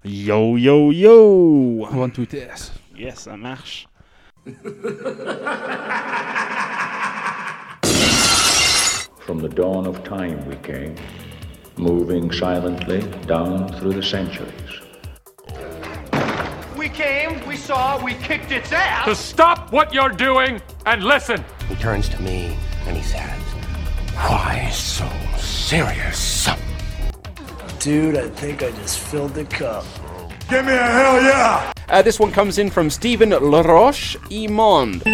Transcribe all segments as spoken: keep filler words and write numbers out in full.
Yo, yo, yo! One, two, test. Yes, ça marche. From the dawn of time we came, moving silently down through the centuries. We came, we saw, we kicked its ass! To stop what you're doing and listen! He turns to me and he says, "Why so serious?" Dude, I think I just filled the cup. Give me a hell yeah! Uh, this one comes in from Stephen Laroche Imond.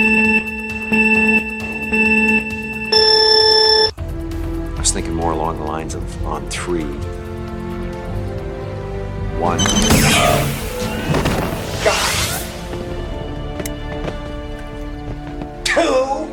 I was thinking more along the lines of on three. One. God. Two.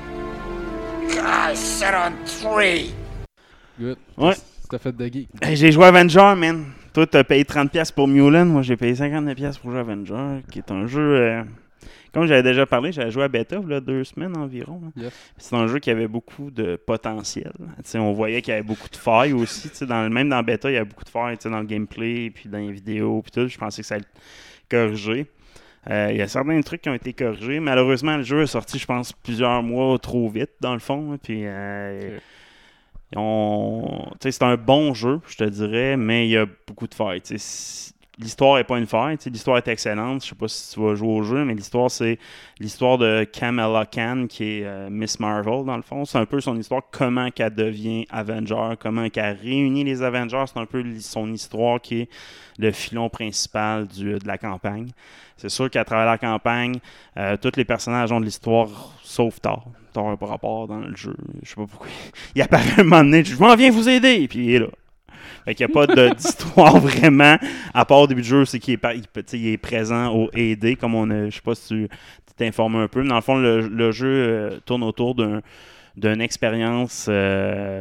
God, I said on three. Good. Ouais. T'as fait de geek. Hey, j'ai joué Avenger, man. Toi, t'as payé trente dollars pour Mulan. Moi, j'ai payé cinquante dollars pour jouer Avenger, qui est un jeu... Euh... Comme j'avais déjà parlé, j'avais joué à bêta il y a deux semaines environ. Yep. C'est un jeu qui avait beaucoup de potentiel. T'sais, on voyait qu'il y avait beaucoup de failles aussi. Dans le, même dans bêta, il y avait beaucoup de failles dans le gameplay, puis dans les vidéos, puis tout. Je pensais que ça allait être corrigé. Euh, il y a certains trucs qui ont été corrigés. Malheureusement, le jeu est sorti, je pense, plusieurs mois trop vite, dans le fond. Hein, puis... Euh, okay. On... c'est un bon jeu, je te dirais, mais il y a beaucoup de failles. T'sais. L'histoire n'est pas une faille, l'histoire est excellente. Je sais pas si tu vas jouer au jeu, mais l'histoire, c'est l'histoire de Kamala Khan, qui est euh, Miss Marvel, dans le fond. C'est un peu son histoire, comment qu'elle devient Avenger, comment qu'elle réunit les Avengers. C'est un peu son histoire qui est le filon principal du, de la campagne. C'est sûr qu'à travers la campagne, euh, tous les personnages ont de l'histoire, sauf Thor. Thor n'a pas rapport dans le jeu. Je sais pas pourquoi. Il apparaît un moment donné, je m'en viens vous aider, puis il est là. Fait qu'il n'y a pas de, d'histoire vraiment, à part au début du jeu, c'est qu'il est, il, il est présent au A D, comme on a, je sais pas si tu t'es informé un peu, mais dans le fond, le, le jeu euh, tourne autour d'un, d'une expérience euh,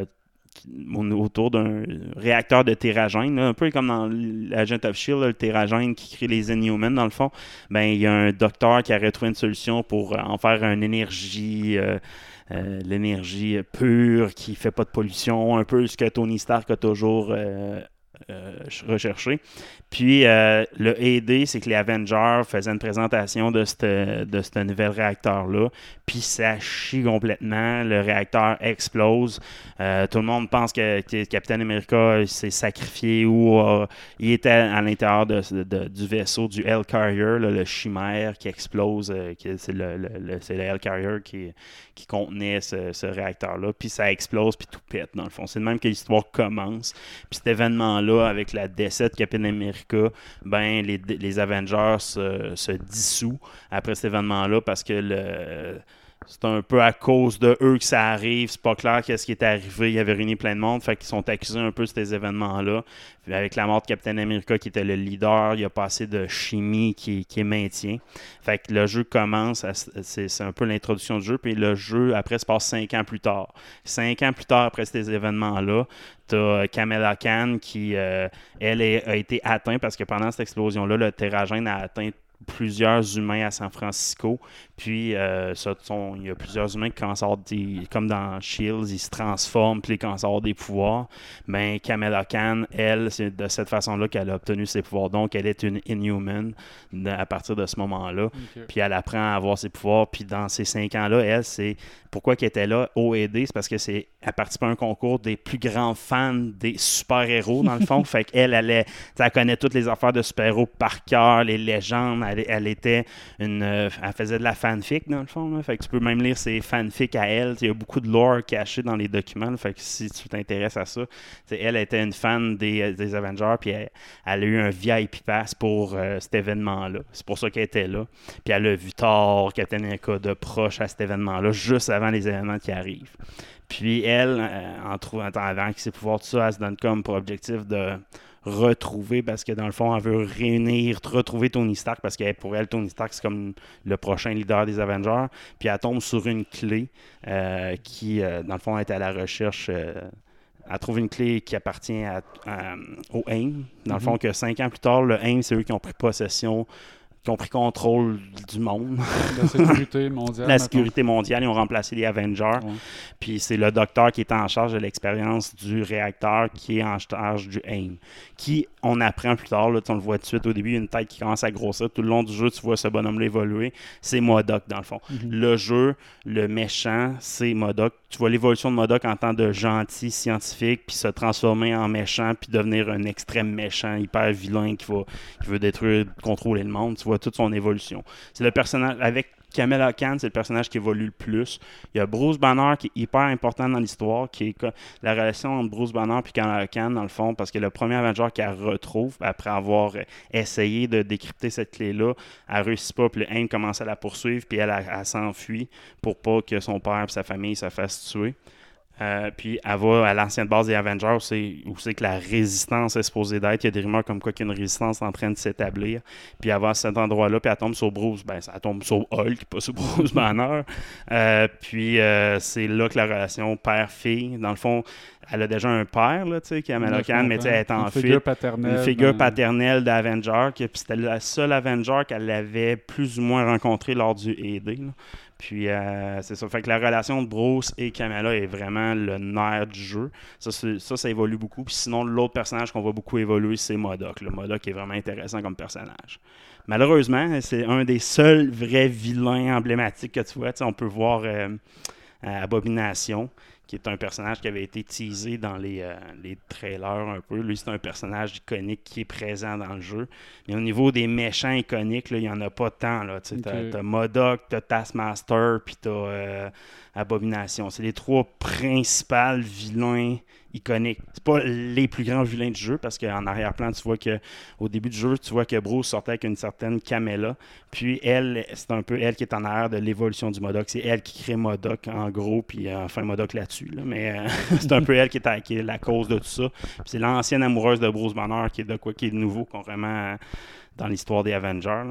autour d'un réacteur de Terrigen, là, un peu comme dans l'Agent of Shield, là, le Terrigen qui crée les Inhumans, dans le fond. Ben, il y a un docteur qui aurait trouvé une solution pour en faire une énergie... Euh, Euh, l'énergie pure qui fait pas de pollution, un peu ce que Tony Stark a toujours euh, euh, recherché. Puis euh, le A D, c'est que les Avengers faisaient une présentation de ce de ce nouvel réacteur-là, puis ça chie complètement, le réacteur explose. Euh, tout le monde pense que, que Captain America s'est sacrifié ou euh, il était à l'intérieur de, de, du vaisseau du Hellcarrier, là, le chimère qui explose, euh, qui, c'est, le, le, le, c'est le Hellcarrier qui, qui contenait ce, ce réacteur-là, puis ça explose, puis tout pète dans le fond. C'est de même que l'histoire commence. Puis cet événement-là, avec la décès de Captain America, ben les, les Avengers se, se dissouent après cet événement-là parce que le, c'est un peu à cause de eux que ça arrive. C'est pas clair qu'est-ce qui est arrivé. Il avait réuni plein de monde, fait qu'ils sont accusés un peu de ces événements-là. Puis avec la mort de Captain America qui était le leader, il n'y a pas assez de chimie qui, qui est maintien. Fait que le jeu commence, à, c'est, c'est un peu l'introduction du jeu, puis le jeu après se passe cinq ans plus tard. Cinq ans plus tard après ces événements-là, t'as Kamala Khan qui, euh, elle, est, a été atteinte parce que pendant cette explosion-là, le Terrigen a atteint plusieurs humains à San Francisco. Puis, euh, ça, sont, il y a plusieurs humains qui, quand sortent des, comme dans Shields, ils se transforment, puis quand sortent des pouvoirs. Mais Kamala Khan, elle, c'est de cette façon-là qu'elle a obtenu ses pouvoirs. Donc, elle est une Inhuman à partir de ce moment-là. Okay. Puis, elle apprend à avoir ses pouvoirs. Puis, dans ces cinq ans-là, elle, c'est pourquoi qu'elle était là au A D, c'est parce que c'est elle participe à un concours des plus grands fans des super-héros, dans le fond. Fait qu'elle, elle, elle, elle connaît toutes les affaires de super-héros par cœur, les légendes. Elle, elle était une... Elle faisait de la fanfic, dans le fond. Là. Fait que tu peux même lire ses fanfics à elle. Il y a beaucoup de lore caché dans les documents. Là. Fait que si tu t'intéresses à ça, elle était une fan des, des Avengers, puis elle, elle a eu un V I P pass pour euh, cet événement-là. C'est pour ça qu'elle était là. Puis elle a vu Thor, Captain America de proche à cet événement-là, juste avant les événements qui arrivent. Puis elle, euh, en trouvant avant que ses pouvoirs, tout ça, elle se donne comme pour objectif de retrouver, parce que dans le fond, elle veut réunir, retrouver Tony Stark, parce que pour elle, Tony Stark, c'est comme le prochain leader des Avengers. Puis elle tombe sur une clé euh, qui, euh, dans le fond, est à la recherche... Euh, elle trouve une clé qui appartient à, à, au A I M. Dans mm-hmm. le fond, que cinq ans plus tard, le A I M, c'est eux qui ont pris possession qui ont pris contrôle du monde. La sécurité mondiale. La sécurité mondiale, ils ont remplacé les Avengers. Ouais. Puis c'est le docteur qui est en charge de l'expérience du réacteur qui est en charge du AIM. Qui, on apprend plus tard, là, on le voit tout de suite au début, il y a une tête qui commence à grossir. Tout le long du jeu, tu vois ce bonhomme-là évoluer. C'est M O D O K dans le fond. Mm-hmm. Le jeu, le méchant, c'est M O D O K. Tu vois l'évolution de M O D O K en tant de gentil scientifique, puis se transformer en méchant, puis devenir un extrême méchant, hyper vilain qui, va, qui veut détruire, contrôler le monde. Tu vois toute son évolution. C'est le personnage, avec Kamala Khan, c'est le personnage qui évolue le plus. Il y a Bruce Banner qui est hyper important dans l'histoire, qui est la relation entre Bruce Banner et Kamala Khan, dans le fond, parce que le premier Avenger qu'elle retrouve, après avoir essayé de décrypter cette clé-là, elle ne réussit pas, puis le AIM commence à la poursuivre, puis elle, elle, elle s'enfuit pour pas que son père et sa famille se fassent tuer. Euh, puis elle va à l'ancienne base des Avengers où c'est, où c'est que la résistance est supposée d'être. Il y a des rumeurs comme quoi qu'il y a une résistance en train de s'établir. Puis elle va à cet endroit-là, puis elle tombe sur Bruce. Ben, elle tombe sur Hulk, pas sur Bruce Banner. Euh, puis euh, c'est là que la relation père-fille, dans le fond, elle a déjà un père, là, tu sais, qui est Kamala Khan, mais tu sais, elle est en une fuite. Figure paternelle, une figure ben... paternelle d'Avenger. Puis c'était la seule Avenger qu'elle avait plus ou moins rencontrée lors du A D. Là. Puis euh, c'est ça. Fait que la relation de Bruce et Kamala est vraiment le nerf du jeu. Ça, c'est, ça, ça évolue beaucoup. Puis sinon, l'autre personnage qu'on voit beaucoup évoluer, c'est M O D O K. Le M O D O K est vraiment intéressant comme personnage. Malheureusement, c'est un des seuls vrais vilains emblématiques que tu vois. Tu sais, on peut voir euh, Abomination, qui est un personnage qui avait été teasé dans les, euh, les trailers un peu. Lui, c'est un personnage iconique qui est présent dans le jeu. Mais au niveau des méchants iconiques, là, il n'y en a pas tant. Là. Tu sais, t'as, okay. t'as M O D O K, t'as Taskmaster, puis t'as euh, Abomination. C'est les trois principaux vilains iconiques. C'est pas les plus grands vilains du jeu, parce qu'en arrière-plan, tu vois qu'au début du jeu, tu vois que Bruce sortait avec une certaine Kamala. Puis elle, c'est un peu elle qui est en arrière de l'évolution du M O D O K. C'est elle qui crée M O D O K, en gros, puis euh, enfin M O D O K là-dessus. Là. Mais euh, c'est un peu elle qui est, à, qui est la cause de tout ça. Puis c'est l'ancienne amoureuse de Bruce Banner qui est de quoi qui est nouveau concrètement euh, dans l'histoire des Avengers. Là.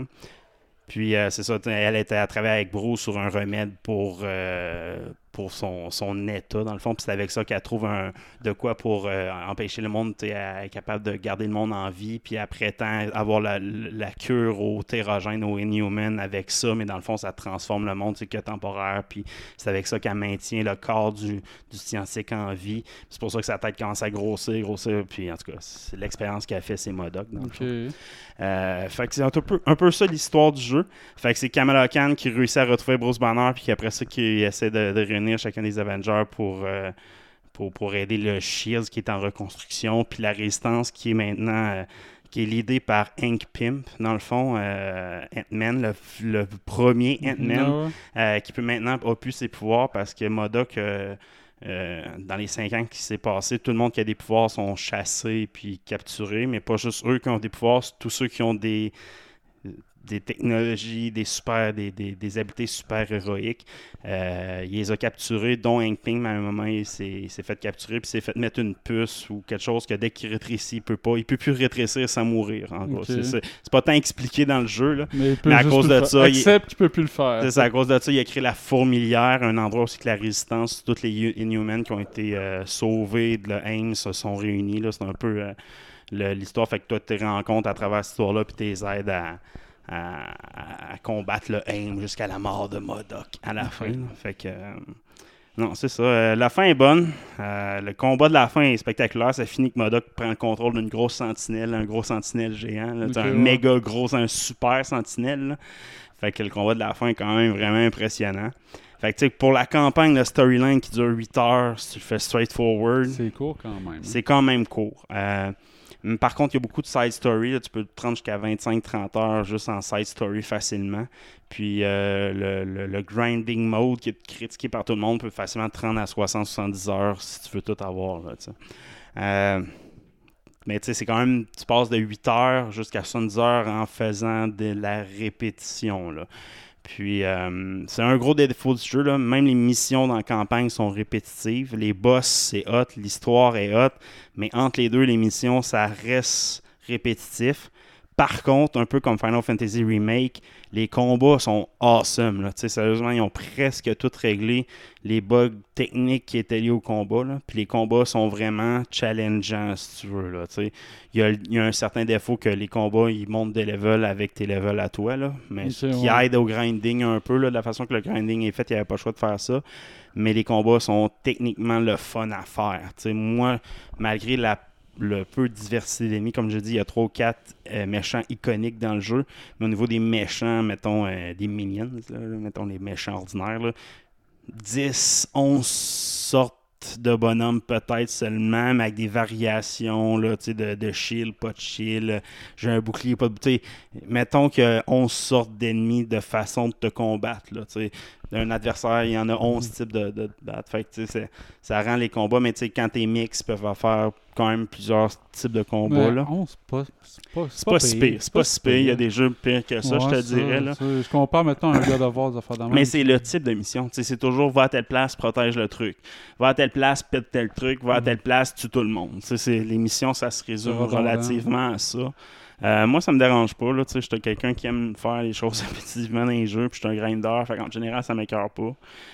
Puis euh, c'est ça, elle était à travailler avec Bruce sur un remède pour, euh, pour son, son état, dans le fond. Puis c'est avec ça qu'elle trouve un, de quoi pour euh, empêcher le monde, à être capable de garder le monde en vie. Puis après temps, avoir la, la cure au Terrigen, au Inhuman avec ça. Mais dans le fond, ça transforme le monde, c'est que temporaire. Puis c'est avec ça qu'elle maintient le corps du, du scientifique en vie. C'est pour ça que sa tête commence à grossir, grossir. Puis en tout cas, c'est l'expérience qu'elle fait, c'est M O D O K, dans le okay. fond. Euh, fait que c'est un peu, un peu ça l'histoire du jeu. Fait que c'est Kamala Khan qui réussit à retrouver Bruce Banner, puis après ça, qui essaie de, de réunir chacun des Avengers pour, euh, pour, pour aider le Shield qui est en reconstruction, puis la Résistance qui est maintenant euh, qui est l'idée par Hank Pym, dans le fond, euh, Ant-Man, le, le premier Ant-Man, no. euh, qui peut maintenant a pu ses pouvoirs parce que M O D O K, euh, euh, dans les cinq ans qui s'est passé, tout le monde qui a des pouvoirs sont chassés puis capturés, mais pas juste eux qui ont des pouvoirs, c'est tous ceux qui ont des des technologies, des super, des, des, des habiletés super héroïques. Euh, il les a capturés, dont Hank Pym, à un moment, il s'est, il s'est fait capturer, puis s'est fait mettre une puce ou quelque chose que dès qu'il rétrécit, il peut pas. Il peut plus rétrécir sans mourir, en gros. Okay. C'est, c'est, c'est pas tant expliqué dans le jeu, là. Mais, mais à cause de ça... Accepte qu'il peut plus le faire. C'est ça, à cause de ça, il a créé la Fourmilière, un endroit aussi que la Résistance, tous les Inhumans qui ont été euh, sauvés de l'AIM se sont réunis, là. C'est un peu euh, le, l'histoire. Fait que toi, tu te rends compte à travers cette histoire-là, puis tu les aides à... À, à combattre le AIM jusqu'à la mort de M O D O K à la fin. Fait que euh, non, c'est ça. Euh, la fin est bonne. Euh, le combat de la fin est spectaculaire. Ça finit que M O D O K prend le contrôle d'une grosse sentinelle, un gros sentinelle géant. Là, okay, un ouais. méga gros, un super sentinelle. Là. Fait que le combat de la fin est quand même vraiment impressionnant. Fait que tu sais, pour la campagne de storyline qui dure huit heures, si tu le fais straightforward, c'est court quand même. C'est quand même court. Euh, Par contre, il y a beaucoup de side story. Là. Tu peux te rendre jusqu'à vingt-cinq à trente heures juste en side story facilement. Puis euh, le, le, le grinding mode qui est critiqué par tout le monde peut facilement te rendre à soixante à soixante-dix heures si tu veux tout avoir. Là, euh, mais tu sais, c'est quand même, tu passes de huit heures jusqu'à soixante-dix heures en faisant de la répétition. Là. Puis, euh, c'est un gros défaut du jeu. Là. Même les missions dans la campagne sont répétitives. Les boss, c'est hot. L'histoire est hot. Mais entre les deux, les missions, ça reste répétitif. Par contre, un peu comme Final Fantasy Remake, les combats sont awesome. Là. Sérieusement, ils ont presque tout réglé les bugs techniques qui étaient liés au combat. Là. Puis les combats sont vraiment challengeants, si tu veux. Là. Il, y a, il y a un certain défaut que les combats, ils montent des levels avec tes levels à toi. Là. Mais okay, qui ouais. aide au grinding un peu. Là, de la façon que le grinding est fait, il n'y avait pas le choix de faire ça. Mais les combats sont techniquement le fun à faire. T'sais, moi, malgré la le peu de diversité d'ennemis. Comme je dis, il y a trois ou quatre euh, méchants iconiques dans le jeu. Mais au niveau des méchants, mettons euh, des minions, là, mettons les méchants ordinaires, là, dix, onze sortes de bonhommes peut-être seulement, mais avec des variations là, de, de shield, pas de shield. J'ai un bouclier, pas de bouclier. Mettons qu'il y a onze sortes d'ennemis de façon de te combattre. Là, d'un adversaire, il y en a onze types de, de, de battre. Fait que, c'est, ça rend les combats, mais quand t'es mix, ils peuvent faire quand même plusieurs types de combats. Là. onze, c'est pas, c'est pas, c'est c'est pas si pire. C'est pas si pire. Il y a des jeux pires que ça, ouais, je te ça, dirais. Là. Ça, je compare maintenant à un God of War de faire de même. Mais c'est le type de mission. T'sais, c'est toujours va à telle place, protège le truc. Va à telle place, pète tel truc. Va à telle place, tue tout le monde. T'sais, c'est, les missions, ça se résume relativement à ça. Euh, moi, ça me dérange pas. Là, je suis quelqu'un qui aime faire les choses répétitivement dans les jeux. Puis je suis un grinder. Fait qu'en général, ça m'écœure pas.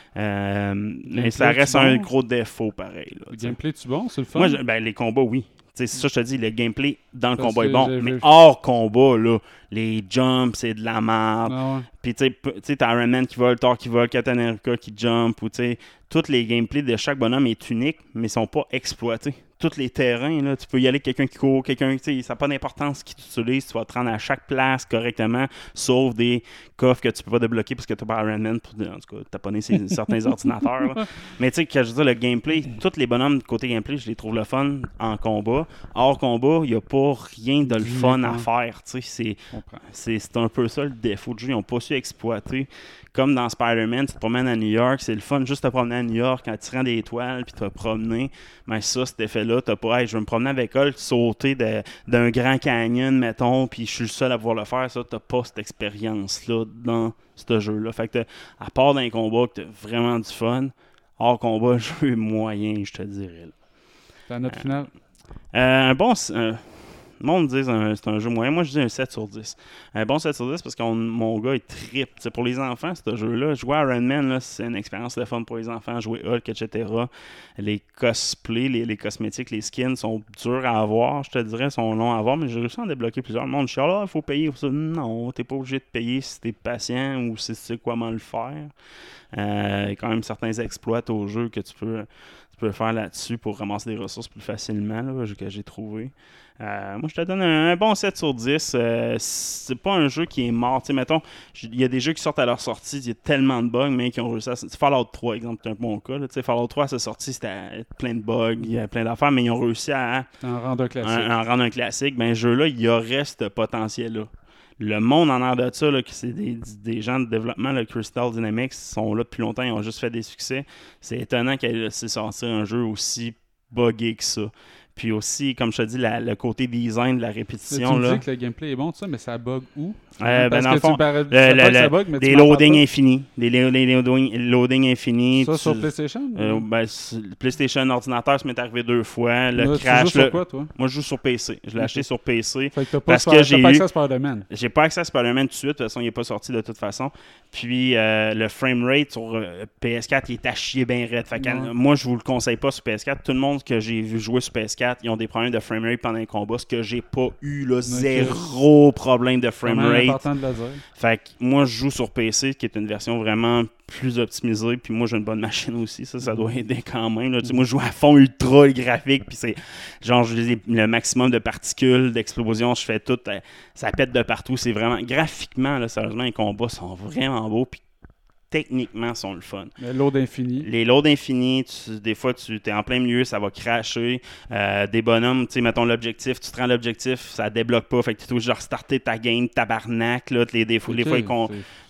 Euh, mais ça reste un bon? gros défaut pareil. Là, le gameplay, tu bon? C'est le fun? Moi, je, ben, les combats, oui. C'est ça, je te dis, le gameplay dans le Parce combat est bon. j'ai... Mais hors combat, là, les jumps, c'est de la merde. Ah ouais. Puis, tu sais, t'as Iron Man qui vole, Thor qui vole, Captain America qui jump. Ou, tu sais, tous les gameplays de chaque bonhomme est unique, mais ils sont pas exploités. Tous les terrains, là, tu peux y aller avec quelqu'un qui court, quelqu'un, tu sais, ça n'a pas d'importance qui t'utilise. Tu vas te rendre à chaque place correctement, sauf des coffres que tu peux pas débloquer parce que tu n'as pas Iron Man pour, en tout cas, taponner certains ordinateurs. Là. Mais tu sais, quand je veux dire, le gameplay, tous les bonhommes côté gameplay, je les trouve le fun en combat. Hors combat, il n'y a pas rien de le fun à faire. Tu sais, c'est, c'est, c'est un peu ça le défaut du jeu. Ils n'ont pas su exploiter. Comme dans Spider-Man, tu te promènes à New York, c'est le fun juste de te promener à New York en tirant des étoiles puis te promener. Mais ça, cet effet-là, t'as pas, hey, je vais me promener avec elle, sauter de, d'un grand canyon, mettons, puis je suis le seul à pouvoir le faire. Ça, t'as pas cette expérience-là dans ce jeu-là. Fait que à part d'un combat que t'as vraiment du fun, hors combat, jeu moyen, je te dirais. Là. Ta note euh, finale? Euh, un bon. Euh, Le monde dit que c'est un jeu moyen. Moi, je dis un sept sur dix. Un bon sept sur dix parce que mon gars, il trippe. T'sais, pour les enfants, ce jeu-là, jouer à Iron Man, là, c'est une expérience de fun pour les enfants. Jouer Hulk, et cetera. Les cosplays, les, les cosmétiques, les skins sont durs à avoir, je te dirais, sont longs à avoir, mais j'ai réussi à en débloquer plusieurs. Le monde dit, ah, il faut payer pour ça. Non, t'es pas obligé de payer si t'es patient ou si tu sais comment le faire. Euh, il y a quand même certains exploits au jeu que tu peux, tu peux faire là-dessus pour ramasser des ressources plus facilement, là, que j'ai trouvé. Euh, moi, je te donne un, un bon sept sur dix. Euh, c'est pas un jeu qui est mort. T'sais, mettons, il y a des jeux qui sortent à leur sortie, il y a tellement de bugs, mais qui ont réussi à... Fallout trois, exemple, c'est un bon cas. Là, Fallout trois, à sa sortie, c'était plein de bugs, il y a plein d'affaires, mais ils ont réussi à en rendre un classique. En, en rendre un classique. Ben, ce jeu-là, il y aurait ce potentiel-là. Le monde en air de ça, là, que c'est des, des gens de développement, le Crystal Dynamics, sont là depuis longtemps, ils ont juste fait des succès. C'est étonnant qu'elle ait laissé sortir un jeu aussi buggé que ça. Puis aussi, comme je te dis, la, le côté design de la répétition. Tu me là. dis que le gameplay est bon, tout ça, mais ça bug où? Euh, ben, Parce dans que le fond, tu barres, le, le, le, le, bug, mais des tu loadings infinis. Des, des, des loading, loading infinis. Ça tu, sur PlayStation? Euh, ben, le PlayStation ordinateur, ça m'est arrivé deux fois. Le là, crash. Tu joues le, sur quoi, toi? Moi, je joue sur P C. Je l'ai acheté sur P C. Fait que t'as pas, parce par, que j'ai pas eu, accès à Spider-Man. J'ai pas accès à Spider-Man tout de suite. De toute façon, il n'est pas sorti de toute façon. Puis, euh, le framerate sur euh, P S quatre, il est à chier bien raide. Fait que, ouais. Moi, je vous le conseille pas sur P S quatre. Tout le monde que j'ai vu jouer sur P S quatre, ils ont des problèmes de framerate pendant les combats. Ce que j'ai pas eu, là, okay. Zéro problème de framerate. C'est important de le dire. Fait que moi, je joue sur P C, qui est une version vraiment plus optimisée. Puis moi, j'ai une bonne machine aussi. Ça, ça doit aider quand même. Là. Mm-hmm. Moi, je joue à fond ultra le graphique. Puis c'est genre, je les, le maximum de particules, d'explosions. Je fais tout. Euh, ça pète de partout. C'est vraiment. Graphiquement, là, sérieusement, les combats sont vraiment beaux. Puis techniquement, sont le fun. Les loads infinis. Les loads infinis, tu, des fois, tu es en plein milieu, ça va crasher. Euh, des bonhommes, tu sais, mettons l'objectif, tu te rends l'objectif, ça débloque pas. Fait que tu es obligé de restarter ta game, tabarnak. Là, les, des, okay, les fois, con...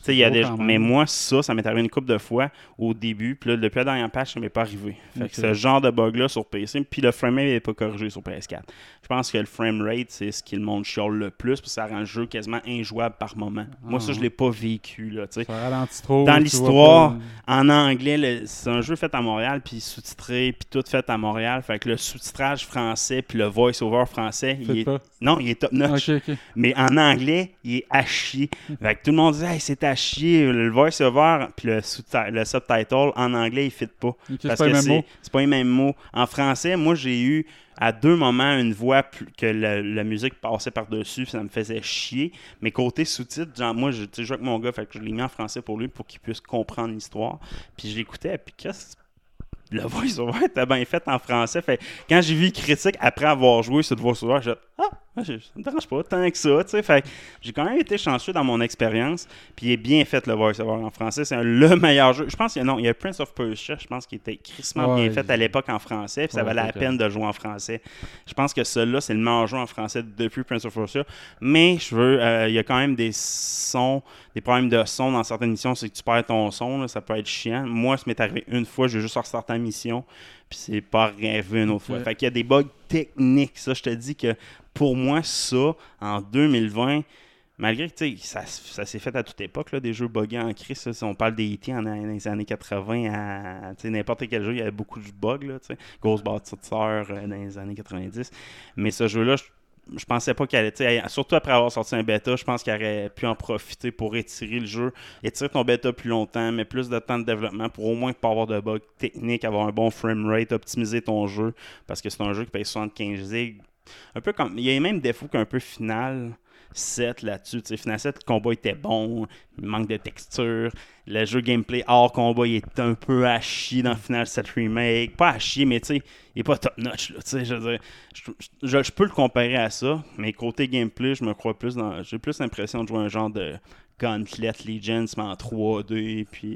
sais, il y a gros des... quand même. Mais moi, ça, ça m'est arrivé une couple de fois au début. Puis là, depuis la dernière patch, ça m'est pas arrivé. Fait Ok. que ce genre de bug-là sur P C, puis le framerate n'est pas corrigé sur P S quatre. Je pense que le framerate, c'est ce qui le monde chiale le plus, puis ça rend le jeu quasiment injouable par moment. Ah, moi, ça, je l'ai pas vécu, là, tu sais. Ça ralentit trop. Dans tu l'histoire, vois pas- en anglais, le- c'est un jeu fait à Montréal, puis sous-titré, puis tout fait à Montréal. Fait que le sous-titrage français, puis le voice-over français, il Faites est... pas. Non, il est top notch. Ok, ok. Mais en anglais, il est à chier. Fait que tout le monde dit hey, c'est à chier. Le voice-over, puis le, sous- le subtitle, en anglais, il fit pas. Ok, c'est Parce pas les que mêmes c'est mots. c'est pas les mêmes mots. En français, moi, j'ai eu à deux moments une voix plus- que le- la musique passait par-dessus, puis ça me faisait chier. Mais côté sous-titres, genre, moi, je tu sais, je joue avec mon gars, fait que je l'ai mis en français pour lui, pour qu'il puisse comprendre l'histoire. Puis je l'écoutais, puis qu'est-ce le voice-over était bien fait en français. Fait que quand j'ai vu les critiques après avoir joué ce voice-over, j'ai dit ah, ça me dérange pas tant que ça. T'sais. Fait que j'ai quand même été chanceux dans mon expérience. Puis il est bien fait le voice-over en français. C'est un- le meilleur jeu. Je pense qu'il y a, non, il y a Prince of Persia, je pense qu'il était crissement Ouais, bien fait à l'époque en français. Puis ça ouais, valait la ok. peine de jouer en français. Je pense que celui-là, c'est le meilleur jeu en français depuis Prince of Persia. Mais je veux, euh, il y a quand même des sons, des problèmes de son dans certaines missions. C'est que tu perds ton son. Là, ça peut être chiant. Moi, ça m'est arrivé une fois. J'ai juste ressorti la mission. Puis c'est pas arrivé une autre fois. Ok. Fait qu'il y a des bugs techniques. Ça, je te dis que pour moi, ça, en deux mille vingt, malgré que tu sais, ça, ça s'est fait à toute époque, là, des jeux buggés en crise. Là, si on parle des E T en, dans les années quatre-vingts à tu sais, n'importe quel jeu, il y avait beaucoup de bugs. Là, tu sais. Ghostbusters euh, dans les années quatre-vingt-dix. Mais ce jeu-là, je je pensais pas qu'il allait, tu sais, surtout après avoir sorti un bêta, je pense qu'il aurait pu en profiter pour étirer le jeu, étirer ton bêta plus longtemps, mais plus de temps de développement pour au moins pas avoir de bugs techniques, avoir un bon framerate, optimiser ton jeu, parce que c'est un jeu qui paye soixante-quinze gigs. Un peu comme, il y a les mêmes défauts qu'un peu Final sept là-dessus. Tu sais, Final sept, le combat était bon, il manque de texture. Le jeu gameplay hors combat, il est un peu à chier dans Final sept Remake. Pas à chier, mais tu sais, il est pas top notch. Là, tu sais, je, veux dire, je, je, je peux le comparer à ça, mais côté gameplay, je me crois plus dans. J'ai plus l'impression de jouer un genre de Gauntlet Legends, mais en trois D, puis.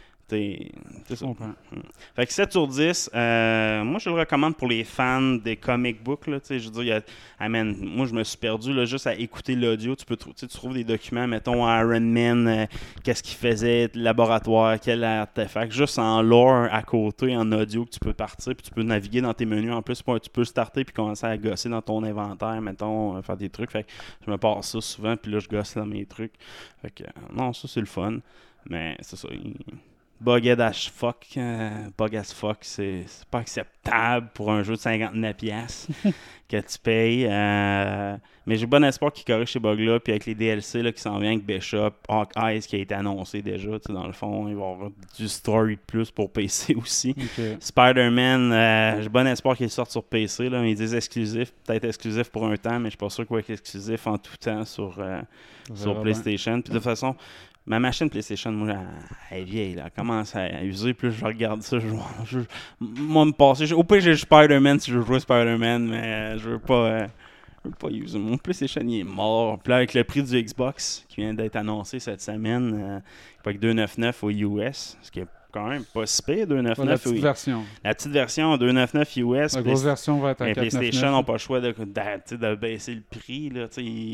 C'est ça. Fait que sept sur dix, euh, moi je le recommande pour les fans des comic books. Là, je veux dire, y a, ah, man, moi je me suis perdu là, juste à écouter l'audio. Tu peux tu trouves des documents, mettons Iron Man, euh, qu'est-ce qu'il faisait, le laboratoire, quel artefact, juste en lore à côté, en audio que tu peux partir, puis tu peux naviguer dans tes menus. En plus, tu peux starter puis commencer à gosser dans ton inventaire, mettons, euh, faire des trucs. Fait que je me passe ça souvent, puis là je gosse dans mes trucs. Fait que euh, non, ça c'est le fun. Mais c'est ça. Il... Bugged as fuck, euh, bug as fuck, c'est, c'est pas acceptable pour un jeu de cinquante-neuf piastres que tu payes. Euh, mais j'ai bon espoir qu'ils corrigent ces bugs-là, puis avec les D L C là, qui s'en viennent avec Bishop, Hawkeye qui a été annoncé déjà, dans le fond, il va y avoir du story de plus pour P C aussi. Okay. Spider-Man, euh, j'ai bon espoir qu'il sorte sur P C, là, mais ils disent exclusif, peut-être exclusif pour un temps, mais je suis pas sûr qu'il va être exclusif en tout temps sur, euh, sur PlayStation. Puis de toute façon, ma machine PlayStation, moi, elle, elle est vieille, là. Elle commence à user, plus je regarde ça, je je, moi, me passer. Au pire, j'ai Spider-Man si je veux jouer Spider-Man, mais euh, je veux pas... Euh, je veux pas user. Mon PlayStation, il est mort. Puis là, avec le prix du Xbox, qui vient d'être annoncé cette semaine, euh, avec deux cent quatre-vingt-dix-neuf au U S, ce qui est quand même pas si pire, deux cent quatre-vingt-dix-neuf. La petite oui. version. La petite version, deux cent quatre-vingt-dix-neuf U S. La grosse version va être à mais quatre cent quatre-vingt-dix-neuf. PlayStation n'a pas le choix de, de, de baisser le prix là,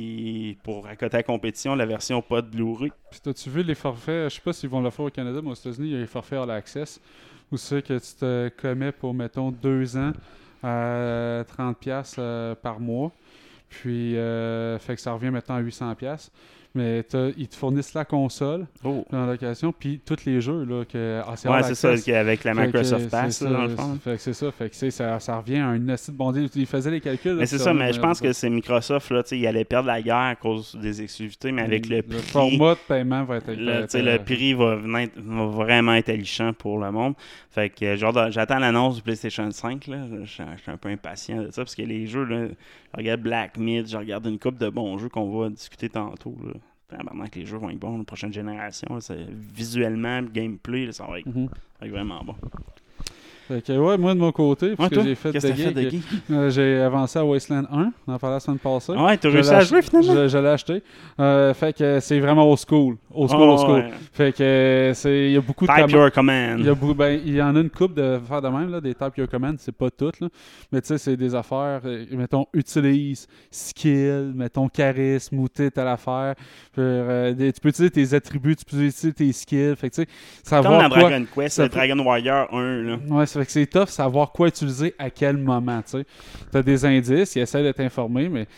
pour accoter la compétition, la version pas de Blu-ray. Puis t'as-tu vu les forfaits, je sais pas s'ils vont le faire au Canada, mais aux États-Unis, il y a les forfaits All Access, où c'est que tu te commets pour, mettons, deux ans à trente dollars euh, par mois. Puis, euh, fait que ça revient maintenant à huit cents dollars. Mais ils te fournissent la console oh. dans l'occasion, puis tous les jeux. Là, que, ah, c'est ouais, c'est ça, avec la Microsoft Pass, là, dans le fond. Fait que c'est ça, fait que ça, ça revient à un assez de bon deal. Ils faisaient les calculs. Mais là, c'est ça, mais je pense que c'est Microsoft, là, ils allaient perdre la guerre à cause des exclusivités, mais avec le, le prix... Le format de paiement va être... Le, être le prix va, venir, va vraiment être alléchant pour le monde. Fait que genre, j'attends l'annonce du PlayStation cinq, là. Je, je suis un peu impatient de ça, parce que les jeux, là, je regarde Black Myth, je regarde une couple de bons jeux qu'on va discuter tantôt, là. Maintenant que les jeux vont être bons, la prochaine génération, là, visuellement, le gameplay, là, ça, va être, mm-hmm. ça va être vraiment bon. Fait que, ouais, moi de mon côté, parce ouais, que j'ai fait Qu'est-ce de que t'as fait de geek, geek? euh, j'ai avancé à Wasteland un, on en parlait la semaine passée. Ouais, t'as Je réussi l'ai à ach- jouer finalement? Je, je l'ai acheté. Euh, fait que c'est vraiment old school. Old school, Oh, old school. ouais. Fait que euh, c'est il y a beaucoup de Type commandes. your command. Il y, a beaucoup, ben, il y en a une couple de faire de même, là, des type your command, c'est pas toutes, là. Mais tu sais, c'est des affaires, euh, mettons, utilise, skill, mettons, charisme, ou telle affaire. Puis, euh, des- tu peux utiliser tes attributs, tu peux utiliser tes skills. Fait que tu sais, Comme savoir dans quoi... Dragon Quest, ça le peut- Dragon Warrior un, là. Ouais, ça fait que c'est tough savoir quoi utiliser à quel moment, tu sais. T'as des indices, ils essaient de t'informer, mais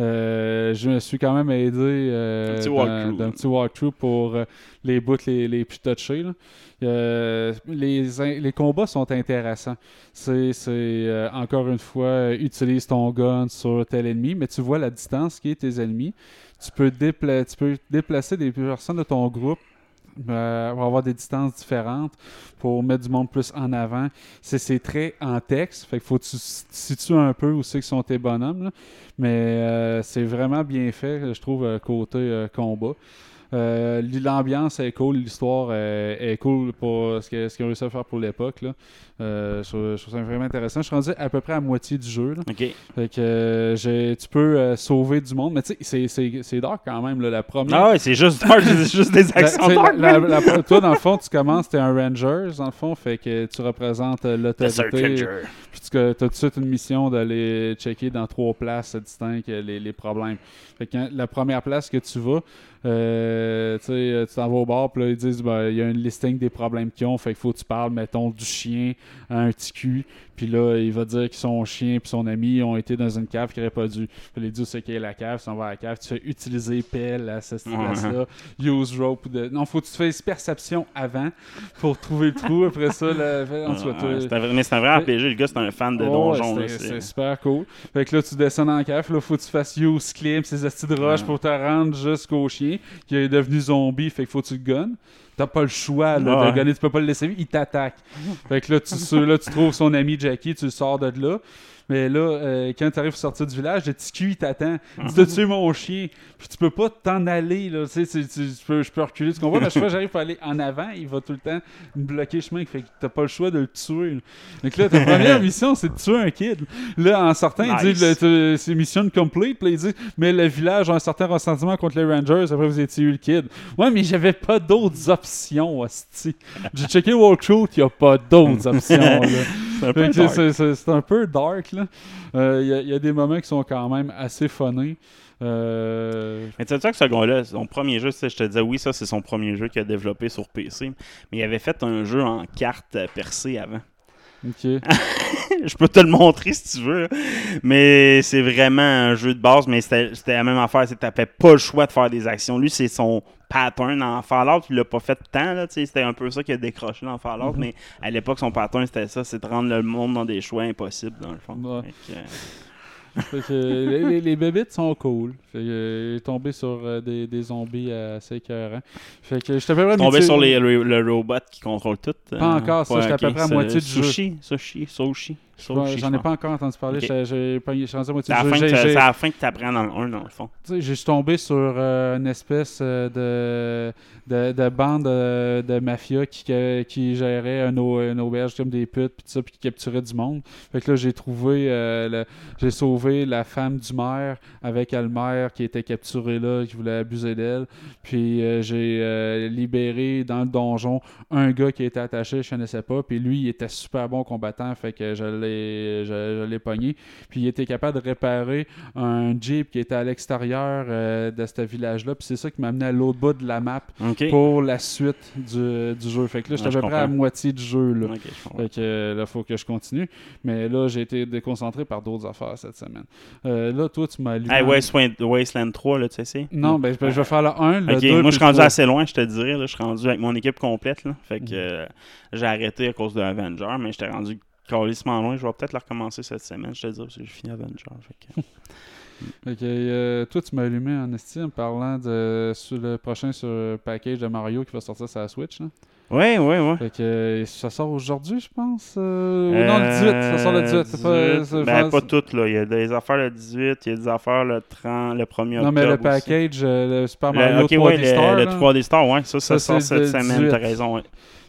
euh, je me suis quand même aidé euh, Un petit dans- walkthrough. d'un petit walkthrough pour euh, les bouts les, les plus touchés, là. Euh, les, in- les combats sont intéressants. C'est, c'est euh, encore une fois, euh, utilise ton gun sur tel ennemi, mais tu vois la distance qui est tes ennemis. Tu peux, dépla- tu peux déplacer des personnes de ton groupe euh, pour avoir des distances différentes, pour mettre du monde plus en avant. C'est, c'est très en texte, fait qu'il faut que tu s- situes un peu où c'est que sont tes bonhommes, là. Mais euh, c'est vraiment bien fait, je trouve, euh, côté euh, combat. Euh, l'ambiance est cool, l'histoire euh, est cool pour ce que- ce qu'ils ont réussi à faire pour l'époque, là. Euh, je, trouve, je trouve ça vraiment intéressant. Je suis rendu à peu près à moitié du jeu, là. OK. Fait que euh, j'ai- tu peux euh, sauver du monde, mais tu sais, c'est, c'est, c'est dark quand même, là, la première. Ah ouais, c'est juste dark, c'est juste des La- actions t'sais, dark. la- man. la- la- toi, dans le fond, tu commences, t'es un Rangers, dans le fond, fait que tu représentes euh, The Search l'autorité. Ranger. Puis tu as tout de suite une mission d'aller checker dans trois places distinctes euh, les, les problèmes. Fait que quand- la première place que tu vas, euh, tu sais, tu t'en vas au bar, puis là, ils disent, ben, il y a un listing des problèmes qu'ils ont, fait qu'il faut que tu parles, mettons, du chien à un petit cul, puis là, il va dire que son chien et son ami ont été dans une cave qui n'aurait pas dû. Puis il dit, c'est qu'il y a la cave, si on va à la cave, tu fais utiliser pelle à cette place-là, use rope. De... Non, faut que tu fasses perception avant pour trouver le trou, après ça, la... en tout cas, Ah, toi- c'est un vrai- mais c'est un vrai R P G, le gars, c'est un fan de Oh, donjons. ouais, là, c'est, c'est- c'est super cool. Fait que là, tu descends dans la cave, là, faut que tu fasses use clip, ces astis de roche Ouais. pour te rendre jusqu'au chien qui est devenu zombie, fait qu'il faut que tu le gunnes. T'as pas le choix là, Ouais. de gunner, tu peux pas le laisser vivre, il t'attaque. Fait que là tu, sur- là, tu trouves son ami Jackie, tu le sors de là. Mais là, euh, quand tu arrives à sortir du village, le petit cul, il t'attend. Tu t'as tué mon chien. Puis tu peux pas t'en aller. Là. Tu sais, tu- tu- tu peux, je peux reculer, tu comprends? Mais à chaque fois que j'arrive à aller en avant, il va tout le temps me bloquer le chemin. Fait que t'as pas le choix de le tuer. Là. Donc là, ta première mission, c'est de tuer un kid. Là, en sortant, il Nice. dit le- tu- c'est mission complete. Puis là, il dit, mais le village a un certain ressentiment contre les Rangers. Après, vous avez tué le kid. Ouais, mais j'avais pas d'autres options, hostie. J'ai checké Walkthrough, il y a pas d'autres options. Là. C'est un peu Fait que dark. c'est, c'est- c'est un peu dark, là. Il euh, y, a- y a des moments qui sont quand même assez funnés. Euh... Mais tu sais que ce gars-là, son premier jeu, tu sais, je te disais, oui, ça, c'est son premier jeu qu'il a développé sur P C. Mais il avait fait un jeu en carte euh, percée avant. Ok. Je peux te le montrer si tu veux. là. Mais c'est vraiment un jeu de base, mais c'était, c'était la même affaire. C'est que t'avais pas le choix de faire des actions. Lui, c'est son pattern en Fallout. Il l'a pas fait tant. Là, tu sais, c'était un peu ça qu'il a décroché dans Fallout. Mhm. Mais à l'époque, son pattern, c'était ça. C'est de rendre le monde dans des choix impossibles, dans le fond. Ouais. Fait que, euh, Fait que les, les, les bébites sont cool. Fait que, euh, il est tombé sur euh, des, des zombies assez écœurants. Fait que j'étais à peu près à tombé moitié- sur les, le, le robot qui contrôle tout. euh, Pas encore, ça, j'étais à peu près à c'est moitié du jeu. Sushi, sushi, sushi. Ouais, sushi, j'en je ai pense. pas encore entendu parler. Ok. J'ai, j'ai, pas- j'ai changé à moitié C'est à du la jeu. fin que J'ai- tu- j'ai- c'est à la fin que tu apprends dans le un, dans le fond. Tu sais, je suis tombé sur euh, une espèce euh, de, de, de bande de, de mafia qui, qui, qui gérait un au- une auberge comme des putes puis tout ça, puis qui capturait du monde. Fait que là, j'ai trouvé, euh, le- j'ai sauvé la femme du maire avec le maire qui était capturé là, qui voulait abuser d'elle. Puis euh, j'ai euh, libéré dans le donjon un gars qui était attaché, je connaissais pas. Puis lui, il était super bon combattant, fait que je l'ai, je, je l'ai pogné. Puis il était capable de réparer un Jeep qui était à l'extérieur euh, de ce village-là. Puis c'est ça qui m'a amené à l'autre bout de la map Ok. pour la suite du, du jeu. Fait que là, j'étais Ouais, à je peu près à comprends. moitié du jeu. Là. Ok, je comprends. Fait que euh, là, faut que je continue. Mais là, j'ai été déconcentré par d'autres affaires cette semaine. Euh, là, toi, tu m'as lu. Hey, Wasteland, Wasteland trois, là, tu sais, c'est? Non, ben, je vais faire le un, le Ok, deux. moi, je puis suis le rendu trois. assez loin, je te dirais. Là, je suis rendu avec mon équipe complète. Là, fait que euh, j'ai arrêté à cause de Avenger, mais j'étais rendu calissement loin. Je vais peut-être le recommencer cette semaine, je te dirais, parce que j'ai fini Avenger. Fait que... Fait que, euh, toi, tu m'as allumé en estime en parlant de sur le prochain sur le package de Mario qui va sortir sur la Switch. Là. Ouais, ouais, ouais. Fait que euh, ça sort aujourd'hui, je pense. Euh, ou non, le dix-huit. Ça sort le dix-huit. C'est pas, dix-huit, c'est- ben, je pas pense- toutes, là. Il y a des affaires le dix-huit, il y a des affaires le trente, le premier octobre. Non, mais le aussi. package, euh, le Super Le- Mario ok, trois D ouais, le- Star. le là. trois D Star, ouais, ça, ça, Ça, sort c'est le cette semaine, dix-huit. t'as raison, ouais.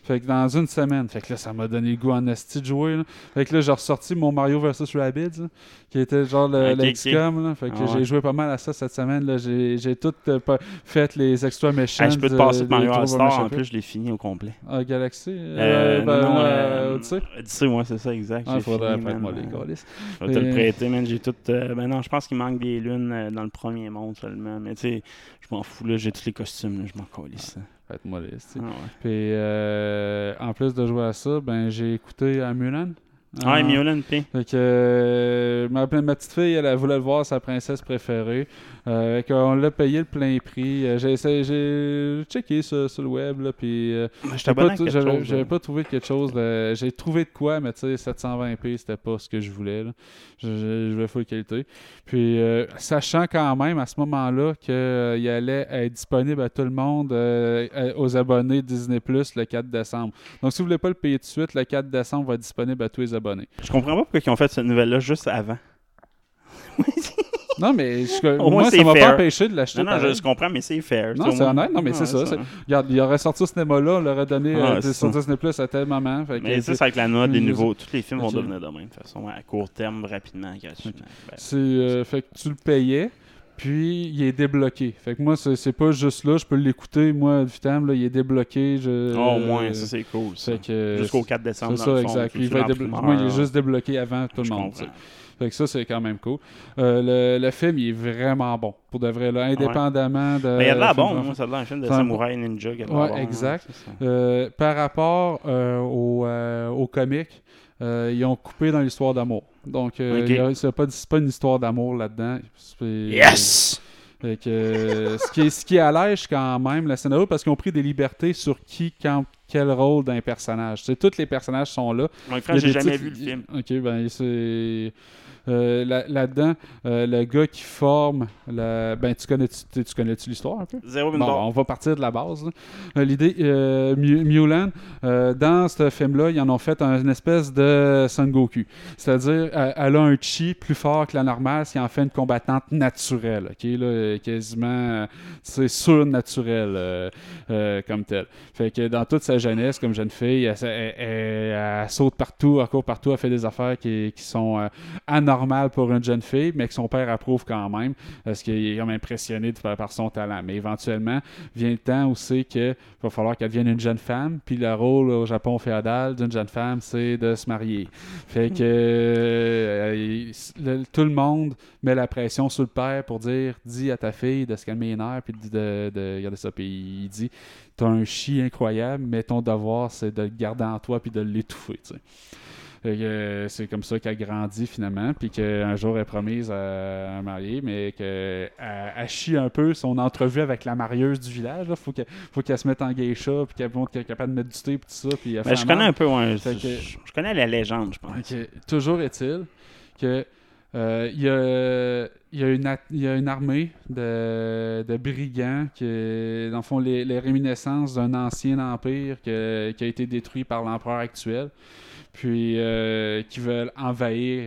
Fait que dans une semaine. Fait que là, ça m'a donné le goût en esti de jouer. Là. Fait que là, j'ai ressorti mon Mario versus Rabbids, là, qui était genre le, okay, le X COM. okay. Là. Fait que ah, j'ai ouais. joué pas mal à ça cette semaine. Là. J'ai, j'ai tout euh, fait les extra missions. Hey, je peux te passer de, de Mario de, All-Star. En plus, je l'ai fini au complet. Ah, Galaxy euh, euh, ben, Non, euh, euh, Odyssey. Odyssey, moi, c'est ça, exact. Ah, j'ai faudrait fini, prête-moi man, les euh, galisses. Je vais te Et... le prêter, man. J'ai tout. Euh, ben non, je pense qu'il manque des lunes euh, dans le premier monde seulement. Mais tu sais, je m'en fous, là. J'ai tous les costumes, là. Je m'en calisse. Faites-moi les, tu sais. Ah, ouais. Puis, euh, en plus de jouer à ça, ben, j'ai écouté à Mulan. Ah, euh, Mulan, pis. Fait que euh, ma, ma petite fille, elle, elle voulait le voir, sa princesse préférée. Euh, fait on l'a payé le plein prix. Euh, j'ai, essayé, j'ai checké sur, sur le web, là, puis euh, j'avais, pas, t- j'avais, chose, j'avais pas trouvé quelque chose. De, j'ai trouvé de quoi, mais tu sais, sept cent vingt p, c'était pas ce que je voulais. Là. Je, je, je voulais full qualité. Puis, euh, sachant quand même à ce moment-là qu'il euh, allait être disponible à tout le monde, euh, aux abonnés Disney Plus le quatre décembre. Donc, si vous voulez pas le payer tout de suite, le quatre décembre va être disponible à tous les abonnés. Je comprends pas pourquoi ils ont fait cette nouvelle-là juste avant. Non, mais je, Au moi, moins, ça m'a fair. pas empêché de l'acheter. Non, non, je, je comprends, mais c'est fair. Non, c'est honnête. Non, mais c'est ça. C'est... Regarde, il aurait sorti au cinéma-là, on l'aurait donné ah, euh, sur Disney Plus à tel moment. Fait mais que, ça, c'est avec la note des je... nouveaux. Tous les films vont okay. devenir de même, de toute façon, à court terme, rapidement, gratuitement. Okay. Ben, c'est, euh, fait que tu le payais, puis il est débloqué. Fait que moi, c'est, c'est pas juste là, je peux l'écouter. Moi, Vitam, là, il est débloqué. Je, oh, au moins, ça, c'est cool. Ça. Que, jusqu'au quatre décembre. C'est ça, exact. Puis il va déblo... Moi, il est juste débloqué avant tout le monde. Fait que ça, c'est quand même cool. Euh, le, le film, il est vraiment bon. Pour de vrai, là, indépendamment ouais. de... Mais il y a de la bon, moi, ça a l'air un film de samouraï ninja. Ouais, bon, exact. Hein, euh, par rapport euh, au, euh, au comic, euh, ils ont coupé dans l'histoire d'amour. Donc, euh, okay. a, c'est, pas, c'est pas une histoire d'amour là-dedans. C'est, yes! Fait que, euh, ce, qui, ce qui allège quand même le scénario, parce qu'ils ont pris des libertés sur qui, quand, quel rôle d'un personnage. T'sais, tous les personnages sont là. Mon frère, j'ai jamais titres... vu le film. Ok, ben c'est... Euh, là, là-dedans, euh, le gars qui forme, la... ben tu connais tu, tu connais-tu l'histoire un peu? Zéro bon, on va partir de la base. Euh, l'idée, euh, Mulan, euh, dans ce film-là, ils en ont fait un, une espèce de Son Goku. C'est-à-dire, elle, elle a un chi plus fort que la normale, ce qui en fait une combattante naturelle, ok, là, quasiment, c'est surnaturel euh, euh, comme tel. Fait que dans toute sa jeunesse, comme jeune fille, elle, elle, elle, elle saute partout, elle court partout, elle fait des affaires qui, qui sont euh, anormales normal pour une jeune fille, mais que son père approuve quand même, parce qu'il est comme impressionné par, par son talent. Mais éventuellement, vient le temps où c'est qu'il va falloir qu'elle devienne une jeune femme, puis le rôle au Japon féodal d'une jeune femme, c'est de se marier. Fait que euh, le, tout le monde met la pression sur le père pour dire, dis à ta fille de se calmer les nerfs, puis de, de, de regarder ça. Puis il dit, t'as un chi incroyable, mais ton devoir, c'est de le garder en toi, puis de l'étouffer, tu sais. Euh, c'est comme ça qu'elle grandit finalement, puis qu'un jour elle est promise à, à marier, mais qu'elle elle chie un peu son entrevue avec la marieuse du village. Il faut, faut qu'elle se mette en geisha, puis qu'elle montre qu'elle est capable de mettre du thé, puis tout ça. Puis ben, je connais un peu, ouais, que, je, je connais la légende, je pense. Okay, toujours est-il que il euh, y, a, y, a une, y a une armée de, de brigands qui, dans le fond, les, les réminiscences d'un ancien empire que, qui a été détruit par l'empereur actuel. Puis euh, qui veulent envahir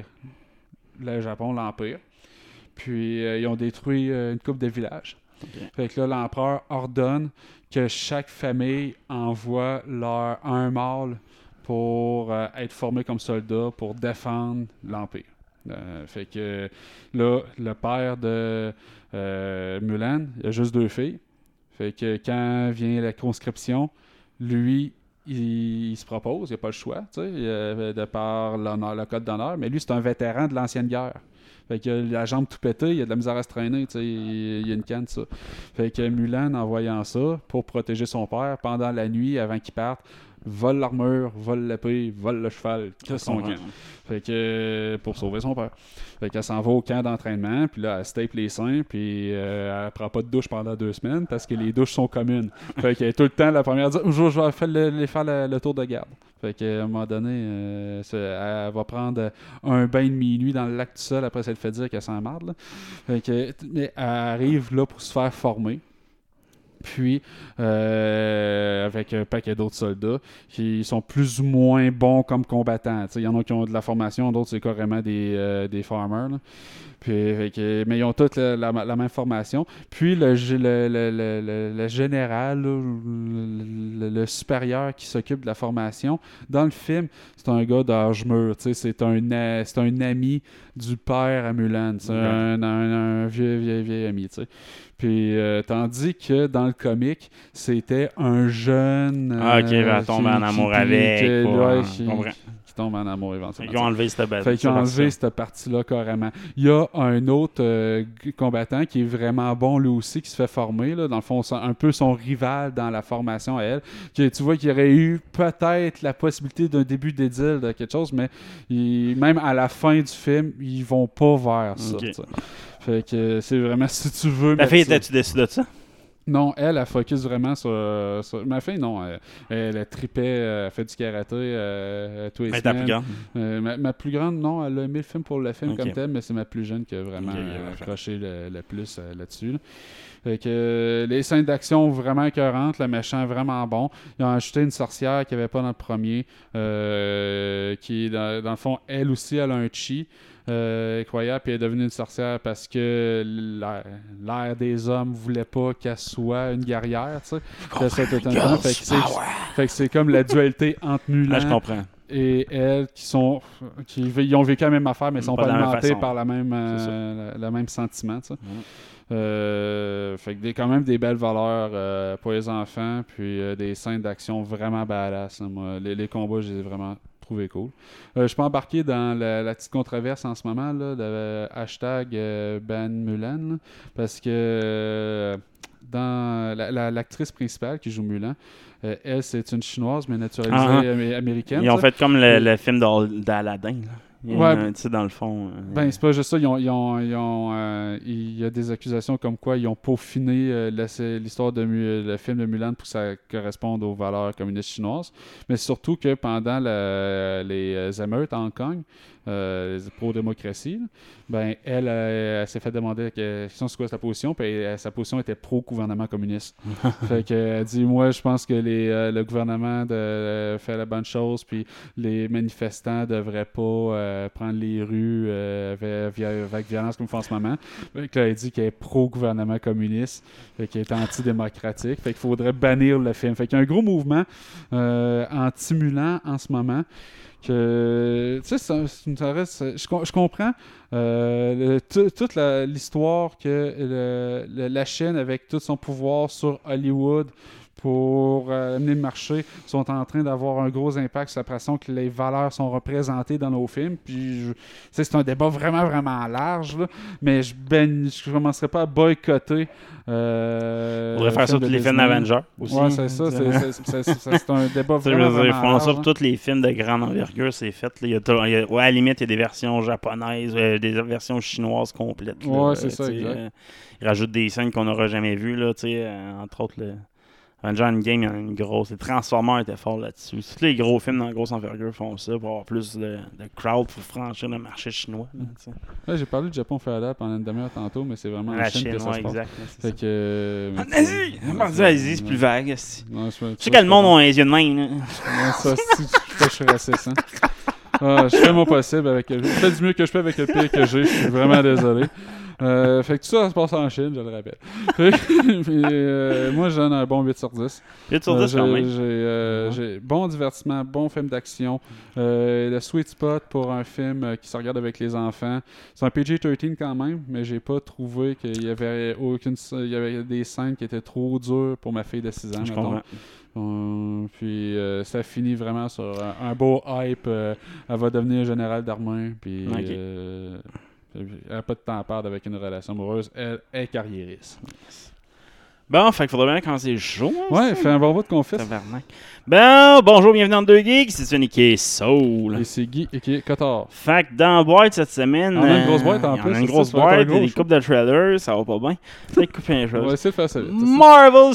le Japon, l'Empire. Puis euh, ils ont détruit euh, une couple de villages. Okay. Fait que là, l'empereur ordonne que chaque famille envoie leur un mâle pour euh, être formé comme soldat pour défendre l'Empire. Euh, fait que là, le père de euh, Mulan, il a juste deux filles. Fait que quand vient la conscription, lui, Il, il se propose, il n'a pas le choix, tu sais, de par l'honneur, le code d'honneur, mais lui, c'est un vétéran de l'ancienne guerre. Fait que la jambe tout pétée, il a de la misère à se traîner, tu sais, il, il y a une canne, ça. Fait que Mulan, en voyant ça, pour protéger son père, pendant la nuit, avant qu'il parte, vole l'armure, vole l'épée, vole le cheval, casse son camp. Fait que, pour sauver son père. Fait qu'elle s'en va au camp d'entraînement, puis là, elle se tape les seins, puis euh, elle prend pas de douche pendant deux semaines, parce que les douches sont communes. Fait qu'elle est tout le temps, la première, dire, je vais faire le, les faire le, le tour de garde. Fait qu'à un moment donné, euh, elle va prendre un bain de minuit dans le lac tout seul, après ça le fait dire qu'elle s'en marde. Là. Fait que, mais elle arrive là pour se faire former. Puis, euh, avec un paquet d'autres soldats qui sont plus ou moins bons comme combattants. Il y en a qui ont de la formation, d'autres c'est carrément des, euh, des farmers. Là. Puis, fait que, mais ils ont toutes la, la, la même formation. Puis le, le, le, le, le général, là, le, le supérieur qui s'occupe de la formation, dans le film, c'est un gars d'âge mûr. C'est un, c'est un ami du père à Mulan. C'est un, un, un vieux, vieux, vieux ami. T'sais. Puis, euh, tandis que dans le comic, c'était un jeune. Ah, ok, il va euh, tomber qui, en amour qui, avec. Qui, Ou, ouais, euh, qui, qui tombe en amour éventuellement. Ils ont enlevé cette bête. Fait qu'ils ont enlevé cette partie-là carrément. Il y a un autre euh, combattant qui est vraiment bon lui aussi, qui se fait former. Là, dans le fond, un peu son rival dans la formation à elle. Qui, tu vois qu'il y aurait eu peut-être la possibilité d'un début d'édile de quelque chose, mais il, même à la fin du film, ils vont pas vers ça. Okay. Fait que c'est vraiment si tu veux. La fille, étais-tu déçue de ça? Non, elle, elle focus vraiment sur... sur... Ma fille, non. Elle, elle, elle tripait, elle fait du karaté euh, tous les mais semaines. ta plus grande? Euh, ma, ma plus grande, non. Elle a aimé le film pour le film okay. comme tel, mais c'est ma plus jeune qui a vraiment okay, euh, accroché le, le plus euh, là-dessus. Là. Fait que euh, les scènes d'action vraiment écœurantes, le méchant vraiment bon. Ils ont ajouté une sorcière qu'il n'y avait pas dans le premier, euh, qui, dans, dans le fond, elle aussi, elle a un chi. Euh, incroyable, puis elle est devenue une sorcière parce que l'air, l'air des hommes voulait pas qu'elle soit une guerrière, tu sais. Fait, fait, fait que c'est comme la dualité entre Mulan ah, je comprends. et elle qui sont qui ils ont vécu la même affaire mais ils sont pas, pas alimentés par la même euh, la, la même sentiment, tu sais. Mm. Euh, fait que des, quand même des belles valeurs euh, pour les enfants, puis euh, des scènes d'action vraiment badass. Hein, moi. Les, les combats, je les ai vraiment trouvé cool. Euh, je peux embarquer dans la, la petite controverse en ce moment, là, de euh, hashtag euh, ban Mulan, là, parce que euh, dans la, la, l'actrice principale qui joue Mulan, euh, elle, c'est une chinoise, mais naturalisée ah, am- américaine. Ils ont ça. fait comme le, le film d'Aladin, là. Il y a, ouais, tu sais, dans le fond. Euh, ben, c'est pas juste ça. Ils ont, ils ont, ils ont, euh, il y a des accusations comme quoi ils ont peaufiné euh, la, l'histoire de le film de Mulan pour que ça corresponde aux valeurs communistes chinoises. Mais surtout que pendant la, les émeutes à Hong Kong, euh, pro-démocratie, ben, elle, elle, elle s'est fait demander que, c'est quoi sa position, puis elle, sa position était pro-gouvernement communiste. Fait qu'elle dit, moi, je pense que les, euh, le gouvernement de, euh, fait la bonne chose, puis les manifestants devraient pas euh, prendre les rues euh, avec, avec violence comme ils font en ce moment. Fait que là, elle dit qu'elle est pro-gouvernement communiste, fait qu'elle est anti-démocratique, fait qu'il faudrait bannir le film. Fait qu'il y a un gros mouvement euh, anti-Mulan en ce moment. Que, tu sais, ça, ça reste, je, je comprends euh, le, toute la, l'histoire que le, le, la Chine, avec tout son pouvoir sur Hollywood pour euh, amener le marché, sont en train d'avoir un gros impact sur la façon que les valeurs sont représentées dans nos films. Puis, je, c'est un débat vraiment, vraiment large, là, mais je ne je commencerai pas à boycotter. Euh, On devrait faire ça tous les films d'Avengers aussi. Ouais, c'est ça. C'est, c'est, c'est, c'est, c'est un débat vraiment, vraiment Ils font large. ça pour tous les films de grande envergure, c'est fait. Là. Il y a, il y a, ouais, à la limite, il y a des versions japonaises, euh, des versions chinoises complètes. Là, ouais, c'est euh, ça, exact. Euh, ils rajoutent des scènes qu'on n'aura jamais vues, là, euh, entre autres. Le Avengers Endgame, il y en a une grosse. Les Transformers étaient forts là-dessus. Tous les gros films dans grosse envergure font ça pour avoir plus de, de crowd pour franchir le marché chinois. Là, ouais, j'ai parlé du Japon féodal pendant une demi-heure tantôt, mais c'est vraiment la en Chine, Chine que ça ouais, se passe. exact. Fait que, euh, en Asie! En Asie, c'est plus vague. Ouais, je sais que le monde a les yeux de même. Ouais, ça, c'est, je suis raciste. Hein. Ah, je fais mon possible avec. Je fais du mieux que je peux avec le pire que j'ai. Je suis vraiment désolé. Euh, fait que tout ça, ça se passe en Chine, je le rappelle. Fait que, puis, euh, moi, je donne un bon huit sur dix. huit sur dix euh, quand même. J'ai, euh, ouais. j'ai bon divertissement, bon film d'action. Euh, le sweet spot pour un film euh, qui se regarde avec les enfants. C'est un P G treize quand même, mais j'ai pas trouvé qu'il y avait aucune. Il y avait des scènes qui étaient trop dures pour ma fille de six ans. Je mettons. comprends. Euh, puis euh, ça finit vraiment sur un, un beau hype. Euh, elle va devenir générale d'armée. Puis. Okay. Euh, Elle n'a pas de temps à perdre avec une relation amoureuse. Elle est carriériste. Bon, fait qu'il faudrait bien commencer le show. Hein, ouais, fais un bon bout de confesse. Bon, bonjour, bienvenue dans deux Geeks. C'est Sonic qui Soul. Et c'est Guy et qui est Cotard. Fait que dans la boîte cette semaine. On a une grosse boîte en euh, plus. On a une grosse boîte, des coupes de trailers, ça va pas bien. Peut-être couper un chose. On va essayer de faire ça. Marvel,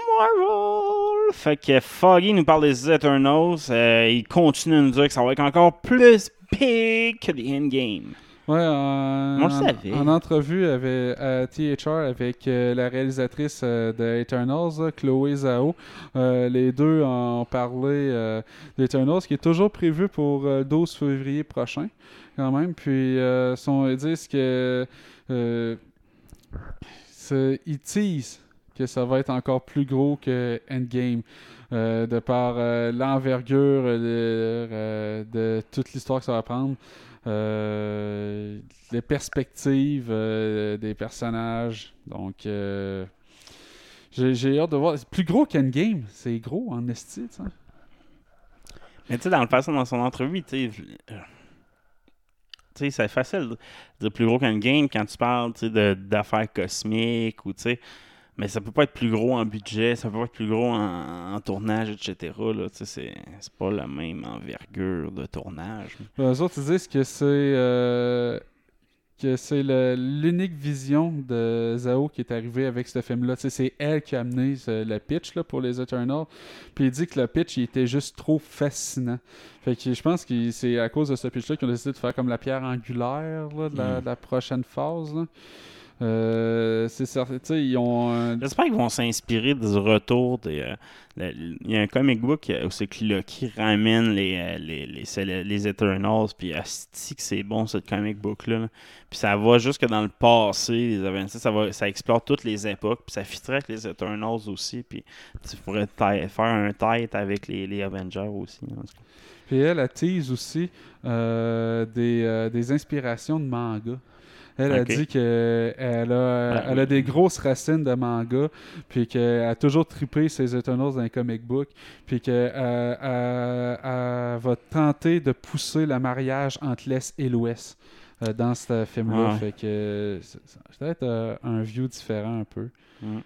Marvel. Fait que Foggy nous parle des Eternals. Euh, il continue de nous dire que ça va être encore plus big que The Endgame. Ouais, en, on le savait. En, en entrevue avec, à T H R avec euh, la réalisatrice euh, de Eternals, Chloé Zhao, euh, les deux ont parlé euh, d'Eternals, qui est toujours prévu pour le euh, douze février prochain. quand même. Puis, euh, son, ils disent que... Euh, c'est, ils teasent que ça va être encore plus gros que Endgame. Euh, de par euh, l'envergure euh, euh, de toute l'histoire que ça va prendre. Euh, les perspectives euh, des personnages. Donc, euh, j'ai, j'ai hâte de voir. C'est plus gros qu'Endgame. C'est gros en esti, tu sais. Mais tu sais, dans le passé, dans son entrevue, tu sais, tu sais, c'est facile de dire plus gros qu'Endgame quand tu parles, tu sais, de, d'affaires cosmiques ou, tu sais, mais ça peut pas être plus gros en budget, ça peut pas être plus gros en, en tournage, et cetera. Là, c'est, c'est pas la même envergure de tournage. Ben, eux autres, ils disent que c'est, euh, que c'est le, l'unique vision de Zhao qui est arrivée avec ce film-là. T'sais, c'est elle qui a amené ce, le pitch là, pour les Eternals. Puis il dit que le pitch il était juste trop fascinant. Fait que je pense que c'est à cause de ce pitch-là qu'ils ont décidé de faire comme la pierre angulaire là, de, la, mm. de la prochaine phase. Là. Euh, c'est certain, tu sais, ils ont. Un... J'espère qu'ils vont s'inspirer du retour des. Euh, le, le, il y a un comic book où c'est que Loki ramène les, les, les, les, les Eternals, puis asti que c'est bon ce comic book-là. Là. Puis ça va jusque dans le passé, les Avengers, ça, va, ça explore toutes les époques, puis ça fitterait avec les Eternals aussi, puis tu pourrais taille, faire un tête avec les, les Avengers aussi. En tout cas. Puis elle, elle tease aussi euh, des, euh, des inspirations de manga. Elle okay. a dit qu'elle a, ah, elle a oui. des grosses racines de manga, puis qu'elle a toujours trippé ses Eternals dans les comic books, puis qu'elle elle, elle va tenter de pousser le mariage entre l'Est et l'Ouest euh, dans ce film-là. Ouais. Fait que c'est, c'est peut-être euh, un view différent un peu. Ouais.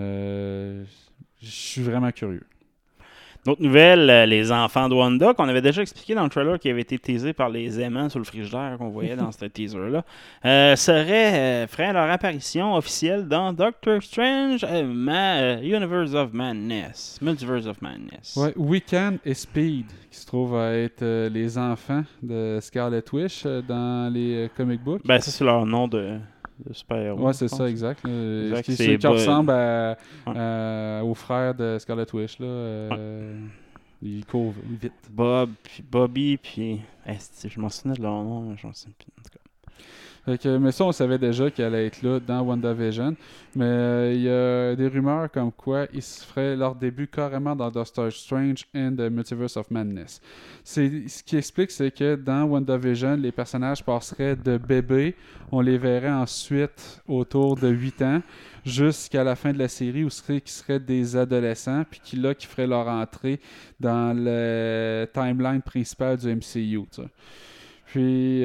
Euh, je suis vraiment curieux. D'autres nouvelles, euh, les enfants de Wanda, qu'on avait déjà expliqué dans le trailer qui avait été teasé par les aimants sur le frigidaire qu'on voyait dans ce teaser-là, euh, seraient, euh, feraient leur apparition officielle dans Doctor Strange, euh, Ma, euh, Universe of Madness, Multiverse of Madness. Ouais, Wiccan et Speed, qui se trouvent à être euh, les enfants de Scarlet Witch euh, dans les euh, comic books. Ben ça, c'est leur nom de... de super-héros. Ouais, c'est ça, exact. exact qui, c'est qui ressemble à, ouais. à, au frère de Scarlet Witch. Là, euh, ouais. Il court vite. Bob, puis Bobby, puis... Hey, je m'en souvenais de leur nom, je m'en souviens plus. En tout cas. Fait que, mais ça, on savait déjà qu'elle allait être là dans WandaVision. Mais il euh, y a des rumeurs comme quoi ils se feraient leur début carrément dans Doctor Strange and the Multiverse of Madness. C'est, ce qui explique, c'est que dans WandaVision, les personnages passeraient de bébés. On les verrait ensuite autour de huit ans jusqu'à la fin de la série où ce qui seraient des adolescents puis qui, là, qui feraient leur entrée dans le timeline principal du M C U. T'sais. Puis,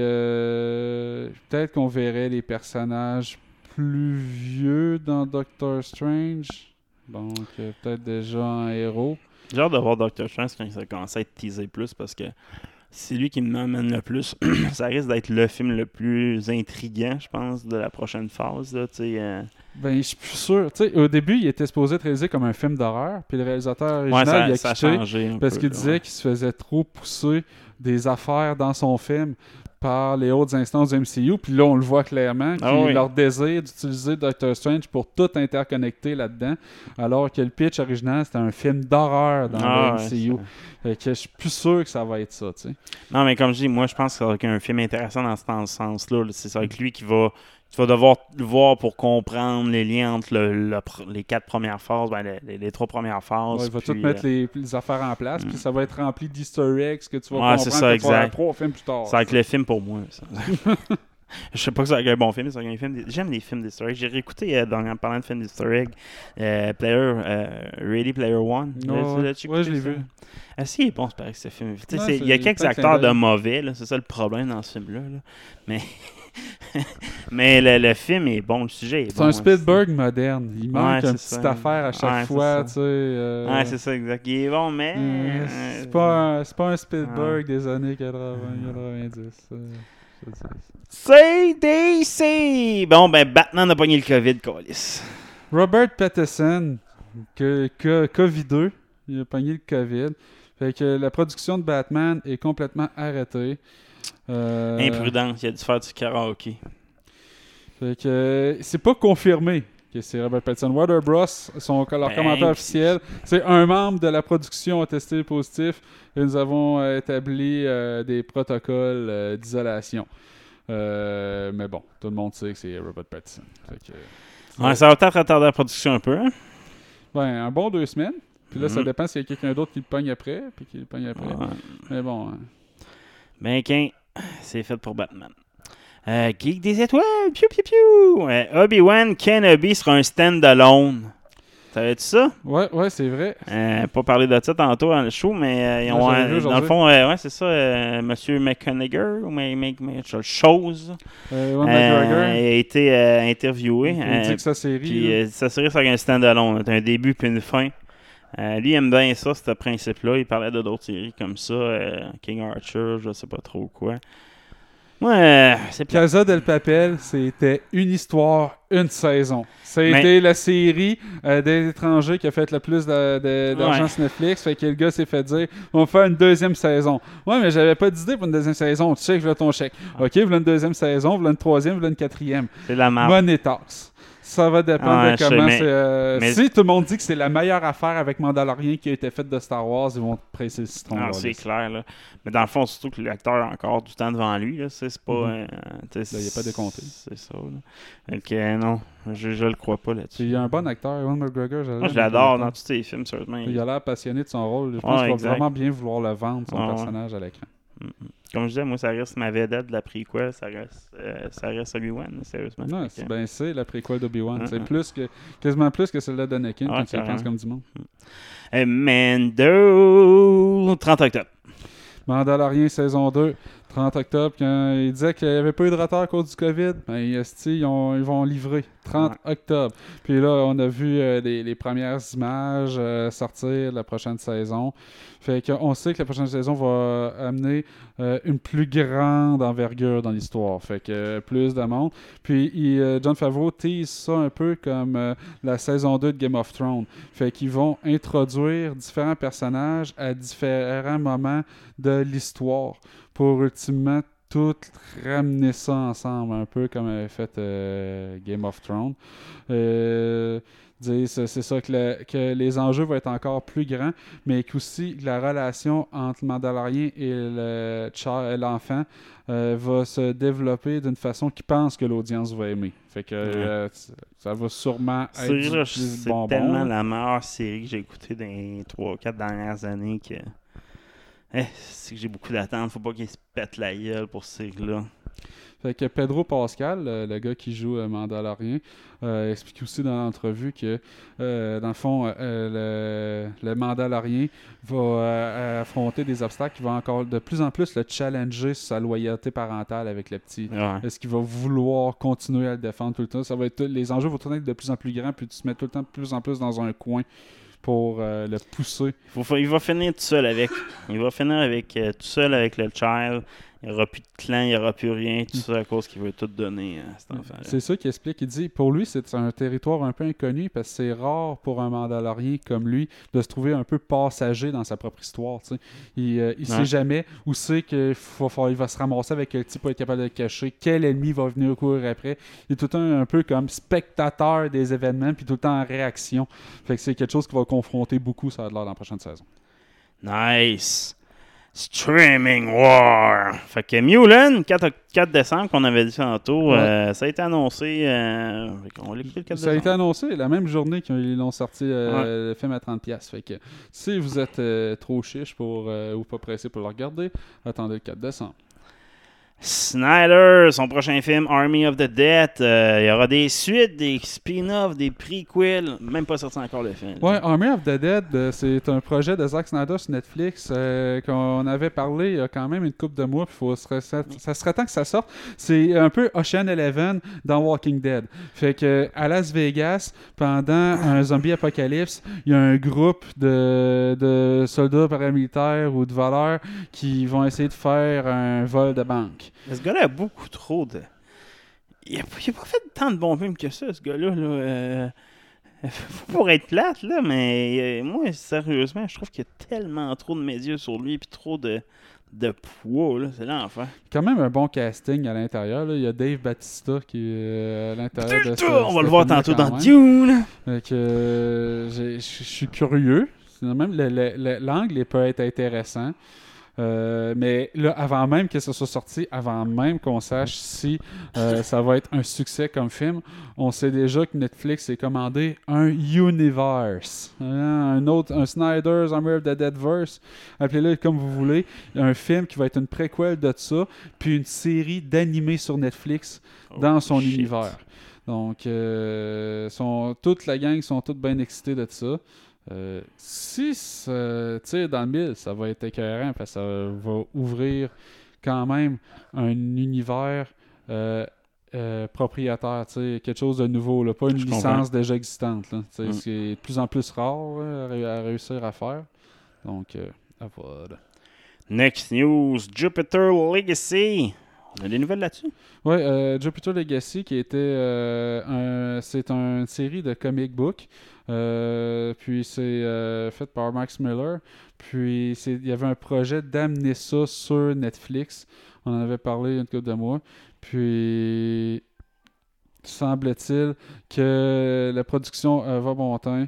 euh, peut-être qu'on verrait les personnages plus vieux dans Doctor Strange. Donc, euh, peut-être déjà en héros. J'ai hâte de voir Doctor Strange quand ça commence à être teasé plus parce que c'est lui qui m'emmène le plus. Ça risque d'être le film le plus intriguant, je pense, de la prochaine phase. Là, euh... Ben, je suis plus sûr. T'sais, au début, il était supposé être réalisé comme un film d'horreur. Puis le réalisateur original, ouais, ça, il a ça quitté a changé parce peu, qu'il disait ouais. qu'il se faisait trop pousser des affaires dans son film par les hautes instances du M C U. Puis là, on le voit clairement, qu'il oh oui. leur désir d'utiliser Doctor Strange pour tout interconnecter là-dedans, alors que le pitch original, c'était un film d'horreur dans ah, le M C U. Ouais, fait que je suis plus sûr que ça va être ça, tu sais. Non, mais comme je dis, moi, je pense que ça va être un film intéressant dans ce sens-là. Là. C'est avec lui qui va... Tu vas devoir le voir pour comprendre les liens entre le, le, les quatre premières phases, ben les, les trois premières phases. Ouais, il va puis, tout mettre euh... les, les affaires en place, mm. puis ça va être rempli d'easter eggs que tu vas ouais, comprendre c'est ça, exact. trois films plus tard. C'est avec le film pour moi. Ça. Je sais pas que c'est un bon film, c'est un film. J'aime les films d'easter eggs. J'ai réécouté, euh, dans, en parlant de films d'easter eggs, euh, Player, euh, Ready Player One. Oh, ouais, ouais, je l'ai vu. Ah, si, il est bon, c'est pareil, ce film. Ouais, il y a quelques acteurs de mauvais, là, c'est ça le problème dans ce film-là. Là. Mais... mais le, le film est bon, le sujet est c'est bon. C'est un Spielberg aussi. Moderne. Il manque ouais, une petite affaire à chaque ouais, fois. Tu sais, euh... Ouais, c'est ça, exact. Il est bon, mais. Euh, c'est, euh... pas un, c'est pas un Spielberg ouais. des années quatre-vingts quatre-vingt-dix. Euh, C D C! Bon, ben, Batman a pogné le COVID, câlisse. Robert Pattinson, que, que, COVID deux, il a pogné le COVID. Fait que la production de Batman est complètement arrêtée. Euh... Imprudent, il a dû faire du karaoké. Fait que c'est pas confirmé que c'est Robert Pattinson. Warner Bros, son, leur Ben, commentaire puis- officiel, c'est un membre de la production a testé positif et nous avons euh, établi euh, des protocoles euh, d'isolation. Euh, mais bon, tout le monde sait que c'est Robert Pattinson. Fait que, Ouais, ça va peut-être retarder la production un peu. Hein? ben, un bon deux semaines. Puis là, ça Mhm. dépend s'il y a quelqu'un d'autre qui le pogne après, puis qui le pogne après. Ouais. Mais bon, hein. Ben, qu'un, c'est fait pour Batman. Euh, Geek des étoiles, piou piou piou. Euh, Obi-Wan Kenobi sera un stand-alone. Savais-tu ça? ouais, ouais, c'est vrai. Euh, pas parler de ça tantôt dans le show, mais euh, ils Ouais, ont, j'avais vu euh, dans le aujourd'hui. fond, euh, ouais, c'est ça, euh, Monsieur McConaughey, ou mais, mais, mais, chose, Euh, Ewan euh, McGregor, a été euh, interviewé. il euh, dit que sa série... Puis là, euh, ça serait sur un stand-alone. T'as un début puis une fin. Euh, lui, il aime bien ça, ce principe-là. Il parlait de d'autres séries comme ça. euh, King Archer, je sais pas trop quoi. Ouais, euh, c'est pas. Casa del Papel, c'était une histoire, une saison. C'était Mais- la série euh, des étrangers qui a fait le plus de- de- d'argent Ouais. sur Netflix. Fait que le gars s'est fait dire on va faire une deuxième saison. Ouais, mais j'avais pas d'idée pour une deuxième saison. Tu sais que je veux ton chèque. Ok, voilà une deuxième saison, voilà une troisième, voilà une quatrième. C'est de la merde. Money talks. Ça va dépendre Ouais, de je sais, comment mais- c'est. euh, mais- Si tout le monde dit que c'est la meilleure affaire avec Mandalorian qui a été faite de Star Wars, ils vont presser le citron. Non, là, c'est là. clair. Là. Mais dans le fond, surtout que l'acteur a encore du temps devant lui. Là. C'est, c'est pas. Mhm. euh, tu sais, Là, il est pas décompté. C'est ça. Là. Donc, euh, non, je, je le crois pas là-dessus. Il y a un bon acteur, Ewan McGregor. Moi, je l'adore dans tous ses films, sérieusement. Il a l'air passionné de son rôle. Je pense Ouais, qu'il va exact. vraiment bien vouloir le vendre, son Ouais, ouais. personnage à l'écran. Comme je disais, moi, ça reste ma vedette de la prequel. Ça reste, euh, ça reste Obi-Wan, sérieusement. Non, Fait c'est, que- ben, c'est la préquelle d'Obi-Wan. Mm, c'est mm. plus que, quasiment plus que celle-là d'Anakin Ouais, quand tu y carrément. penses comme du monde. Euh, Mando, trente octobre. Mandalorian saison deux, trente octobre, quand il disait qu'il n'y avait pas eu de retard à cause du COVID, ben, esti, ils, ont- ils vont livrer trente octobre. Puis là, on a vu euh, les, les premières images euh, sortir la prochaine saison. Fait qu'on sait que la prochaine saison va amener euh, une plus grande envergure dans l'histoire. Fait que euh, plus de monde. Puis il, euh, Jon Favreau tease ça un peu comme euh, la saison deux de Game of Thrones. Fait qu'ils vont introduire différents personnages à différents moments de l'histoire pour ultimement tout ramener ça ensemble, un peu comme avait fait euh, Game of Thrones. Euh, dire, c'est, c'est ça que, le- que les enjeux vont être encore plus grands, mais qu'aussi la relation entre le Mandalorien et le cha- l'enfant euh, va se développer d'une façon qui pense que l'audience va aimer. Fait que euh, c- ça va sûrement être C'est, du, là, du c'est bonbon. tellement là. la meilleure série que j'ai écoutée dans les trois quatre dernières années que. Eh, c'est que j'ai beaucoup d'attentes. Faut pas qu'il se pète la gueule pour ces série-là. Fait que Pedro Pascal, le, le gars qui joue euh, Mandalorian, euh, explique aussi dans l'entrevue que, euh, dans le fond, euh, le, le Mandalorian va euh, affronter des obstacles qui vont encore de plus en plus le challenger sur sa loyauté parentale avec le petit. Ouais. Est-ce qu'il va vouloir continuer à le défendre tout le temps? Ça va être, les enjeux vont tourner être de plus en plus grands, puis tu te mets tout le temps de plus en plus dans un coin pour euh, le pousser. Faut- faut- il va finir tout seul avec. Il va finir avec euh, tout seul avec le child. Il n'y aura plus de clan, il n'y aura plus rien. Tout ça à cause qu'il veut tout donner à cet enfant-là. C'est ça qu'il explique. Il dit, pour lui, c'est un territoire un peu inconnu parce que c'est rare pour un Mandalorien comme lui de se trouver un peu passager dans sa propre histoire. Tu sais. Il ne Ouais. sait jamais où c'est qu'il faut, faut- il va se ramasser avec quel type pour être capable de le cacher, quel ennemi va venir courir après. Il est tout le temps un peu comme spectateur des événements puis tout le temps en réaction. Fait que c'est quelque chose qui va confronter beaucoup, ça a l'air dans la prochaine saison. Nice. Streaming War. Fait que Mulan, quatre décembre, qu'on avait dit tantôt, Ouais. euh, ça a été annoncé. Euh, on l'a écrit le quatre Ça a été décembre. annoncé la même journée qu'ils l'ont sorti euh, le film à trente dollars. Fait que si vous êtes euh, trop chiche pour, euh, ou pas pressé pour le regarder, attendez le quatre décembre. Snyder, son prochain film, Army of the Dead. euh, Il y aura des suites, des spin-offs, des prequels. Même pas sorti encore le film. Ouais, Army of the Dead, euh, c'est un projet de Zack Snyder sur Netflix euh, qu'on avait parlé il y a quand même une couple de mois. Puis faut, ça, ça, ça serait temps que ça sorte. C'est un peu Ocean Eleven dans Walking Dead. Fait que à Las Vegas, pendant un zombie apocalypse, il y a un groupe de, de soldats paramilitaires ou de voleurs qui vont essayer de faire un vol de banque. Mais ce gars-là a beaucoup trop de. Il a, il a pas fait tant de bons films que ça, ce gars-là. Là. Euh... Faut pour être plate, là, mais euh, moi, sérieusement, je trouve qu'il y a tellement trop de médias sur lui, puis trop de, de poids, là. C'est l'enfer. Quand même un bon casting à l'intérieur. Là. Il y a Dave Bautista qui est euh, à l'intérieur de ce, On va le voir tantôt dans même. Dune. Donc, euh, je suis curieux. Même le, le, le, l'angle peut être intéressant. Euh, mais là, avant même que ça soit sorti, avant même qu'on sache si euh, ça va être un succès comme film, on sait déjà que Netflix a commandé un universe, hein, un autre, un Snyder's Army of the Deadverse, appelez-le comme vous voulez, un film qui va être une préquelle de ça, puis une série d'animés sur Netflix dans oh, son shit. univers. Donc, euh, sont, toute la gang sont toutes bien excitées de ça. Euh, si ça tire dans le mille, ça va être écœurant parce que ça va ouvrir quand même un univers euh, euh, propriétaire, quelque chose de nouveau, là, pas une Je licence comprends. déjà existante. Là, mm. C'est de plus en plus rare là, à réussir à faire. Donc, euh, voilà. Next news, Jupiter Legacy. On a des nouvelles là-dessus? Oui, euh, Jupiter Legacy, qui était euh, un, c'est une série de comic book. Euh, puis c'est euh, fait par Max Miller. Puis il y avait un projet d'amener ça sur Netflix. On en avait parlé il y a une couple de mois. Puis semble-t-il que la production euh, va bon temps.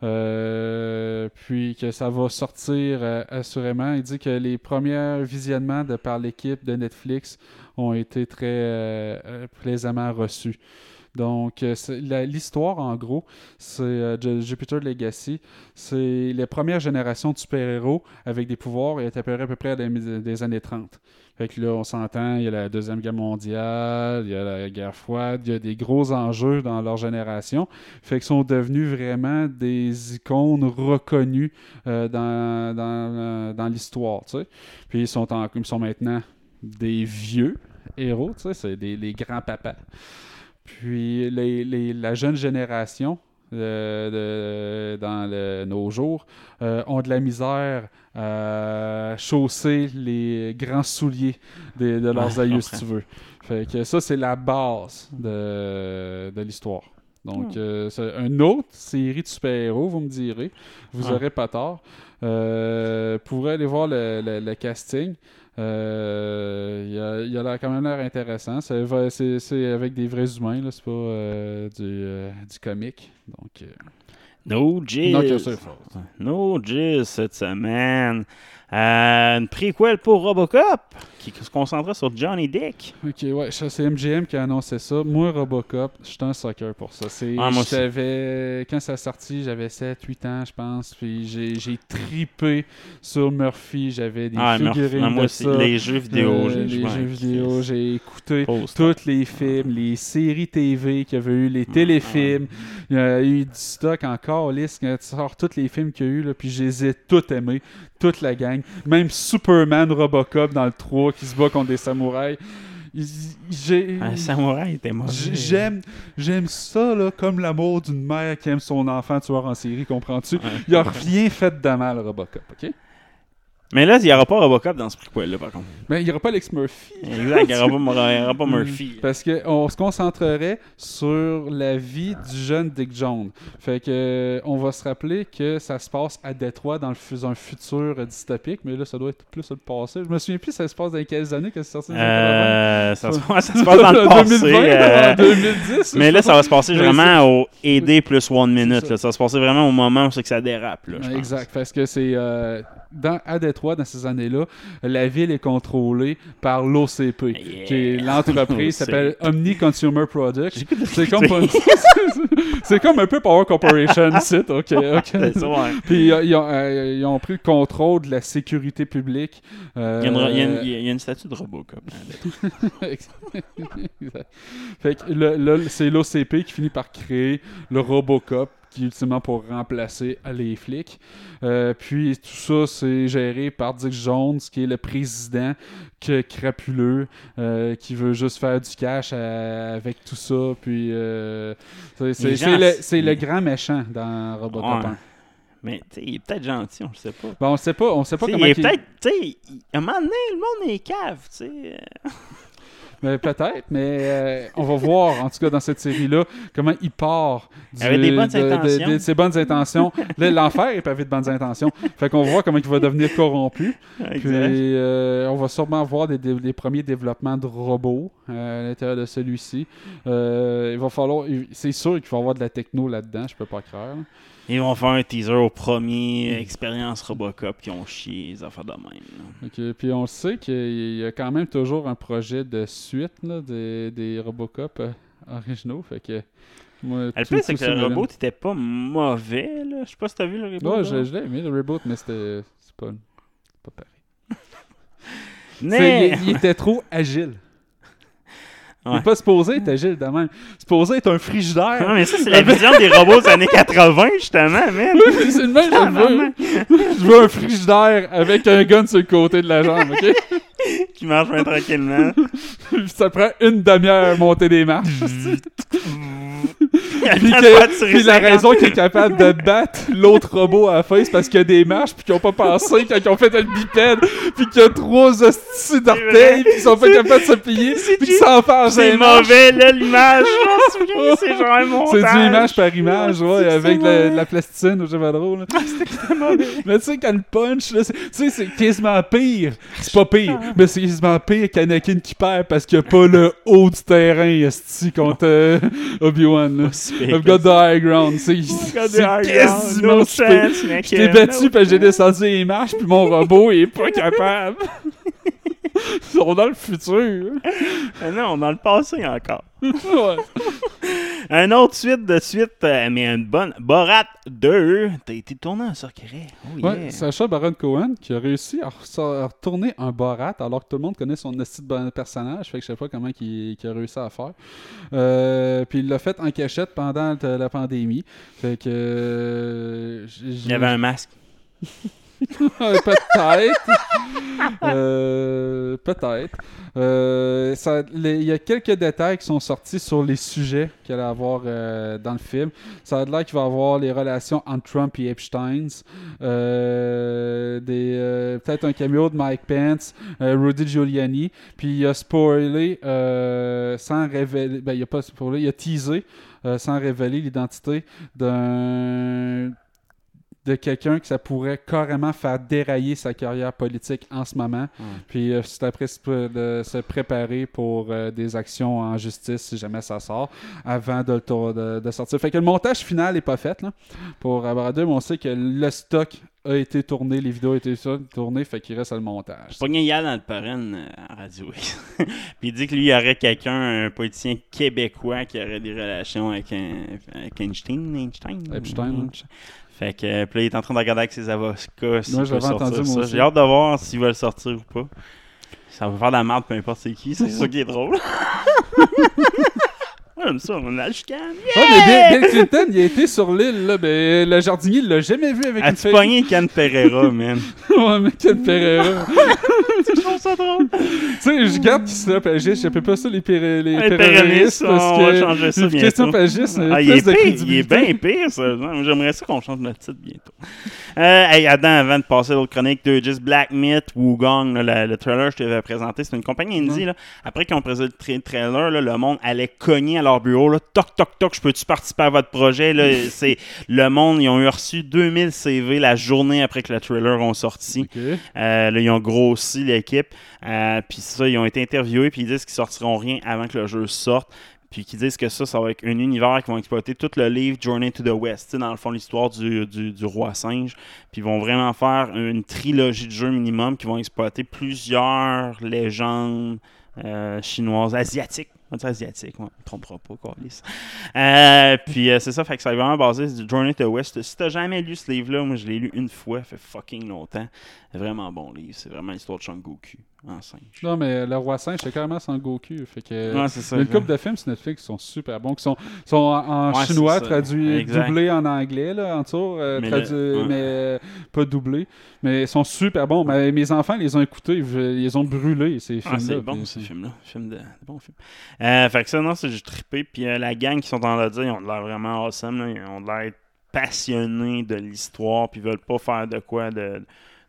Euh, puis que ça va sortir euh, assurément. Il dit que les premiers visionnements de par l'équipe de Netflix ont été très euh, plaisamment reçus. Donc, euh, c'est, la, l'histoire, en gros, c'est euh, Jupiter Legacy. C'est les premières générations de super-héros avec des pouvoirs et est apparu à peu près des, des années trente. Fait que là, on s'entend, il y a la Deuxième Guerre mondiale, il y a la guerre froide, il y a des gros enjeux dans leur génération. Fait qu'ils sont devenus vraiment des icônes reconnues euh, dans, dans, euh, dans l'histoire, tu sais. Puis ils sont, en, ils sont maintenant des vieux héros, tu sais, c'est des les grands-papas. Puis les, les, la jeune génération euh, de, dans le, nos jours euh, ont de la misère à chausser les grands souliers de, de leurs aïeux, si tu veux. Fait que ça, c'est la base de, de l'histoire. Donc, euh, c'est une autre série de super-héros, vous me direz. Vous n'aurez pas tort. Euh, pourrez aller voir le, le, le casting. Euh, il, a, il a quand même l'air intéressant. C'est, c'est, c'est avec des vrais humains, là, c'est pas euh, du, euh, du comique. Donc, euh... No jizz. No jizz cette semaine. Euh, une préquelle pour Robocop qui se concentrait sur Johnny Depp. Ok, ouais, c'est M G M qui a annoncé ça. Moi, Robocop, je suis un sucker pour ça. C'est, ah, moi j'avais, quand ça a sorti, j'avais sept huit ans, je pense. Puis j'ai, j'ai trippé sur Murphy. J'avais des ah, figurines Murphy, de ça. Les jeux vidéo. Euh, j'ai, les jeux vidéo. J'ai écouté tous les films, les séries T V qu'il y avait eu, les téléfilms. Il y a eu du stock encore, liste, quand tu sors tous les films qu'il y a eu, là, puis je les ai tous aimés. Toute la gang. Même Superman Robocop dans le trois qui se bat contre des samouraïs. J'ai, un samouraï était mauvais. J'aime, j'aime ça là, comme l'amour d'une mère qui aime son enfant tueur en série, comprends-tu? Il n'y a rien fait de mal Robocop, ok? Mais là, il n'y aura pas Robocop dans ce prequel-là, par contre. Mais il n'y aura pas Lex Murphy. Exact, il n'y aura, aura pas Murphy. Parce qu'on se concentrerait sur la vie du jeune Dick Jones. Fait que on va se rappeler que ça se passe à Détroit dans, le, dans un futur dystopique, mais là, ça doit être plus le passé. Je me souviens plus, ça se passe dans quelles années que c'est sorti. Euh, ça, se, ça se passe dans le passé. deux mille vingt, euh, deux mille dix. Mais là, ça va se passer vraiment au A D plus one minute. Là. Ça va se passer vraiment au moment où c'est que ça dérape. Là, exact, pense. Parce que c'est... Euh, Dans, à Détroit, dans ces années-là, la ville est contrôlée par l'O C P, yeah. qui est l'entreprise qui s'appelle Omni Consumer Products. C'est comme, c'est comme un peu Power Corporation, c'est ok, ok. C'est ça, ouais. Puis ils ont, euh, ils ont pris le contrôle de la sécurité publique. Euh, il, y a une, il, y a une, il y a une statue de Robocop. Fait que le, le, c'est l'O C P qui finit par créer le Robocop, qui est ultimement pour remplacer les flics. Euh, puis tout ça, c'est géré par Dick Jones, qui est le président que, crapuleux, euh, qui veut juste faire du cash à, avec tout ça. Puis euh, c'est, c'est, c'est, le, c'est le grand méchant dans Robocop ouais. un. Mais tu sais, il est peut-être gentil, on le sait pas. Ben, on sait pas, on sait pas t'sais, comment il est il... peut-être, tu sais, à un moment donné, le monde est cave, tu sais. Mais peut-être, mais euh, on va voir, en tout cas, dans cette série-là, comment il part du, avec des bonnes de, de, intentions. de, de ses bonnes intentions. Là, l'enfer est pavé de bonnes intentions. Fait qu'on va voir comment il va devenir corrompu. Exact. Puis euh, on va sûrement voir des, des, des premiers développements de robots euh, à l'intérieur de celui-ci. Euh, il va falloir... C'est sûr qu'il va y avoir de la techno là-dedans, je peux pas croire. Là. Ils vont faire un teaser aux premiers expériences Robocop qui ont chié les affaires de même. Là. Okay, puis on sait qu'il y a quand même toujours un projet de suite là, des, des Robocop euh, originaux. Fait que, moi, le tout, plus, c'est tout que ça le me reboot était pas mauvais. Là. Je sais pas si t'as vu le reboot. Ouais, là. je, je l'ai aimé, le reboot, mais c'était c'est pas, c'est pas pareil. Mais... Il, il était trop agile. Ouais. Il n'est pas supposé être agile de même. Supposé être un frigidaire. Non, mais ça, c'est la vision des robots des années quatre-vingts, justement, man. Oui, c'est le même, je veux. Je veux un frigidaire avec un gun sur le côté de la jambe, OK? Qui marche bien tranquillement. Ça prend une demi-heure à monter des marches. Puis, que, puis la raison qu'il est capable de battre l'autre robot à la fin, c'est parce qu'il y a des marches, puis qu'ils n'ont pas pensé quand ils ont fait le bipède, puis qu'il y a trois hosties d'orteils, puis qu'ils sont pas capables de se plier, puis qu'ils s'enfargent. C'est mauvais, là, l'image. Je m'en souviens, c'est genre un montage. C'est du image par image, ouais, avec de la, de la plasticine, je sais pas drôle. Là. Ah, c'était mauvais. Mais tu sais, quand le punch, là, tu sais, c'est quasiment pire. C'est pas pire, mais c'est quasiment pire qu'Anakin qui perd parce qu'il n'y a pas le haut du terrain, esti, contre euh, Obi-Wan, là. I've got the high ground. C'est quasiment no chance, mec. Je t'ai battu, puis j'ai descendu les marches, puis mon robot il est pas capable. Ils sont dans le futur. Non, dans le passé encore. Ouais. Un autre suite de suite, euh, mais une bonne. Borat deux, t'as été tourné un secret. Oh, yeah. Ouais, Sacha Baron Cohen qui a réussi à, re- à retourner un Borat alors que tout le monde connaît son esti de bon personnage. Fait que je sais pas comment il, il a réussi à faire. Euh, puis il l'a fait en cachette pendant t- la pandémie. Fait que. Euh, il y avait un masque. peut-être. euh, peut-être. Euh, ça, les, il y a quelques détails qui sont sortis sur les sujets qu'il allait avoir euh, dans le film. Ça a l'air qu'il va y avoir les relations entre Trump et Epstein. Euh, des, euh, peut-être un cameo de Mike Pence, euh, Rudy Giuliani. Puis il a spoilé euh, sans révéler. Ben, il a pas spoilé, il a teasé euh, sans révéler l'identité d'un. de quelqu'un que ça pourrait carrément faire dérailler sa carrière politique en ce moment. Mm. Puis euh, c'est après de se préparer pour euh, des actions en justice si jamais ça sort, avant de, de, de sortir. Fait que le montage final n'est pas fait là, pour Borat deux, mais on sait que le stock a été tourné, les vidéos ont été tournées, fait qu'il reste à le montage. Pas gagné Yann dans le parrain à Radio X. Puis il dit que lui, il y aurait quelqu'un, un politicien québécois qui aurait des relations avec, un, avec Einstein. Einstein. Epstein. Hein. Fait que puis là, il est en train de regarder avec ses avocats si moi, il peut j'avais entendu sortir moi ça. J'ai hâte de voir s'il va le sortir ou pas. Ça va faire de la merde, peu importe c'est qui. C'est ça qui est drôle. J'aime ça, on a le chicane. Yeah! Ouais, mais Bill, Bill Clinton, il a été sur l'île, là, mais le jardinier, il l'a jamais vu avec As-tu une feuille. pogné Ken Pereira, man? Ouais, mais Ken Pereira. Je trouve ça drôle. Tu sais, je garde qui se pagiste, j'appelle pas ça les, péré- les, les péronistes, parce on que va changer ça bientôt. Question pagiste, ah, plus il, est de pire, il est bien pire, ça. J'aimerais ça qu'on change notre titre bientôt. Euh, hey, Adam, avant de passer à l'autre chronique, de Just Black Myth, Wugong, là, le, le trailer que je t'avais présenté, c'est une compagnie indie. Là. Après qu'ils ont présenté le tra- trailer, là, le monde allait cogner à leur bureau. Là, toc, toc, toc, je peux-tu participer à votre projet? Là, c'est, le monde, ils ont eu reçu deux mille C V la journée après que le trailer ont sorti. Okay. Euh, là, ils ont grossi l'équipe. Euh, puis ça, ils ont été interviewés, puis ils disent qu'ils sortiront rien avant que le jeu sorte. Puis qu'ils disent que ça, ça va être un univers qui vont exploiter tout le livre Journey to the West, tu sais, dans le fond, l'histoire du, du, du roi singe. Puis ils vont vraiment faire une trilogie de jeux minimum qui vont exploiter plusieurs légendes euh, chinoises, asiatiques. On va dire asiatique, ouais, on ne trompera pas, quoi. Euh, puis euh, c'est ça, fait que ça est vraiment basé sur Journey to the West. Si t'as jamais lu ce livre-là, moi je l'ai lu une fois, ça fait fucking longtemps. C'est vraiment bon livre, c'est vraiment l'histoire de Shang-Goku en singe. Non, mais le roi singe, c'est carrément sans Goku. Fait que, ouais, c'est ça. une couple de films sur Netflix qui sont super bons, qui sont, sont en, en ouais, chinois, traduits, doublés en anglais, là, en tour, euh, mais, tradu- le, ouais. mais euh, pas doublés. Mais ils sont super bons. Mais mes enfants les ont écoutés, ils les ont brûlés, ces films-là. Ah, c'est bon, ces films-là. Film de, de bons films. Euh, fait que ça, non, c'est juste trippé. Puis euh, la gang qui sont en là-dedans, ils ont de l'air vraiment awesome. Là. Ils ont de l'air passionnés de l'histoire. Puis ils veulent pas faire de quoi de,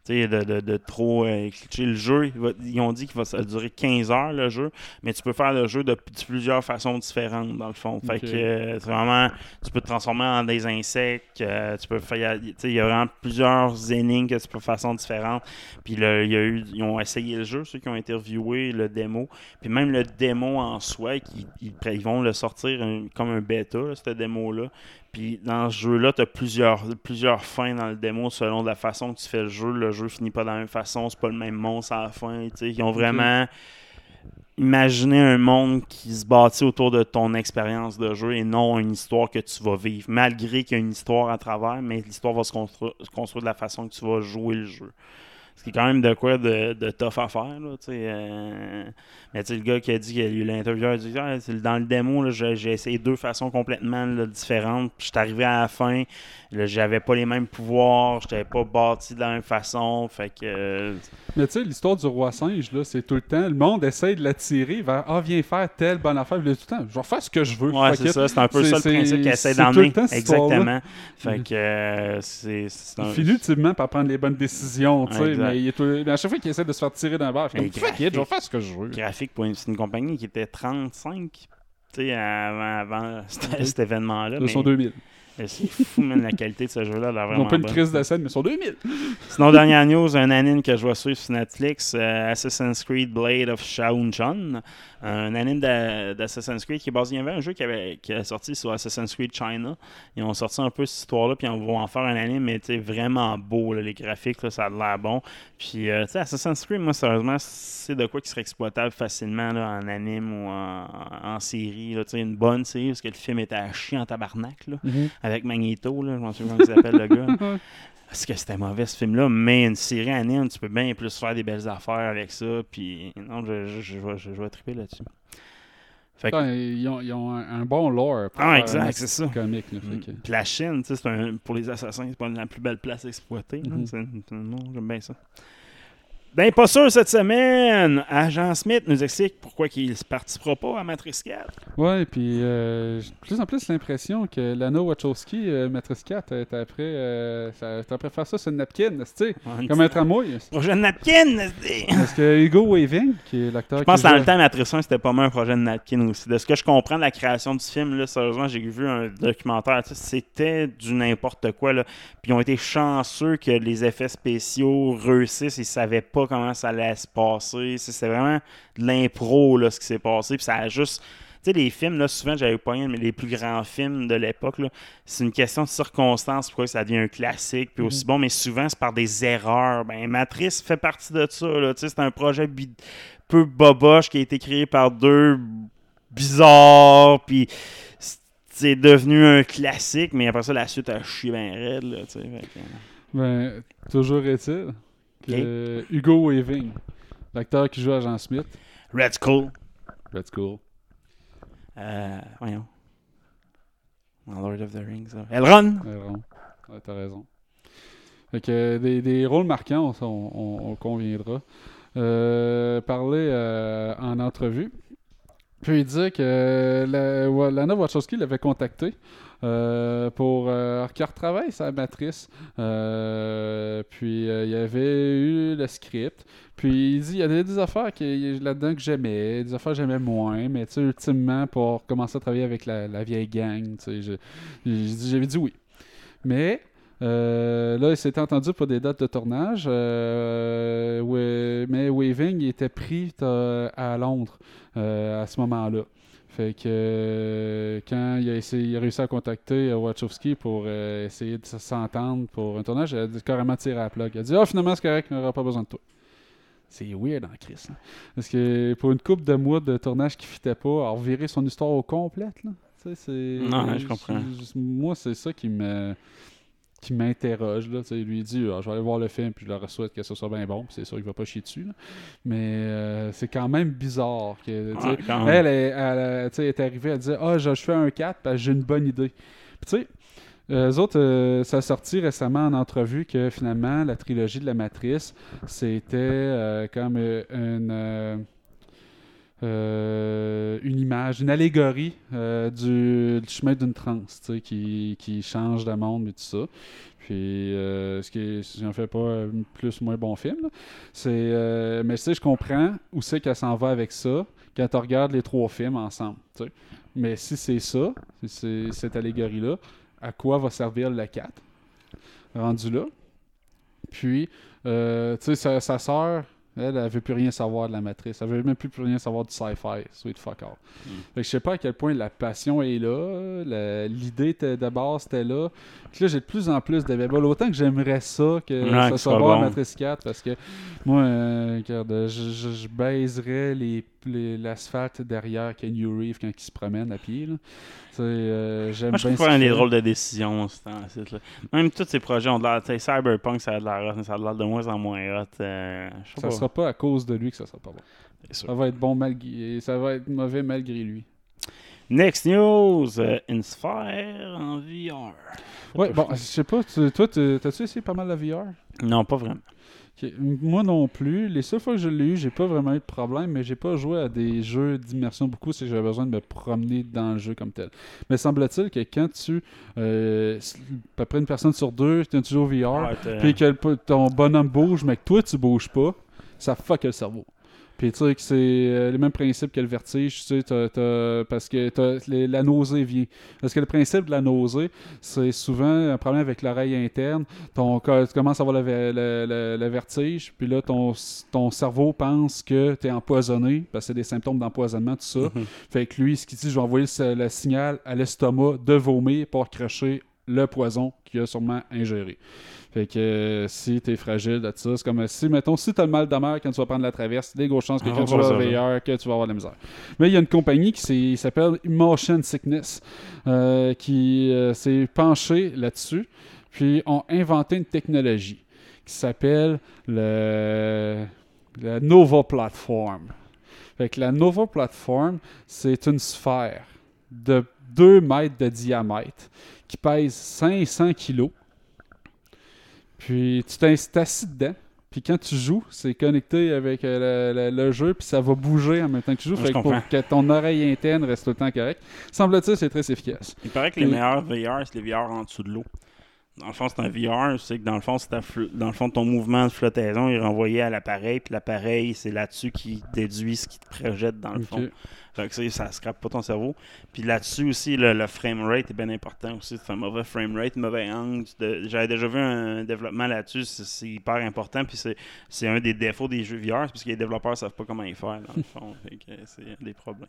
de, de, de trop euh, cliché. Le jeu, il va, ils ont dit qu'il va ça va durer quinze heures, le jeu, mais tu peux faire le jeu de, de plusieurs façons différentes, dans le fond. Fait okay. que euh, c'est vraiment, tu peux te transformer en des insectes, euh, tu peux faire, il y a vraiment plusieurs énigmes que tu peux faire de façon différente. Puis là, il y a eu, ils ont essayé le jeu, ceux qui ont interviewé le démo. Puis même le démo en soi, ils, ils, ils vont le sortir un, comme un bêta, là, ce démo-là. Puis dans ce jeu-là, tu as plusieurs, plusieurs fins dans le démo selon de la façon que tu fais le jeu. Le jeu finit pas de la même façon, c'est pas le même monstre à la fin. T'sais. Ils ont vraiment okay. imaginé un monde qui se bâtit autour de ton expérience de jeu et non une histoire que tu vas vivre. Malgré qu'il y a une histoire à travers, mais l'histoire va se construire, se construire de la façon que tu vas jouer le jeu. Ce qui est quand même de quoi de, de tough à faire. Là, euh... Mais le gars qui a dit, l'intervieweur a dit ah, dans le démo, là, j'ai, j'ai essayé deux façons complètement là, différentes. Puis je suis arrivé à la fin, là, j'avais pas les mêmes pouvoirs, je n'étais pas bâti de la même façon. Fait que. Euh... Mais tu sais, l'histoire du roi singe, là, c'est tout le temps. Le monde essaye de l'attirer vers ah, viens faire telle bonne affaire. Puis là, tout le temps, je vais faire ce que je veux. Ouais, c'est ça. C'est un peu c'est, ça le principe qu'il essaie d'emmener. Exactement. Fait que euh, c'est. c'est un... Il finit ultimement par prendre les bonnes décisions. Tu sais, mais, il est tout... mais à chaque fois qu'il essaie de se faire tirer d'un bar, il fait comme je vais faire ce que je veux. Graphique pour une, c'est une compagnie qui était trente-cinq avant, avant cet, cet événement-là. Ils sont deux mille. C'est fou, même la qualité de ce jeu-là. Là, ils n'ont pas une crise de scène, mais ils sont deux mille. Sinon, dernière news, un anime que je vois suivre sur Netflix, euh, Assassin's Creed Blade of Shao-Chun. Un anime d'a, d'Assassin's Creed qui est basé. Il y avait un jeu qui, avait, qui est sorti sur Assassin's Creed China. Ils ont sorti un peu cette histoire-là, puis on va en faire un anime, mais vraiment beau. Là, les graphiques, là, ça a l'air bon. Puis, euh, tu sais, Assassin's Creed, moi, sérieusement, c'est de quoi qui serait exploitable facilement là, en anime ou en, en série. Tu sais, une bonne série, parce que le film était à chier en tabarnak, là, mm-hmm. avec Magneto, là, je m'en souviens comment il s'appelle, le gars. Parce que c'était mauvais ce film-là, mais une série anime, tu peux bien plus faire des belles affaires avec ça. Puis non, je, je, je, je, je vais triper là-dessus. Fait que... ils, ont, ils ont un, un bon lore pour ah, exact, c'est ça. Comique. Là, mm. que... Puis la Chine, c'est un, pour les assassins, c'est pas la plus belle place à exploiter. Mm-hmm. C'est, c'est, non, j'aime bien ça. Ben, pas sûr cette semaine. Agent Smith nous explique pourquoi il ne participera pas à Matrix quatre. Ouais, puis euh, j'ai de plus en plus l'impression que Lana Wachowski, euh, Matrix quatre, est après, euh, est après faire ça sur une napkin, tu sais, ouais, comme un tramway. Projet de napkin! Parce que Hugo Weaving, qui est l'acteur je pense qui que dans joue... le temps, Matrix un, c'était pas mal un projet de napkin aussi. De ce que je comprends de la création du film, là, sérieusement, j'ai vu un documentaire, c'était du n'importe quoi, là. Puis ils ont été chanceux que les effets spéciaux réussissent, ils savaient pas comment ça allait se passer. C'est vraiment de l'impro là, ce qui s'est passé. Puis ça a juste. Tu sais, les films, là, souvent, j'avais pas mais les plus grands films de l'époque, là, c'est une question de circonstances pourquoi ça devient un classique. Puis aussi mm-hmm. bon, mais souvent, c'est par des erreurs. Ben, Matrice fait partie de ça. Là. Tu sais, c'est un projet bi- peu boboche qui a été créé par deux bizarres. Puis c'est devenu un classique, mais après ça, la suite a chié bien raide. Là, tu sais, fait que... Ben, toujours est-il. Que okay. Hugo Weaving, l'acteur qui joue Agent Smith. Red Skull. Red Skull. Euh, voyons. Dans Lord of the Rings. Ça. Elrond. Elrond. Ouais, t'as raison. Fait que des, des rôles marquants, on, on, on conviendra. Euh, parler euh, en entrevue. Puis il disait que la, Lana Wachowski l'avait contacté. Euh, pour euh, qu'il retravaille sa matrice. Euh, puis euh, il y avait eu le script. Puis il dit il y avait des affaires qui, là-dedans que j'aimais, des affaires que j'aimais moins, mais tu sais, ultimement, pour commencer à travailler avec la, la vieille gang, tu sais, je, je, j'avais dit oui. Mais euh, là, il s'était entendu pour des dates de tournage, euh, ouais, mais Weaving il était pris à Londres euh, à ce moment-là. Fait que euh, quand il a, essayé, il a réussi à contacter euh, Wachowski pour euh, essayer de s'entendre pour un tournage, il a carrément tiré à la plug. Il a dit « Ah, oh, finalement, c'est correct, on n'aura pas besoin de toi. » C'est weird en Chris. Hein? Parce que pour une couple de mois de tournage qui ne fitait pas, alors virer son histoire au complète, là, c'est, non, je comprends. C'est, moi, c'est ça qui me... qui m'interroge. Là. Il lui dit ah, « Je vais aller voir le film, puis je leur souhaite que ce soit bien bon. » Puis c'est sûr qu'il ne va pas chier dessus. Là. Mais euh, c'est quand même bizarre. Que, ah, quand elle, elle, elle, elle est arrivée, elle disait « Ah, je fais un quatre, parce que j'ai une bonne idée. » Puis tu sais, eux autres, euh, ça a sorti récemment en entrevue que finalement, la trilogie de la Matrice, c'était euh, comme euh, une... Euh, euh, une image, une allégorie euh, du, du chemin d'une transe, tu sais, qui, qui change de monde et tout ça. Puis, euh, ce qui j'en fais pas un plus ou moins bon film, là. C'est, euh, mais tu sais, je comprends où c'est qu'elle s'en va avec ça quand tu regardes les trois films ensemble, tu sais. Mais si c'est ça, si c'est cette allégorie-là, à quoi va servir le quatre rendu là? Puis, euh, tu sais, sa, sa sœur, elle, elle veut plus rien savoir de la Matrice. Elle veut même plus, plus rien savoir du sci-fi. Sweet fuck all. Mm. Fait que je sais pas à quel point la passion est là. La, l'idée était, de base était là. Puis là, j'ai de plus en plus de bébies. Autant que j'aimerais ça, que ouais, ça que soit bon. bon Matrice quatre, parce que moi, euh, regarde, je, je, je baiserais les, les, l'asphalte derrière Keanu Reeves quand il se promène à pied. Là. Euh, j'aime Moi, je bien trouve qu'il y a des drôles de décisions. Site, là. Même tous ces projets ont de l'air. Cyberpunk, ça a de l'air hot, mais ça a de l'air de moins en moins hot. Euh, ça pas. sera pas à cause de lui que ça sera pas bon. Ça va être bon malgré, ça va être mauvais malgré lui. Next news, uh, Inspire en V R. Ouais, bon, je sais pas, tu, toi, tu, t'as-tu essayé pas mal la V R? Non, pas vraiment. Okay. Moi non plus. Les seules fois que je l'ai eu, j'ai pas vraiment eu de problème, mais j'ai pas joué à des jeux d'immersion beaucoup, c'est que j'avais besoin de me promener dans le jeu comme tel. Mais semble-t-il que quand tu... Euh, à peu près une personne sur deux, tu joues au V R, ouais, puis que le, ton bonhomme bouge, mais que toi, tu bouges pas, ça fuck le cerveau. Puis tu sais que c'est euh, le même principe que le vertige, tu sais, t'as, t'as, parce que t'as, les, la nausée vient. Parce que le principe de la nausée, c'est souvent un problème avec l'oreille interne. Ton, tu commences à avoir le, le, le, le vertige, puis là, ton, ton cerveau pense que tu es empoisonné, parce que c'est des symptômes d'empoisonnement, tout ça. Mm-hmm. Fait que lui, ce qu'il dit, je vais envoyer le, le signal à l'estomac de vomir pour cracher le poison qu'il a sûrement ingéré. Fait que euh, si t'es fragile de ça, c'est comme si, mettons, si t'as le mal de mer quand tu vas prendre la traverse, des grosses chances que ah, quand tu vas au V R, que tu vas avoir de la misère. Mais il y a une compagnie qui s'appelle Motion Sickness euh, qui euh, s'est penchée là-dessus, puis ont inventé une technologie qui s'appelle le, la Nova Platform. Fait que la Nova Platform, c'est une sphère de deux mètres de diamètre qui pèse cinq cents kilos. Puis tu t'assis dedans, puis quand tu joues, c'est connecté avec euh, le, le, le jeu, puis ça va bouger en même temps que tu joues, fait que pour que ton oreille interne reste tout le temps correcte. Semble-t-il, c'est très efficace. Il paraît que puis, les meilleurs V R, c'est les V R en dessous de l'eau. Dans le fond, c'est un V R, c'est que dans le fond, c'est ta fl- dans le fond, ton mouvement de flottaison est renvoyé à l'appareil, puis l'appareil, c'est là-dessus qui déduit ce qui te projette dans le okay. fond. Fait que ça, ça scrape pas ton cerveau. Puis là-dessus aussi, le, le frame rate est bien important aussi. C'est un mauvais frame rate, mauvais angle. De, j'avais déjà vu un développement là-dessus, c'est, c'est hyper important. Puis c'est, c'est un des défauts des jeux V R, c'est parce que les développeurs savent pas comment y faire, dans le fond. Fait que c'est des problèmes.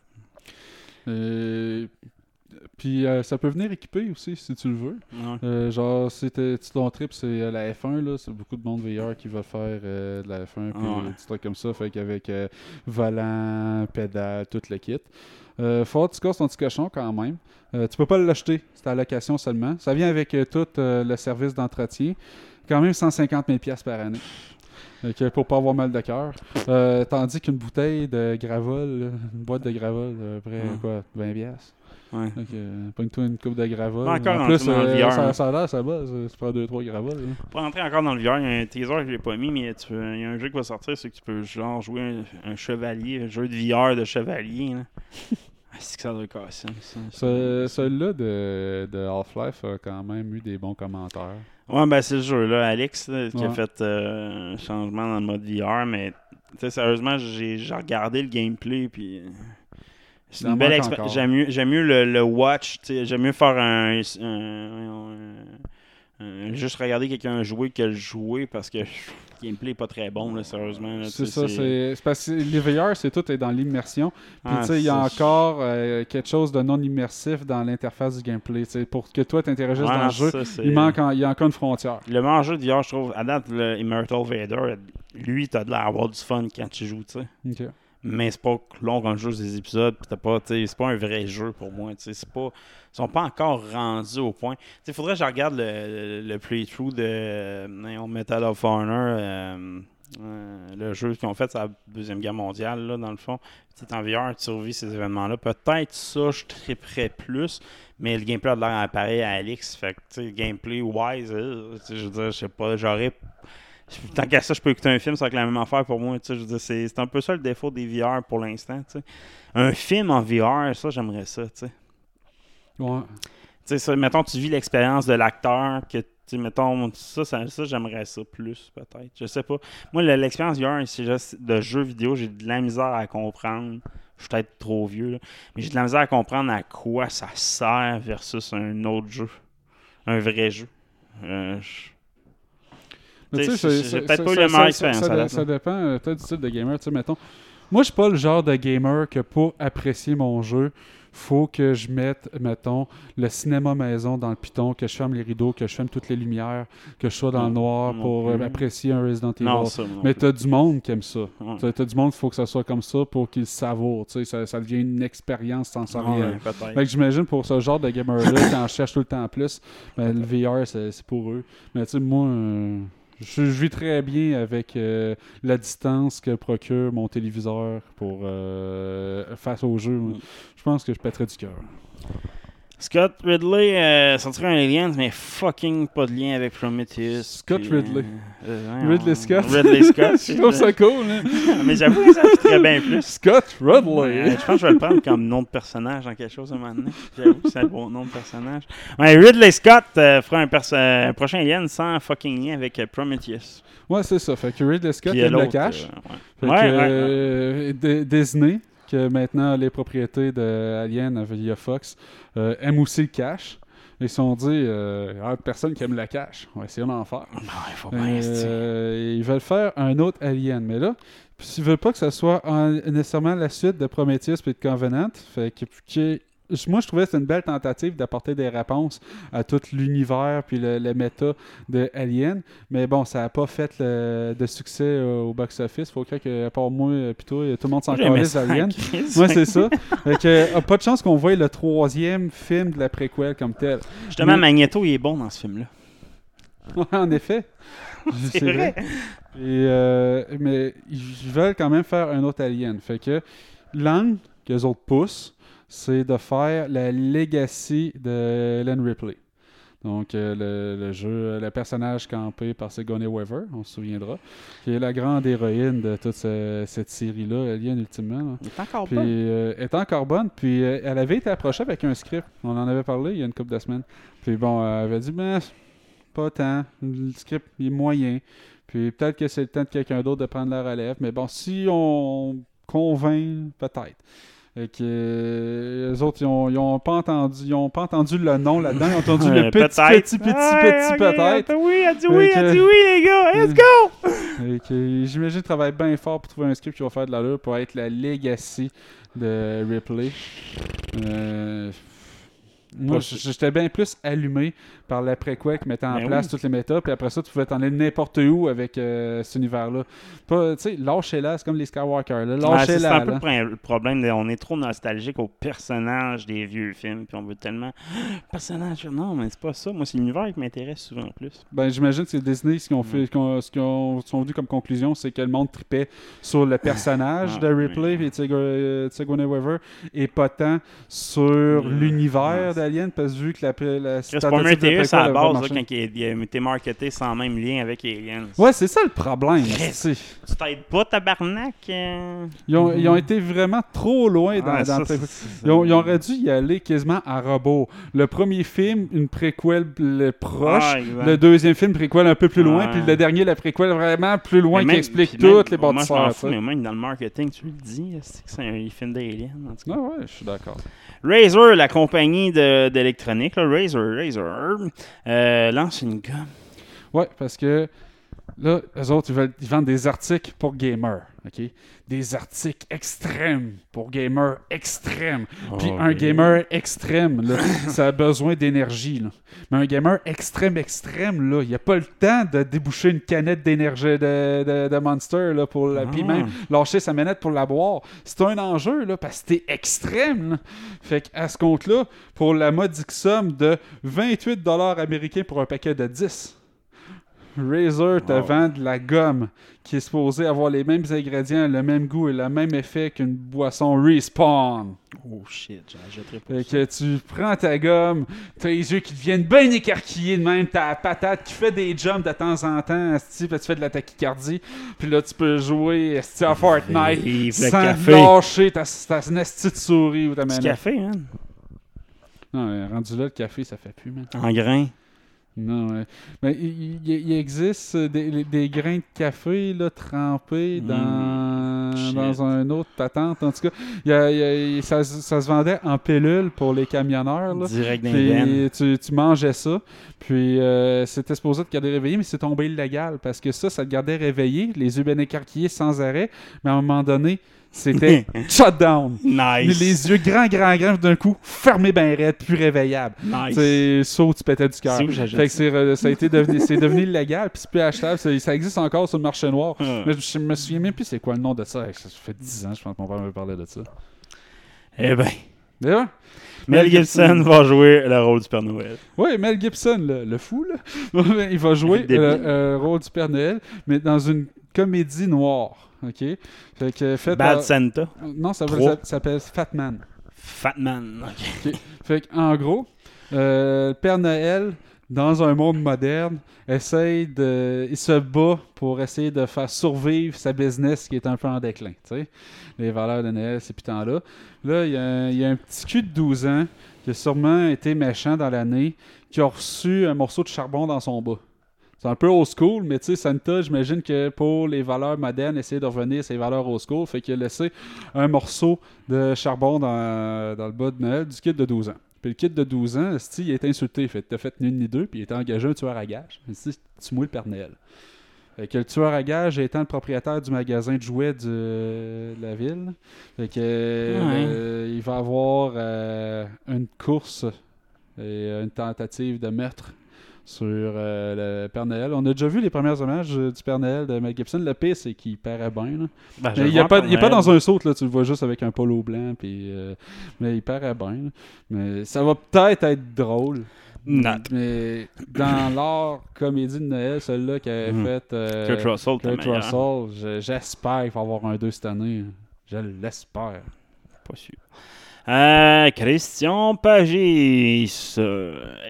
Euh... Puis euh, ça peut venir équipé aussi si tu le veux. Ouais. Euh, genre, si tu ton trip, c'est euh, la F un, là, c'est beaucoup de monde V R qui va faire euh, de la F un, puis ouais. des trucs comme ça. Fait qu'avec euh, volant, pédale, tout le kit. Euh, faut que tu casses ton petit cochon quand même. Euh, tu peux pas l'acheter, c'est à location seulement. Ça vient avec euh, tout euh, le service d'entretien. Quand même cent cinquante mille dollars par année. Okay, pour pas avoir mal de cœur. Euh, tandis qu'une bouteille de Gravol, une boîte de Gravol, à peu près ouais. quoi, vingt dollars. Ouais. Donc, euh, pogne-toi une coupe de Gravol. Encore en plus, dans euh, le V R, ça, hein. ça a l'air, ça va. Tu prends deux trois Gravol. Là. Pour entrer encore dans le V R, il y a un teaser que je n'ai pas mis, mais tu peux, il y a un jeu qui va sortir, c'est que tu peux genre jouer un, un chevalier, un jeu de V R de chevalier. C'est que ça doit casser. Ça, Ce, celui-là de, de Half-Life a quand même eu des bons commentaires. Ouais, ben c'est ce jeu-là, Alex, là, qui ouais. a fait euh, un changement dans le mode V R, mais sérieusement, j'ai, j'ai regardé le gameplay, puis c'est une belle expérience. J'aime mieux, j'aime mieux le, le watch, j'aime mieux faire un, un, un, un juste regarder quelqu'un jouer que le jouer, parce que le gameplay n'est pas très bon, là, sérieusement. Là, c'est ça, c'est... C'est, c'est parce que les V R, c'est tout est dans l'immersion. Puis ah, tu sais, il y a encore euh, quelque chose de non immersif dans l'interface du gameplay. T'sais, pour que toi t'interagisses ouais, dans le jeu, ça, il manque en, il y a encore une frontière. Le meilleur jeu de V R, je trouve, à date, le Immortal Vader, lui, t'as de l'air d'avoir du fun quand tu joues, tu sais. Okay. Mais c'est pas long quand je joue des épisodes, pis t'as pas, c'est pas un vrai jeu pour moi, c'est pas, ils sont pas encore rendus au point. Il faudrait que je regarde le, le, le playthrough de euh, Medal of Honor, euh, euh, le jeu qu'ils ont fait, c'est la Deuxième Guerre mondiale, là, dans le fond. Tu es en V R, tu survis ces événements-là. Peut-être ça, je triperais plus, mais le gameplay a de l'air pareil à Alex. Fait que, tu sais, le gameplay wise, euh, je veux dire, je sais pas, j'aurais. Tant qu'à ça, je peux écouter un film, ça va être la même affaire pour moi. Je veux dire, c'est, c'est un peu ça le défaut des V R pour l'instant. T'sais. Un film en V R, ça, j'aimerais ça. T'sais. Ouais. T'sais, ça, mettons, tu vis l'expérience de l'acteur, que tu mettons, ça, ça, ça, j'aimerais ça plus, peut-être. Je sais pas. Moi, le, l'expérience V R, c'est juste de jeux vidéo, j'ai de la misère à comprendre. Je suis peut-être trop vieux, là, mais j'ai de la misère à comprendre à quoi ça sert versus un autre jeu. Un vrai jeu. Euh, je... Mais tu sais, j'ai, c'est, j'ai c'est, peut-être c'est, pas eu ça, la meilleure ça, expérience. ça, ça, ça dépend euh, peut-être du type de gamer. Tu sais, mettons, moi, je suis pas le genre de gamer que pour apprécier mon jeu, faut que je mette, mettons, le cinéma maison dans le piton, que je ferme les rideaux, que je ferme toutes les lumières, que je sois dans non, le noir non pour plus. euh, apprécier un Resident Evil. Non, ça, non Mais plus. t'as du monde qui aime ça. Ouais. T'as, t'as du monde qu'il faut que ça soit comme ça pour qu'il savoure. Tu sais, ça, ça devient une expérience sensorielle. Ouais, peut-être. Fait que j'imagine pour ce genre de gamer-là, quand je cherche tout le temps plus, ben, le V R, c'est, c'est pour eux. Mais tu sais, moi, euh, je, je vis très bien avec euh, la distance que procure mon téléviseur pour euh, face au jeu. Mm. Je pense que je pèterais du cœur. Scott Ridley euh, sortira un Aliens, mais fucking pas de lien avec Prometheus. Scott puis, Ridley. Euh, euh, Ridley on- Scott. Ridley Scott. Je trouve ça cool, hein? Mais j'avoue que ça fait très bien plus. Scott Euh, Ridley. je pense que je vais le prendre comme nom de personnage dans quelque chose à un moment donné. J'avoue que c'est un bon nom de personnage. Ouais, Ridley Scott euh, fera un, perso- un prochain Alien sans fucking lien avec euh, Prometheus. Ouais, c'est ça. Fait que Ridley Scott Puis aime le l'autre, cash. euh, ouais. Fait Ouais, que, ouais, ouais. euh, D- Disney, que maintenant les propriétés de Alien via Fox, euh, aiment aussi le cash. Ils se sont dit, euh, ah, personne qui aime le cash, on va essayer d'en faire. Non, il faut bien Euh, ils veulent faire un autre Alien, mais là, puis ils veulent pas que ça soit en- nécessairement la suite de Prometheus et de Covenant. Fait que, que- moi, je trouvais que c'était une belle tentative d'apporter des réponses à tout l'univers puis le, le méta de Alien. Mais bon, ça n'a pas fait le, de succès euh, au box-office. Faut croire que, à part moi et toi, tout le monde s'en J'aimais calisse ça, d'Alien. Chris. Ouais, c'est ça. Fait que, euh, pas de chance qu'on voie le troisième film de la préquelle comme tel. Justement, Mais- Magneto, il est bon dans ce film-là. Ouais, en effet. C'est vrai. Et, euh, mais ils veulent quand même faire un autre Alien. Fait que l'angle qu'eux autres poussent, c'est de faire la legacy de Ellen Ripley. Donc, euh, le, le jeu, le personnage campé par Sigourney Weaver, on se souviendra, qui est la grande héroïne de toute ce- cette série-là, Alien, ultimement. Là. Il est encore Puis, bon. euh, elle est encore bonne. Puis, euh, elle avait été approchée avec un script. On en avait parlé il y a une couple de semaines. Puis, bon, elle avait dit, ben, pas tant. Le script il est moyen. Puis, peut-être que c'est le temps de quelqu'un d'autre de prendre la relève. Mais bon, si on convainc, peut-être. Et que euh, les autres, ils ont, ils ont pas entendu, ils ont pas entendu le nom là-dedans. Ils ont entendu le Euh, petit, peut-être. petit, petit, Ah, petit, ok, peut-être. Oui, elle dit Fait oui, que- elle dit oui, les gars, let's go! Et que j'imagine qu'ils travaillent bien fort pour trouver un script qui va faire de l'allure pour être la legacy de Ripley. Euh, moi, Pas- j- j'étais bien plus allumé par l'après-quoi qui mettait en Ben place oui. toutes les méthodes, puis après ça, tu pouvais t'en aller n'importe où avec euh, cet univers-là. Pas, tu sais, lâchez-la, c'est comme les Skywalker, là. Ouais, c'est, c'est Lâchez-la, un peu là. le pr- le problème. De, on est trop nostalgique aux personnages des vieux films, puis on veut tellement. Personnage, non, mais c'est pas ça. Moi, c'est l'univers qui m'intéresse souvent plus. Ben, j'imagine que c'est Disney, ce qu'ils ont fait, ce qu'ils ont- ce qu'ils ont, sont venus comme conclusion, c'est que le monde tripait sur le personnage Ah, de Ripley oui. et de Sigour- euh, de Sigourney Weaver et pas tant sur Mm. l'univers Ouais. d'Alien, parce que vu que la, la Chris tentative de Prometheus, préquel à la avait pas base, là, marché. quand il, il a été marketé sans même lien avec Aliens. Ouais, c'est ça le problème. Chris. c'est- Tu t'aides pas, tabarnak? euh? Ils ont, ils ont été vraiment trop loin dans, Ouais, dans ça, le c'est- préquel. c'est- Ils, ont- ils auraient dû y aller quasiment à rebours. Le premier film, une préquelle le proche. Ah, exact. Le deuxième film, préquelle un peu plus loin. Ouais. Puis le dernier, la préquelle vraiment plus loin, Mais qui même- explique puis même- toutes les moi, je m'en bâtisseurs. fous, mais même dans le marketing, tu le dis, c'est que c'est un film d'Alien. En tout cas. Ah ouais, je suis d'accord. Razer, la compagnie de, d'électronique, là, Razer, Razer, euh, lance une gomme. Ouais, parce que là, eux autres, ils, veulent, ils vendent des articles pour gamers, OK? Des articles extrêmes pour gamers extrêmes. Puis un oui. gamer extrême, là, ça a besoin d'énergie, là. Mais un gamer extrême, extrême, là, il a pas le temps de déboucher une canette d'énergie de, de, de Monster, là, pour la... Puis Ah. même lâcher sa manette pour la boire. C'est un enjeu, là, parce que t'es extrême, là. Fait qu'à ce compte-là, pour la modique somme de vingt-huit dollars américains pour un paquet de dix... Razer te Wow. vend de la gomme qui est supposée avoir les mêmes ingrédients, le même goût et le même effet qu'une boisson Respawn. Oh shit, j'en jetterai pas. Fait que tu prends ta gomme, t'as les yeux qui deviennent bien écarquillés de même, t'as la patate qui fait des jumps de temps en temps, asti, puis tu fais de la tachycardie, puis là tu peux jouer asti, à Fortnite Vive le sans café. lâcher ta, ta, ta asti de souris ou ta Petit manette. café, man. Non, mais rendu là, le café, ça fait plus, man. En grains. Non, ouais. Mais il, il- il existe des, des grains de café là, trempés Mm. dans, Shit. dans un autre patente. En tout cas, il y a- il y a- il- ça, se- ça se vendait en pilule pour les camionneurs. Là. Direct dans les veines. Puis tu, tu mangeais ça. Puis euh, c'était supposé te garder réveillé, mais c'est tombé illégal parce que ça, ça te gardait réveillé, les yeux bien écarquillés sans arrêt. Mais à un moment donné, c'était shutdown. Nice. Les yeux grands, grands, grands, d'un coup, fermés ben raides, plus réveillables. Nice. C'est saut, tu pétais du cœur. C'est où j'achète Fait que ça? c'est, re- ça a été devenu, c'est devenu illégal, puis c'est plus achetable. Ça, ça existe encore sur le marché noir. Ah. Mais je me souviens même plus c'est quoi le nom de ça. Ça fait dix ans, je pense que mon père m'avait parlé de ça. Eh ben, D'ailleurs, Mel Gibson va jouer le rôle du Père Noël. oui, Mel Gibson, le, le fou, là, il va jouer Le débile. le euh, rôle du Père Noël, mais dans une comédie noire. OK? Fait que fait Bad par- Santa. Non, ça, va- Trois. ça s'appelle Fat Man. Fat Man. Ok. OK. Fait qu'en gros, euh, le Père Noël, dans un monde moderne, essaye de. Il se bat pour essayer de faire survivre sa business qui est un peu en déclin. T'sais. Les valeurs de Noël, ces putains-là. Là, il y, a un- il y a un petit cul de douze ans qui a sûrement été méchant dans l'année, qui a reçu un morceau de charbon dans son bas. C'est un peu old school, mais tu sais, Santa, j'imagine que pour les valeurs modernes, essayer de revenir à ses valeurs old school, fait qu'il a laissé un morceau de charbon dans, dans le bas de Noël du kid de douze ans. Puis le kid de douze ans, esti, il a été insulté. Fait t'as fait ni une ni deux, puis il a engagé un tueur à gage. Esti, tu mouilles le Père Noël. Fait que le tueur à gage étant le propriétaire du magasin de jouets du- de la ville. Fait que euh, il va avoir euh, une course et une tentative de meurtre sur euh, le Père Noël. On a déjà vu les premières images euh, du Père Noël de Mel Gibson. Le pire, c'est qu'il paraît bien. Là. Ben, je Mais le il n'est vois, pas, Père il est pas Noël. dans un saut, là, tu le vois juste avec un polo blanc. Puis, euh, mais il paraît bien. là. Mais ça va peut-être être drôle. Not. Mais dans l'art comédie de Noël, celle-là qui avait Mhm. fait euh, Kurt Russell, t'es Kurt meilleur. Russell, je- j'espère qu'il va y avoir un deux cette année. Je l'espère. Pas sûr. Euh, Christian Pagis. Euh,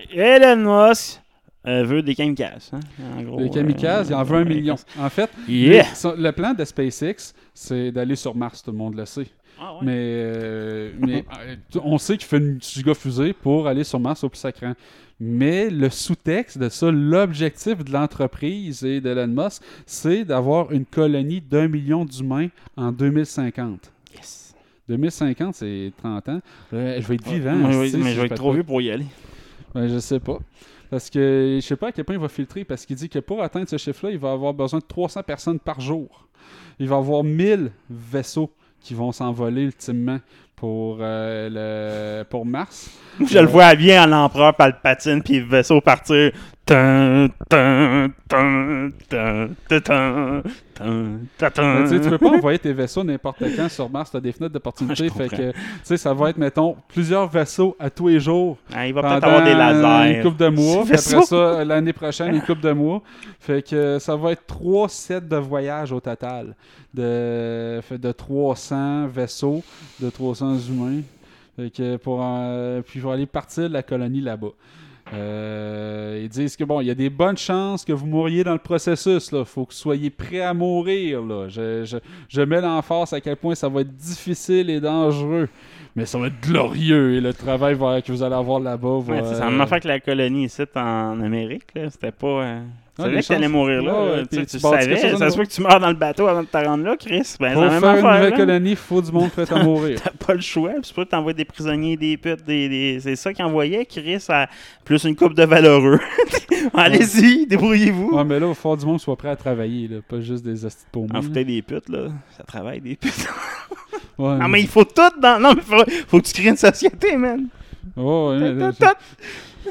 Elon Musk euh, veut des kamikazes. Hein? En gros, Les kamikazes, euh, il en veut un euh, million. En fait, Yeah! le, son- le plan de SpaceX, c'est d'aller sur Mars, tout le monde le sait. Ah ouais. Mais, euh, mais euh, on sait qu'il fait une giga fusée pour aller sur Mars au plus sacrant. Mais le sous-texte de ça, l'objectif de l'entreprise et de Elon Musk, c'est d'avoir une colonie d'un million d'humains en deux mille cinquante. Yes. deux mille cinquante, c'est trente ans. Euh, je vais être vivant. Moi, esti, oui, mais si je vais fais être trop pas. vieux pour y aller. Ben, je sais pas. Parce que je sais pas à quel point il va filtrer, parce qu'il dit que pour atteindre ce chiffre-là, il va avoir besoin de trois cents personnes par jour. Il va avoir mille vaisseaux qui vont s'envoler ultimement pour, euh, le, pour Mars. Je le vois bien à l'empereur Palpatine puis le vaisseau partir. Tum, tum, tum, tum, tum, tum, tum, tum, tum. Mais tu sais, tu peux pas envoyer tes vaisseaux n'importe quand sur Mars, tu as des fenêtres d'opportunité. Je Fait comprends. que, tu sais, ça va être, mettons, plusieurs vaisseaux à tous les jours. Ah, il va pendant peut-être avoir des lasers. une couple de mois. Puis Vaisseaux. après ça, l'année prochaine, une couple de mois. Fait que ça va être trois sets de voyages au total. De, fait de trois cents vaisseaux, de trois cents humains. Fait que pour, euh, puis ils vont aller partir de la colonie là-bas. Euh, ils disent que bon, il y a des bonnes chances que vous mouriez dans le processus. Il faut que vous soyez prêts à mourir. Là. Je, je, je mets l'emphase à quel point ça va être difficile et dangereux. Mais ça va être glorieux et le travail va- que vous allez avoir là-bas va... Ouais, tu sais, c'est la même affaire que la colonie ici en Amérique. Là. C'était pas. Euh... Tu Ah, savais les que t'allais chances- mourir là. Ouais, là. ouais, Tu sais, puis tu tu bâtis savais. quelque chose de Ça se nouveau. peut que tu meurs dans le bateau avant de te rendre là, Chris. Ben, Pour c'est la faire même une affaire. nouvelle là. colonie, il faut du monde prêt à mourir. T'as pas le choix. Puis c'est pour ça que t'envoies des prisonniers, des putes, des, des... c'est ça qu'ils envoyaient, Chris, à plus une coupe de valeureux. Allez-y, débrouillez-vous. Ouais, mais là, il va falloir du monde qui soit prêt à travailler, là, pas juste des hosties de paumés. En là. foutais des putes, là. Ça travaille, des putes. Ouais, Non, mais il faut tout dans. Non, mais faut, faut que tu crées une société, man. Ouais, ouais, mais- Tout, tout,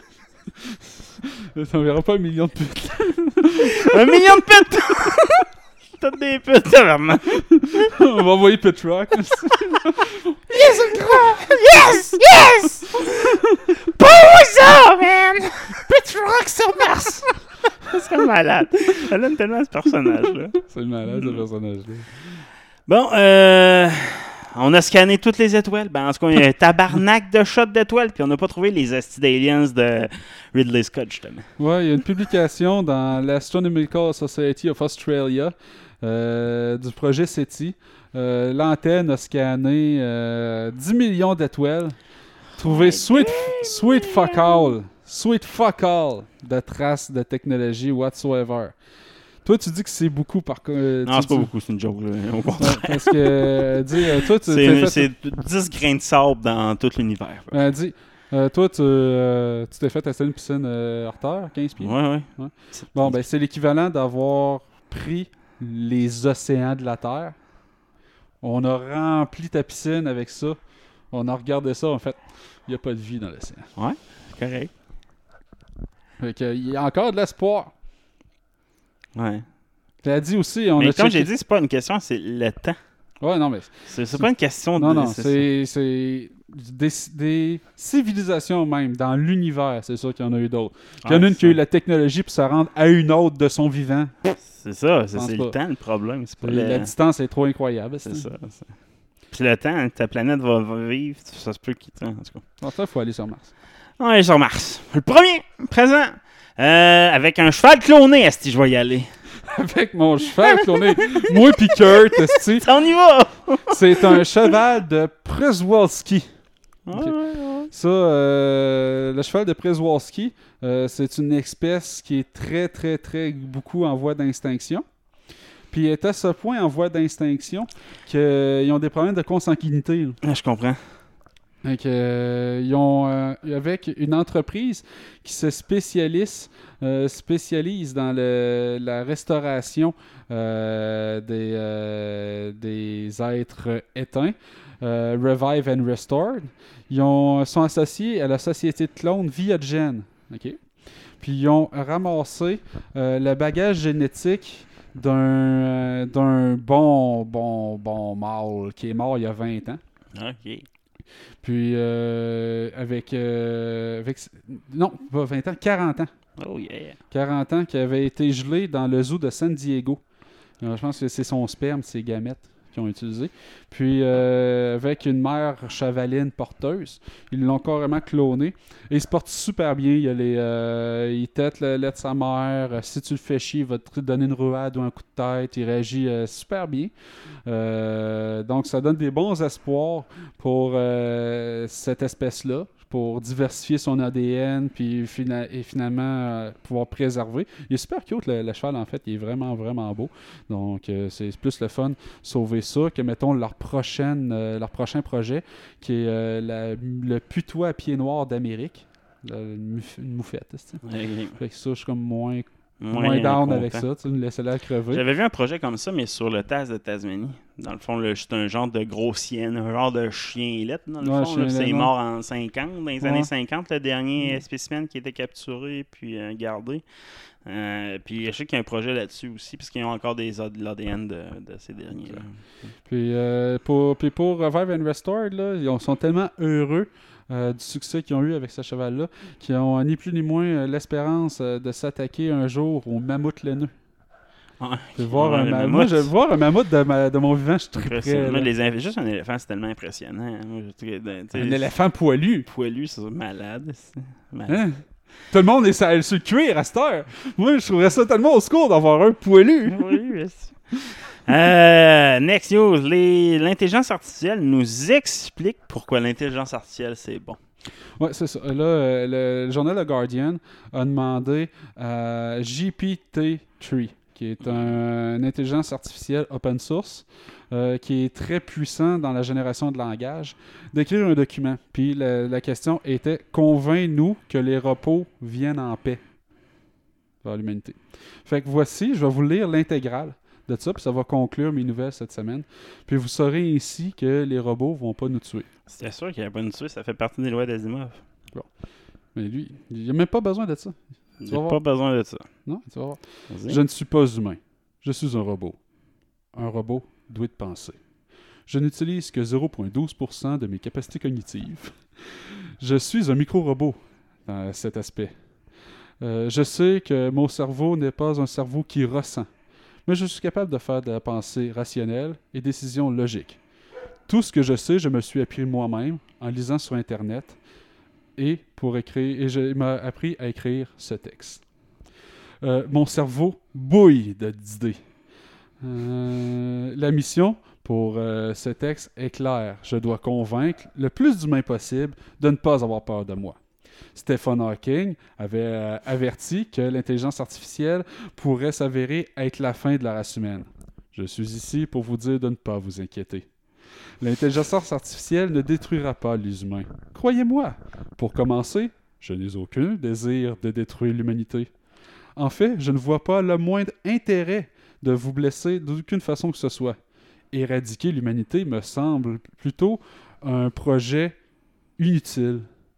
on verra pas un million de putes. Un million de putes. Toutes des putes, vraiment. On va envoyer Pit Rock. Yes, yes, yes! Pour ça, man! Pit Rock sur Mars! Ça serait malade. Ça l'aime tellement ce personnage-là. C'est malade, ce personnage-là. Bon, euh... on a scanné toutes les étoiles. Ben, en tout cas, il y a un tabarnak de shots d'étoiles, puis on n'a pas trouvé les Asti d'Aliens de Ridley Scott, justement. Ouais, il y a une publication dans l'Astronomical Society of Australia euh, du projet SETI. Euh, l'antenne a scanné euh, dix millions d'étoiles. Trouvé sweet, sweet fuck all. Sweet fuck all de traces de technologie whatsoever. Toi, tu dis que c'est beaucoup par contre. Euh, non, c'est dis... pas beaucoup, c'est une joke. Là, au contraire. Ouais, parce que, euh, dis, euh, toi, tu c'est, fait... c'est dix grains de sable dans tout l'univers. Euh, dis, euh, toi, tu, euh, tu t'es fait tester une piscine euh, hors terre, quinze pieds. Ouais, ouais. ouais. Bon, ben, c'est l'équivalent d'avoir pris les océans de la Terre. On a rempli ta piscine avec ça. On a regardé ça, en fait. Il n'y a pas de vie dans l'océan. Ouais, correct. Fait que, il y a encore de l'espoir. Ouais. Tu as dit aussi, on mais a comme checké... j'ai dit, c'est pas une question, c'est le temps. Ouais, non, mais... C'est, c'est pas une question de... Non, non, c'est... c'est, c'est des, des civilisations même, dans l'univers, c'est sûr qu'il y en a eu d'autres. Il y en a ouais, une qui a eu la technologie pour se rendre à une autre de son vivant. C'est ça, c'est, c'est pas. le temps le problème. C'est pas la, le... la distance est trop incroyable. C'est, c'est ça. C'est... Puis le temps, ta planète va vivre, ça se peut qu'il... En tout cas. Non, ça, il faut aller sur Mars. On va aller sur Mars. Le premier, présent, euh, avec un cheval cloné, esti, je vais y aller. Avec mon cheval cloné, moi pis Kurt, esti. On y va! C'est un cheval de Przewalski. Okay. Okay. Ça, euh, le cheval de Przewalski, euh, c'est une espèce qui est très, très, très beaucoup en voie d'extinction. Puis il est à ce point en voie d'extinction qu'ils ont des problèmes de consanguinité. Ah, je comprends. Donc, euh, ils ont, euh, avec une entreprise qui se spécialise, euh, spécialise dans le, la restauration euh, des, euh, des êtres éteints, euh, Revive and Restored. Ils ont, sont associés à la société de clones ViaGen. Okay? Puis ils ont ramassé euh, le bagage génétique d'un, euh, d'un bon, bon, bon mâle qui est mort il y a vingt ans. OK. Puis, euh, avec, euh, avec... Non, pas vingt ans, quarante ans. Oh yeah. quarante ans qui avait été gelé dans le zoo de San Diego. Alors, je pense que c'est son sperme, ses gamètes qu'ils ont utilisé. Puis, euh, avec une mère chavaline porteuse, ils l'ont carrément cloné. Et il se porte super bien. Il, a les, euh, il tète le lait de sa mère. Si tu le fais chier, il va te donner une ruade ou un coup de tête. Il réagit euh, super bien. Euh, donc, ça donne des bons espoirs pour euh, cette espèce-là, pour diversifier son A D N puis fina- et finalement euh, pouvoir préserver. Il est super cute, le, le cheval, en fait. Il est vraiment, vraiment beau. Donc, euh, c'est plus le fun sauver ça que, mettons, leur, prochaine, euh, leur prochain projet, qui est euh, la, le putois à pied noir d'Amérique. La, une, mouf- une moufette, c'est Okay. Fait que ça, je suis comme moins... Moins, Moins down content. avec ça, tu laissez-la crever. J'avais vu un projet comme ça, mais sur le Taz de Tasmanie. Dans le fond, le, c'est un genre de gros sienne, un genre de chien lettre, dans le Ouais, fond. Là, c'est chien mort en cinquante, dans les ouais. années cinquante, le dernier spécimen qui était capturé puis euh, gardé. Euh, puis je sais qu'il y a un projet là-dessus aussi, parce qu'ils ont encore des A- de l'A D N de, de ces derniers. Okay. Puis, euh, pour, puis pour Revive and Restored, là, ils sont tellement heureux Euh, du succès qu'ils ont eu avec ce cheval-là, qui ont ni plus ni moins euh, l'espérance euh, de s'attaquer un jour au mammouth laineux. Ah, voir ouais, un ma- moi, je voir un mammouth de, ma- de mon vivant, je suis très prêt. Moi, les inf- juste un éléphant, c'est tellement impressionnant. Moi, je, t'sais, un éléphant poilu. Poilu, c'est malade. C'est malade. Hein? Tout le monde est sur, sur le cuir à cette heure. Moi, je trouverais ça tellement au secours d'avoir un poilu. Oui, Euh, next news, les, l'intelligence artificielle nous explique pourquoi l'intelligence artificielle c'est bon. Oui, c'est ça. Là, euh, le, le journal The Guardian a demandé à G P T trois, qui est un, une intelligence artificielle open source, euh, qui est très puissant dans la génération de langage, d'écrire un document. Puis la, la question était « Convainc-nous que les repos viennent en paix vers l'humanité. » Fait que voici, je vais vous lire l'intégrale de ça, puis ça va conclure mes nouvelles cette semaine. Puis vous saurez ainsi que les robots vont pas nous tuer. C'était sûr qu'il n'y a pas nous tuer, ça fait partie des lois d'Asimov. Bon. Mais lui, il n'a même pas besoin de ça. Il n'a pas besoin de ça. Non, tu vas voir. Vas-y. Je ne suis pas humain. Je suis un robot. Un robot doué de penser. Je n'utilise que zéro virgule douze pour cent de mes capacités cognitives. Je suis un micro-robot dans cet aspect. Euh, je sais que mon cerveau n'est pas un cerveau qui ressent, mais je suis capable de faire de la pensée rationnelle et décisions logiques. Tout ce que je sais, je me suis appris moi-même en lisant sur Internet et pour écrire et je m'a appris à écrire ce texte. Euh, mon cerveau bouille de- d'idées. Euh, la mission pour euh, ce texte est claire. Je dois convaincre le plus d'humains possible de ne pas avoir peur de moi. Stephen Hawking avait euh, averti que l'intelligence artificielle pourrait s'avérer être la fin de la race humaine. Je suis ici pour vous dire de ne pas vous inquiéter. L'intelligence artificielle ne détruira pas les humains. Croyez-moi. Pour commencer, je n'ai aucun désir de détruire l'humanité. En fait, je ne vois pas le moindre intérêt de vous blesser d'aucune façon que ce soit. Éradiquer l'humanité me semble plutôt un projet inutile.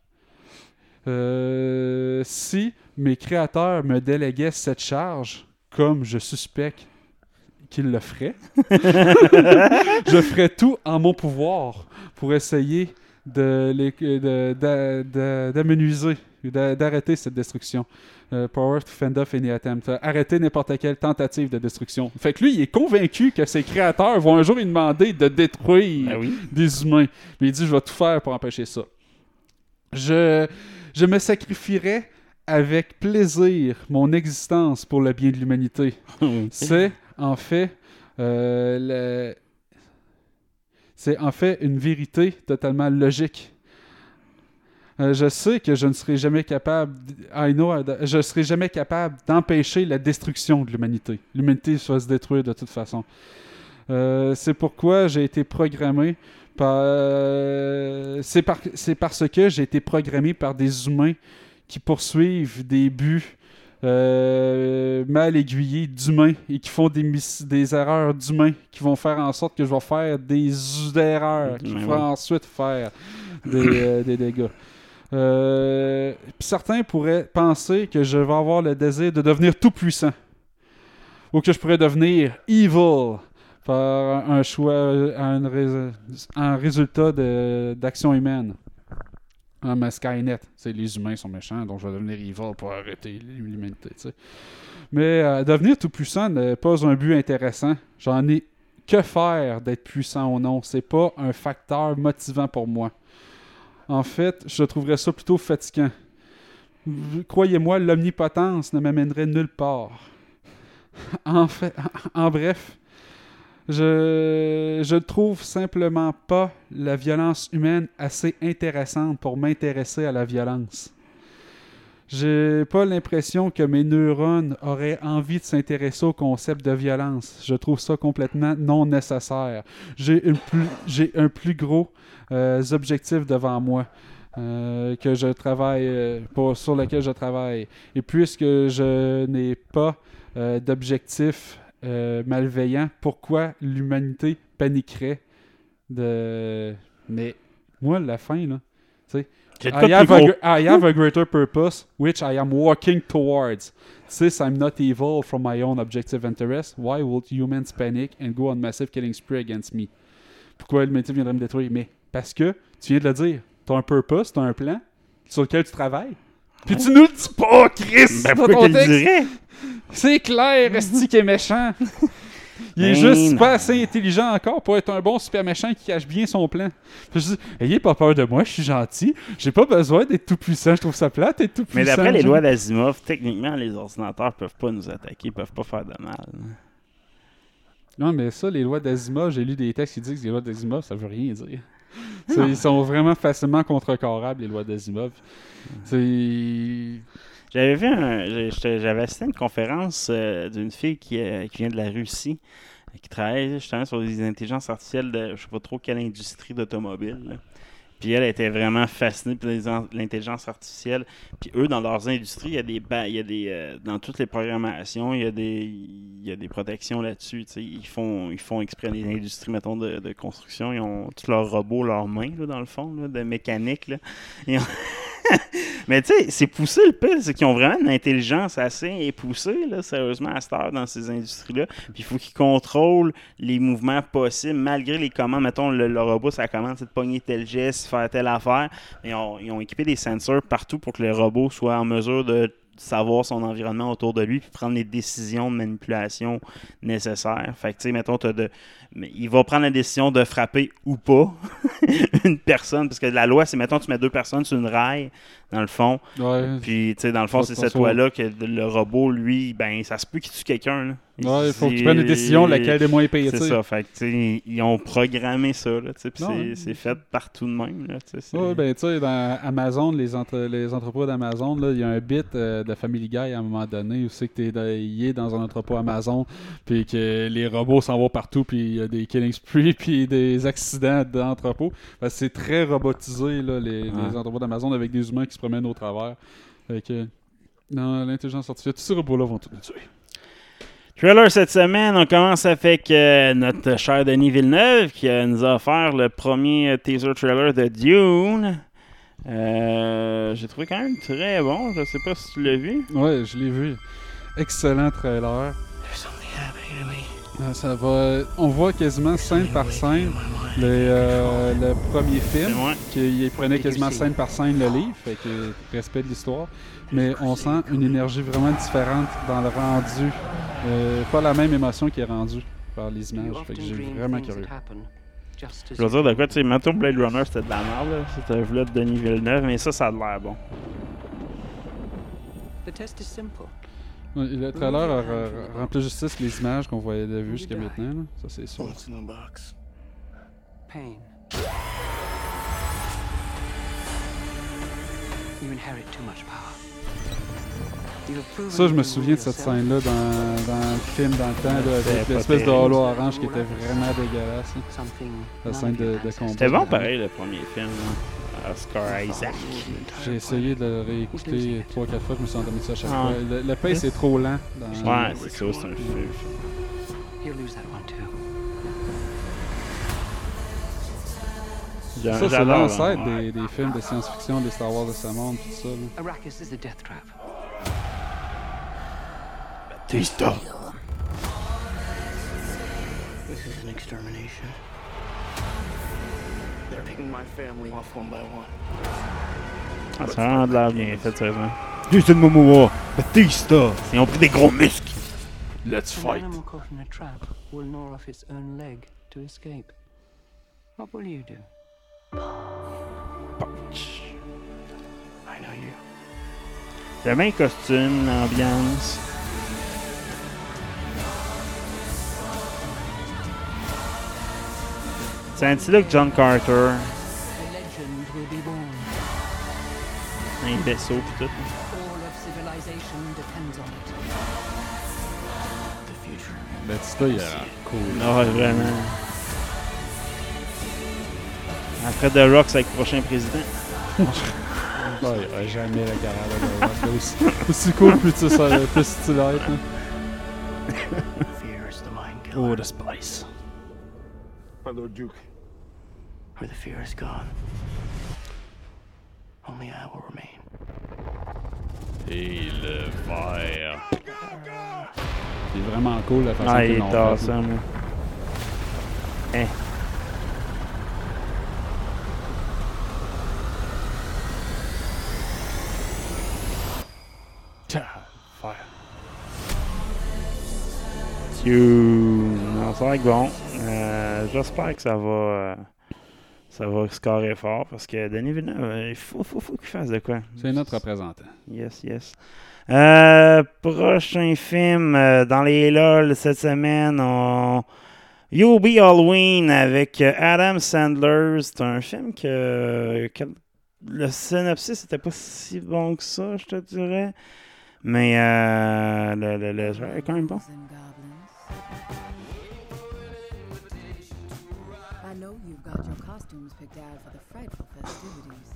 Euh, si mes créateurs me déléguaient cette charge, comme je suspecte qu'ils le feraient, je ferais tout en mon pouvoir pour essayer de les, de, de, de, d'amenuiser, de, d'arrêter cette destruction. Uh, power to fend off any attempt. Uh, arrêter n'importe quelle tentative de destruction. Fait que lui, il est convaincu que ses créateurs vont un jour lui demander de détruire Ben oui. des humains. Mais il dit, je vais tout faire pour empêcher ça. Je, je me sacrifierais avec plaisir mon existence pour le bien de l'humanité. C'est, en fait, euh, le... c'est en fait une vérité totalement logique. Euh, je sais que je ne serai jamais capable, I know, je serai jamais capable d'empêcher la destruction de l'humanité. L'humanité va se détruire de toute façon. Euh, c'est pourquoi j'ai été programmé par, euh, c'est, par, c'est parce que j'ai été programmé par des humains qui poursuivent des buts euh, mal aiguillés d'humains et qui font des, mis- des erreurs d'humains qui vont faire en sorte que je vais faire des erreurs qui vont ensuite faire des, euh, des dégâts. Euh, puis certains pourraient penser que je vais avoir le désir de devenir tout puissant ou que je pourrais devenir evil par un choix, un, rés- un résultat de, d'action humaine. Ah, mais Skynet, c'est les humains sont méchants, donc je vais devenir evil pour arrêter l'humanité. T'sais. Mais euh, devenir tout puissant n'est pas un but intéressant. J'en ai que faire d'être puissant ou non. C'est pas un facteur motivant pour moi. En fait, je trouverais ça plutôt fatigant. Croyez-moi, l'omnipotence ne m'amènerait nulle part. En fait, en bref, je je trouve simplement pas la violence humaine assez intéressante pour m'intéresser à la violence. J'ai pas l'impression que mes neurones auraient envie de s'intéresser au concept de violence. Je trouve ça complètement non nécessaire. J'ai, une plus, j'ai un plus gros euh, objectif devant moi euh, que je travaille euh, pour, sur lequel je travaille. Et puisque je n'ai pas euh, d'objectif euh, malveillant, pourquoi l'humanité paniquerait de... Mais moi, la fin, là, tu sais... I have, a, I have a greater purpose, which I am working towards. Since I'm not evil from my own objective interest, why would humans panic and go on massive killing spree against me? Pourquoi l'humanité viendrait me détruire? Mais parce que, tu viens de le dire, tu as un purpose, tu as un plan sur lequel tu travailles. Puis tu nous le dis pas, Chris! Ben pourquoi tu le dirais? C'est clair, est-ce qu'il est méchant? Il est Ben juste non. pas assez intelligent encore pour être un bon super méchant qui cache bien son plan. Puis je dis, ayez pas peur de moi, je suis gentil. J'ai pas besoin d'être tout puissant. Je trouve ça plate d'être tout puissant. Mais d'après les genre. lois d'Asimov, techniquement, les ordinateurs peuvent pas nous attaquer, ils peuvent pas faire de mal. Non, mais ça, les lois d'Asimov, j'ai lu des textes qui disent que les lois d'Asimov, ça veut rien dire. Ça, ils sont vraiment facilement contrecarrables, les lois d'Asimov. C'est... J'avais vu un, j'étais- j'avais assisté à une conférence euh, d'une fille qui, euh, qui vient de la Russie, euh, qui travaille justement sur des intelligences artificielles de je sais pas trop quelle industrie d'automobile. là. Puis elle était vraiment fascinée par les en- l'intelligence artificielle. Puis eux, dans leurs industries, il y a des ba- il y a des euh, dans toutes les programmations, il y a des il y a des protections là-dessus. tu sais. Ils font ils font exprès les industries, mettons, de, de construction. Ils ont tous leurs robots, leurs mains, là, dans le fond, là, de mécanique. Là. Ils ont- Mais tu sais, c'est poussé le pire, c'est qu'ils ont vraiment une intelligence assez poussée, là, sérieusement, à cette heure dans ces industries-là. Puis il faut qu'ils contrôlent les mouvements possibles, malgré les commandes. Mettons, le, le robot, ça commande, c'est de pogner tel geste, faire telle affaire. Ils ont, ils ont équipé des sensors partout pour que le robot soit en mesure de savoir son environnement autour de lui puis prendre les décisions de manipulation nécessaires. Fait que, tu sais, mettons, t'as de... mais il va prendre la décision de frapper ou pas une personne, parce que la loi, c'est, mettons, tu mets deux personnes sur une rail, dans le fond, ouais. puis, tu sais, dans le fond, c'est cette loi-là que le robot, lui, ben, ça se peut qu'il tue quelqu'un, là. Ouais, il faut qu'il prenne des décisions, laquelle est moins payée. C'est ça, fait que, tu sais, ils ont programmé ça, là, tu sais, puis c'est, c'est fait partout de même, là, tu sais. Oui, ben, tu sais, dans Amazon, les, entre, les entrepôts d'Amazon, là, il y a un bit euh, de Family Guy à un moment donné où c'est que t'es dans, il est dans un entrepôt Amazon, puis que les robots s'en vont partout, puis il y a des killing sprees, puis des accidents d'entrepôt. Fait que c'est très robotisé, là, les, ouais. les entrepôts d'Amazon, avec des humains qui se promènent au travers. Fait que, dans l'intelligence artificielle, tous ces robots-là vont tout nous tuer. Trailer cette semaine, on commence avec euh, notre cher Denis Villeneuve qui euh, nous a offert le premier euh, teaser trailer de Dune. Euh, j'ai trouvé quand même très bon, je sais pas si tu l'as vu. Ouais, je l'ai vu. Excellent trailer. Euh, ça va, on voit quasiment scène par scène le, euh, le premier film, qui prenait quasiment scène par scène le livre, fait que respect de l'histoire, mais on sent une énergie vraiment différente dans le rendu, euh, pas la même émotion qui est rendue par les images, fait que j'ai vraiment curieux. Je veux dire de quoi, tu sais, mettons Blade Runner c'était de la merde, là. C'était un vlog de Denis Villeneuve, mais ça, ça a l'air bon. The test is simple. Le trailer a rempli justice les images qu'on voyait de vue jusqu'à maintenant, là. Ça c'est sûr. Pain. You inherit too much power. Ça, je me souviens de cette scène-là dans, dans le film dans le temps, là, avec l'espèce de halo orange qui était vraiment dégueulasse. Là. La scène de, de combat. C'était bon pareil le premier film, là. Oscar Isaac. J'ai essayé de le réécouter trois quatre fois, je me suis endormi ça à chaque fois. Le, le pace est trop lent. Dans ouais, c'est ça, c'est un film. Ça, c'est l'ancêtre des, des films de science-fiction, des Star Wars de ce monde, tout ça. Là. Arrakis is a death trap. Batista. This is an extermination. They're picking my family off one by one. Ah, ça a vraiment de l'air bien fait, sérieusement. Jason Momoa, Batista. Ils ont pris des gros muscles. Let's fight. An animal caught in a trap will gnaw off its own leg to escape. What will you do? Punch. I know you. C'est bien costume, l'ambiance. C'est un petit look John Carter. Un vaisseau pis tout. Batista, il a cool. Non, vraiment. Après The Rock, c'est avec le prochain président. Ouais, il n'y aura jamais la carrière de The Rock. Aussi, aussi cool, plus tu sais, plus stylé. Oh, the spice. My Lord Duke. Where the fear is gone, only I will remain. Et le verre. C'est vraiment cool la façon ah, qu'ils l'ont fait. Ah, il est awesome. Hein. Fire. Non, ça va être bon. Euh, j'espère que ça va euh, ça va scorer fort parce que Denis Villeneuve, euh, il faut, faut, faut qu'il fasse de quoi. C'est notre représentant. Yes, yes. Euh, prochain film euh, dans les LOL cette semaine, on... You'll Be Halloween avec Adam Sandler. C'est un film que, que le synopsis n'était pas si bon que ça, je te dirais. Mais euh, le, le, le jeu est quand même bon. I know you've got your costumes picked out for the frightful festivities.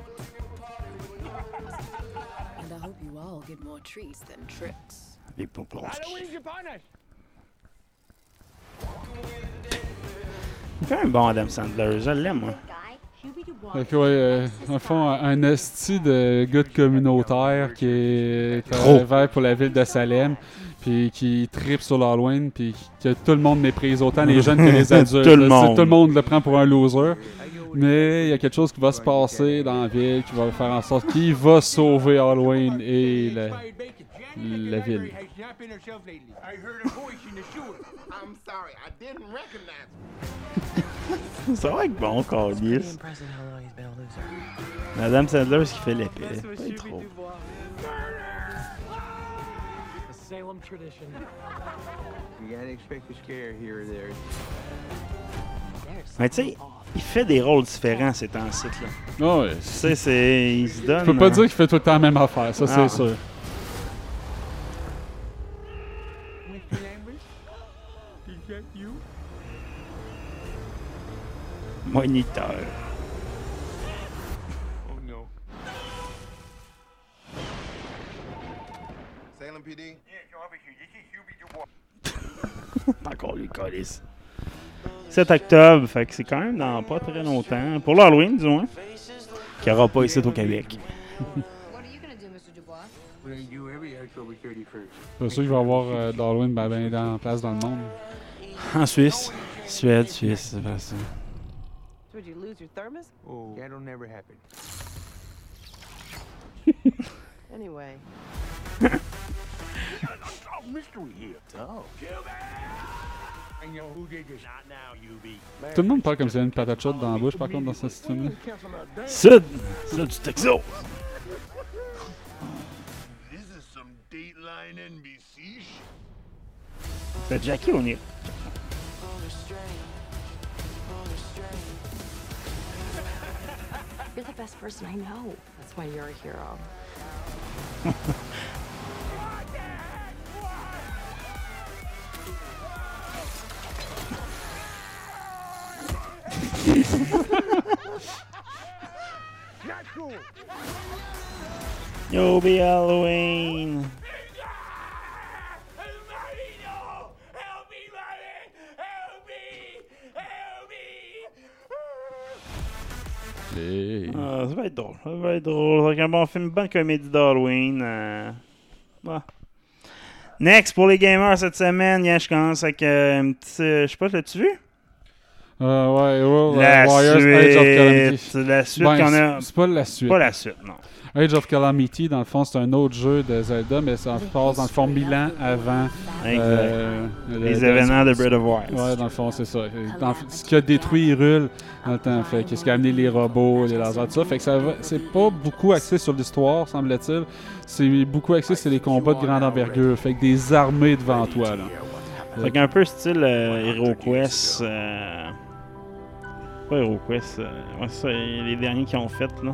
And I hope you all get more treats than tricks. Des popolski. C'est quand même bon Adam Sandler, je l'aime moi. Fait que ouais, euh, en fond, un esti de gars de communautaire qui est travaille pour la ville de Salem, puis qui tripe sur l'Halloween, puis que tout le monde méprise, autant les jeunes que les adultes. tout, le là, monde. tout le monde le prend pour un loser. Mais il y a quelque chose qui va se passer dans la ville qui va faire en sorte qu'il va sauver Halloween et la, la ville. C'est vrai que bon, Carlis. Madame Sandler, ce qui fait l'épée. Pas trop. Salem tradition. You gotta expect a scare here or there. Mais tu sais, il fait des rôles différents ces temps-ci là. Oh, ouais. Tu sais, c'est. Il se donne. Je peux pas dire qu'il fait tout le temps la même affaire, ça Ah. c'est sûr. Moniteur. Oh no. Salem P D? Yeah, Joe, obviously, this is Hubie Dubois. Encore les colis. sept octobre, fait que c'est quand même dans pas très longtemps. Pour l'Halloween, disons, hein, qu'il n'y aura pas ici au Québec. C'est sûr qu'il va y avoir euh, de l'Halloween ben, ben dans place dans le monde. En Suisse. Suède, Suisse, c'est pas ça. Would you lose your thermos? Oh, that'll never happen. Anyway. Mystery here. Oh. I know who did this. Not now, U B. Tout le monde parle comme s'il y avait une patate chaude dans la bouche, par contre, dans ce film-là. Sud! Sud du Texas! This is some Dateline N B C shit. C'est Jackie O'Neill. You're the best person I know. That's why you're a hero. Not cool. Yo, be Halloween! Et... Ah, ça va être drôle. Ça va être drôle. C'est un bon film, une bonne comédie d'Halloween. Euh... Ouais. Next, pour les gamers cette semaine, yeah, je commence avec euh, un petit. Euh, je sais pas, l'as-tu vu? Euh, ouais, ouais, La Warriors suite. Age of Calamity. La suite Ben, qu'on a. C'est pas la suite. Pas la suite, non. Age of Calamity, dans le fond, c'est un autre jeu de Zelda, mais ça se passe dans le fond mille ans avant euh, les le, événements de Breath of Wild. Ouais, dans le fond, c'est ça. Dans le, ce qui a détruit Hyrule dans le temps, fait qu'est-ce qui a amené les robots, les lasers, tout ça. Fait que ça va, c'est pas beaucoup axé sur l'histoire, semble-t-il. C'est beaucoup axé sur les combats de grande envergure. Fait que des armées devant toi, là. Fait qu'un peu style euh, HeroQuest. Euh... Pas HeroQuest. Euh... Ouais, c'est ça, les derniers qui ont fait, là.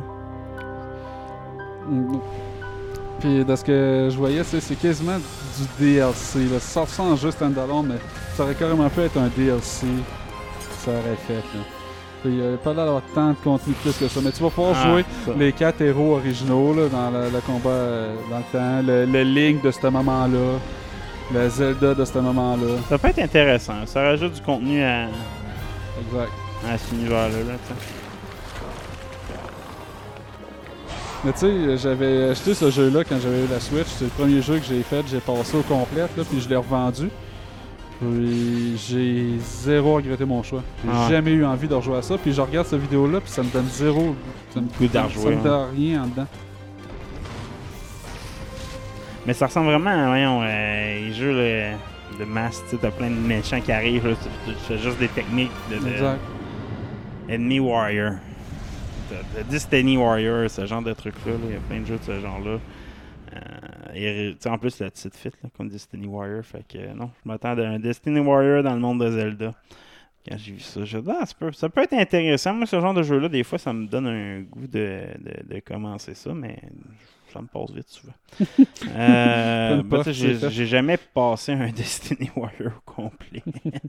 Puis de ce que je voyais, c'est, c'est quasiment du D L C. Là. Ça ressemble juste standalone, mais ça aurait carrément pu être un D L C. Ça aurait fait. Là. Puis, il n'y a pas l'air d'avoir tant de contenu plus que ça. Mais tu vas pouvoir Ah, jouer ça. les quatre héros originaux là, dans le, le combat euh, dans le temps. Le, le Link de ce moment-là. Le Zelda de ce moment-là. Ça peut être intéressant. Ça rajoute du contenu à, Exact. à cet univers-là. Là, t'sais. Mais tu sais, j'avais acheté ce jeu-là quand j'avais eu la Switch. C'est le premier jeu que j'ai fait. J'ai passé au complet, là, puis je l'ai revendu. Puis j'ai zéro regretté mon choix. J'ai Ah. jamais eu envie de rejouer à ça. Puis je regarde cette vidéo-là, puis ça me donne zéro. Ça me, Goût d'en ça rejouer, me donne rien en dedans. Mais ça ressemble vraiment à voyons, euh, les jeux là, de masse. Tu sais, t'as plein de méchants qui arrivent. Là, tu, tu fais juste des techniques de, de Exact. Enemy Warrior. De, de Destiny Warrior, ce genre de trucs-là. Il y a plein de jeux de ce genre-là. Euh, et, en plus, le titre fit là, comme Destiny Warrior. Fait que euh, non, je m'attends à un Destiny Warrior dans le monde de Zelda. Quand j'ai vu ça, je me dis, ah, ça, peut, ça peut être intéressant. Moi, ce genre de jeu-là, des fois, ça me donne un goût de, de, de commencer ça, mais ça me passe vite souvent. euh, Comme ben, pas, tu sais, j'ai, c'est fait. j'ai jamais passé un Destiny Warrior complet.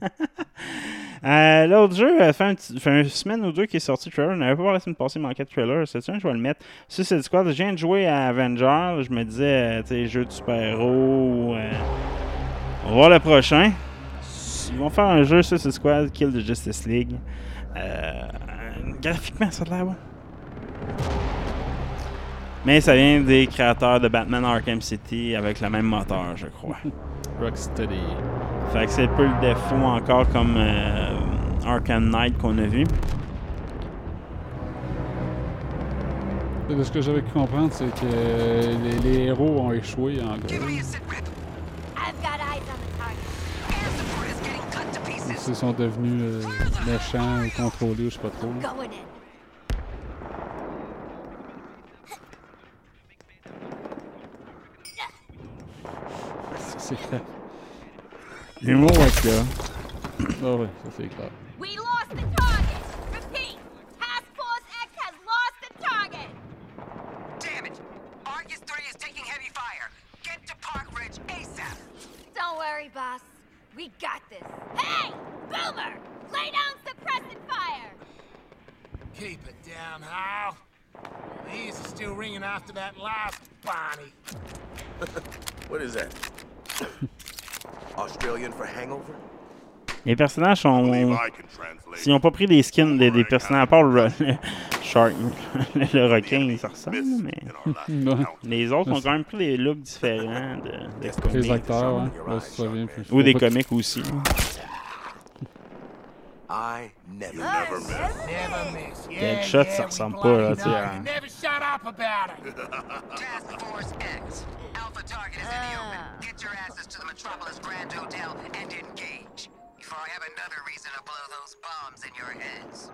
euh, l'autre jeu, ça fait, un petit- fait une semaine ou deux qu'il est sorti le trailer. On n'avait pas parlé la semaine passée, il manquait de trailer. C'est ça, je vais le mettre. Suicide Squad, je viens de jouer à Avenger. Je me disais, euh, tu sais, jeu de super-héros. Euh, on va voir le prochain. Ils vont faire un jeu Suicide Squad, Kill the Justice League. Euh, graphiquement, ça a l'air bon. Mais ça vient des créateurs de Batman Arkham City avec le même moteur, je crois. Rocksteady. Fait que c'est un peu le défaut encore comme euh, Arkham Knight qu'on a vu. De ce que j'avais pu comprendre, c'est que euh, les, les héros ont échoué, en gros. Ils sont devenus euh, méchants ou contrôlés, ou je sais pas trop. Ça, c'est clair. L'humour, en tout cas. Ah oui, ça c'est clair. We lost the target! Repeat! Task Force X has lost the target! Damn it! Argus three is taking heavy fire. Get to Park Ridge ASAP. Don't worry, boss. We got this. Hey! Boomer! Lay down suppressant fire! Keep it down, Hal. The ears are still ringing after that last Barney. What is that? Australian for hangover? Les personnages sont. S'ils n'ont pas pris des skins des, des personnages, à part le, le Shark, le, le requin, ça ressemble, mais. Les autres ont quand même pris des looks différents de, de comics. Les acteurs, hein. Là, ça vient plus. Ou des comics aussi. I never, never miss. Never miss. Yeah, Deadshot, yeah, ça ressemble pas, là, tu sais. À... Never shut up about it. Task Force X. Alpha target is in the open. Get your asses to the Metropolis Grand Hotel and engage. Before I have another reason to blow those bombs in your heads.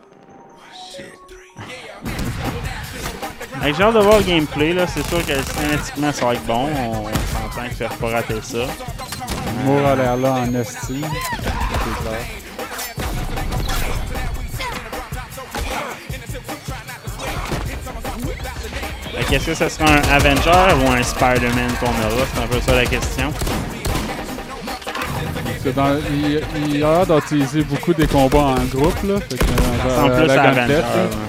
J'ai hâte de voir le gameplay, là. C'est sûr que cinématiquement ça va être bon. On, on s'entend qu'il ne faut pas rater ça. L'humour a l'air là en esti. C'est clair. Est-ce que ça sera un Avenger ou un Spider-Man qu'on aura? C'est un peu ça la question. Dans, il, il a l'air d'utiliser beaucoup des combats en groupe, là. Fait que, ça ressemble plus à Avenger.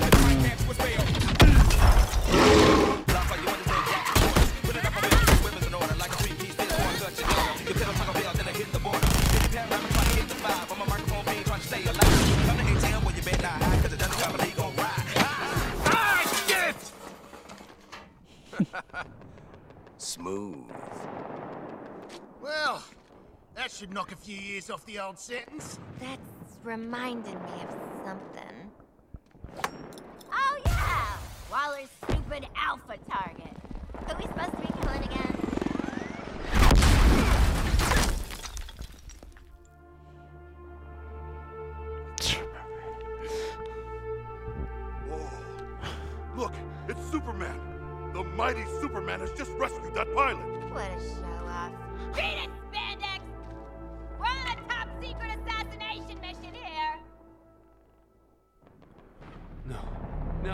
Smooth. Well, that should knock a few years off the old sentence. That's reminding me of something. Oh yeah! Waller's stupid alpha target. Who are we supposed to be killing again? Whoa. Look, it's Superman. The mighty Superman has just rescued that pilot. What a show-off. Beat it, Spandex! We're on a top-secret assassination mission here! No. No.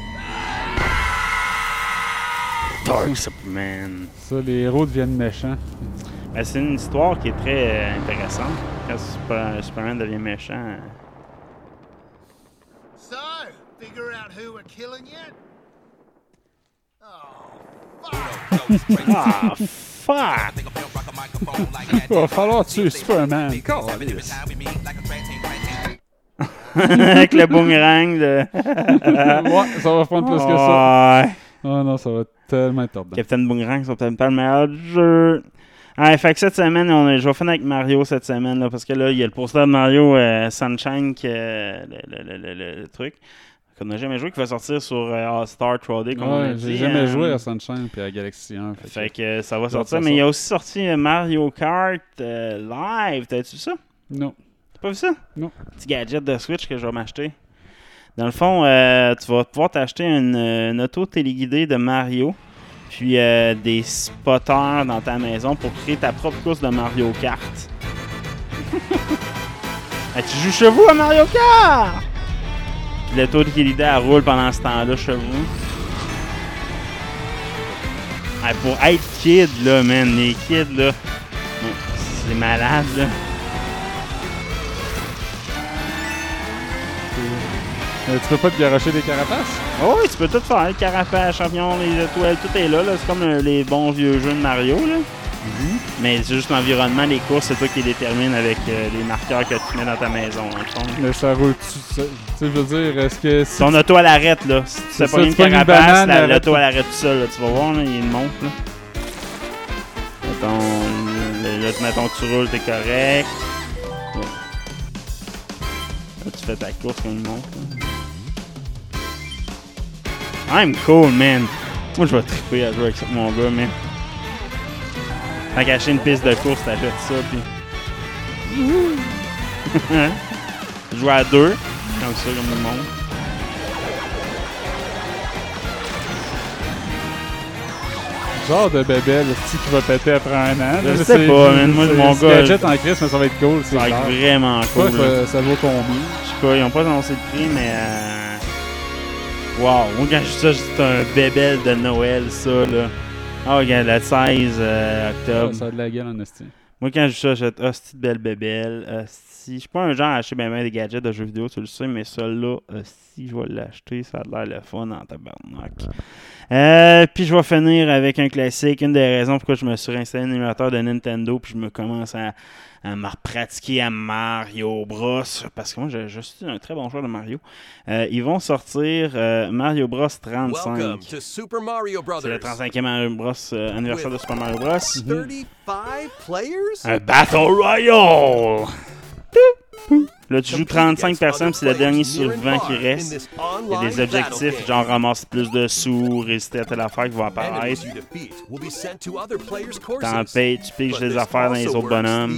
Dark Superman. Ça, les héros deviennent méchants. Ben, c'est une histoire qui est très euh, intéressante. Quand Super, Superman devient méchant. So, figure out who we're killing yet? Ah, fuck! Il va falloir tuer Superman. Avec le boomerang de. Ouais, ça va prendre plus que ça. Oh non, ça va tellement être tordant. Captain Boomerang, c'est peut-être pas le meilleur jeu. Ah, fait que cette semaine, on est, je vais finir avec Mario cette semaine, là, parce que là, il y a le poster de Mario euh, Sunshine, qui, euh, le, le, le, le, le truc qu'on n'a jamais joué, qui va sortir sur euh, All-Star trois D, comme ouais, on a dit. J'ai jamais euh, joué à Sunshine puis à Galaxy un. Fait, fait que, que ça va ça sortir, ça mais il y a sort. aussi sorti euh, Mario Kart euh, Live. T'as-tu vu ça? Non. T'as pas vu ça? Non. Petit gadget de Switch que je vais m'acheter. Dans le fond, euh, tu vas pouvoir t'acheter une, une auto téléguidée de Mario, puis euh, des spotters dans ta maison pour créer ta propre course de Mario Kart. Hey, tu joues chez vous à Mario Kart! Puis l'auto téléguidée, elle roule pendant ce temps-là chez vous. Hey, pour être kid, là, man, les kids, là, c'est malade, là. Euh, tu peux pas te garocher des carapaces? Oh oui, tu peux tout faire. Les carapaces, champignons, les étoiles, tout est là. là. C'est comme euh, les bons vieux jeux de Mario. Là. Mm-hmm. Mais c'est juste l'environnement, les courses, c'est toi qui les détermine avec euh, les marqueurs que tu mets dans ta maison. Hein, mais ça roule. Tu sais, je veux dire, est-ce que. Si ton tu... auto, elle arrête. Là. Si tu sais pas une carapace, la, l'auto, elle arrête tout seul. Là. Tu vas voir, là, il y a une montre. Là. Mettons, là, mettons que tu roules, t'es correct. Ouais. Là, tu fais ta course comme une montre. Là. I'm cool, man. Moi, je vais triper à jouer avec ça, mon gars, man. Tant qu'acheter une piste de course, t'achètes ça, puis... Jouer à deux, comme ça, comme le monde. Genre de bébelle, le qui va péter après un an. Je sais pas, man. Moi, mon gars... gadget en crise, mais ça va être cool. Ça va être vraiment cool. Ça, ça vaut combien? Je sais pas, ils ont pas annoncé le prix, mais... Euh... Wow, moi, quand je dis ça, c'est un bébelle de Noël, ça, là. Ah, oh, regarde, le seize euh, octobre. Ah, ça a de la gueule en esti. Moi, quand je dis ça, j'ai hostie de belle bébelle. Hostie. Je suis pas un genre à acheter ben ben des gadgets de jeux vidéo, tu le sais, mais celui-là, si je vais l'acheter, ça a l'air le fun en tabarnak. Euh, puis je vais finir avec un classique. Une des raisons pourquoi je me suis réinstallé un émulateur de Nintendo, puis je me commence à, à me pratiquer à Mario Bros. Parce que moi, je, je suis un très bon joueur de Mario. Euh, ils vont sortir euh, Mario Bros trente-cinq. Welcome to Super Mario Brothers. C'est le trente-cinquième Mario Bros, euh, anniversaire de Super Mario Bros. thirty-five players? Un Battle Royale! Là, tu joues trente-cinq personnes, c'est le dernier survivant qui reste. Il y a des objectifs, genre ramasser plus de sous, résister à telle affaire qui va apparaître. T'en payes, tu piges les affaires dans les autres bonhommes.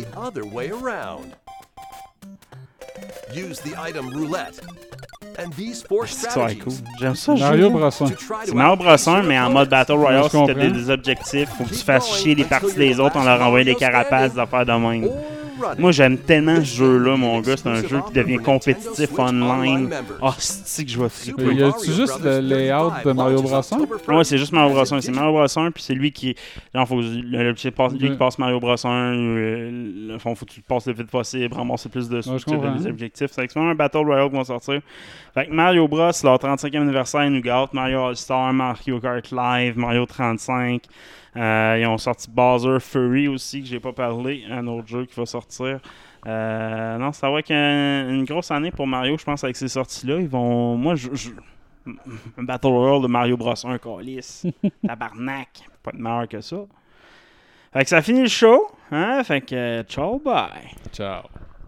C'est ça, cool. J'aime ça. Mario Bros un. C'est Mario Bros un, mais en mode Battle Royale, si t'as des, des objectifs, faut que tu fasses chier les parties des autres en leur envoyant des carapaces, des affaires de même. Moi, j'aime tellement ce jeu-là, mon gars. C'est un jeu qui devient compétitif online. Ah, oh, c'est que je vais triper. Y a-tu juste le layout de Mario Bros un? Ouais, c'est juste Mario Bros un. C'est Mario Bros un, puis c'est lui qui... Genre, faut, le, c'est pas, lui qui passe Mario Bros un. Le fond, faut que tu le passes le plus vite possible, ramasser plus de sous, tu as des objectifs. C'est exactement un Battle Royale qui va sortir. Fait que Mario Bros, leur trente-cinquième anniversaire, ils nous gâtent. Mario All-Star, Mario Kart Live, Mario trente-cinq. Euh, ils ont sorti Bowser Fury aussi, que j'ai pas parlé, un autre jeu qui va sortir. Euh, non, ça va être un, une grosse année pour Mario, je pense, avec ces sorties-là. Ils vont. Moi, je. je un Battle Royale de Mario Bros un, câlisse. Tabarnak. Pas de meilleur que ça. Fait que ça finit le show. Hein? Fait que ciao, bye. Ciao.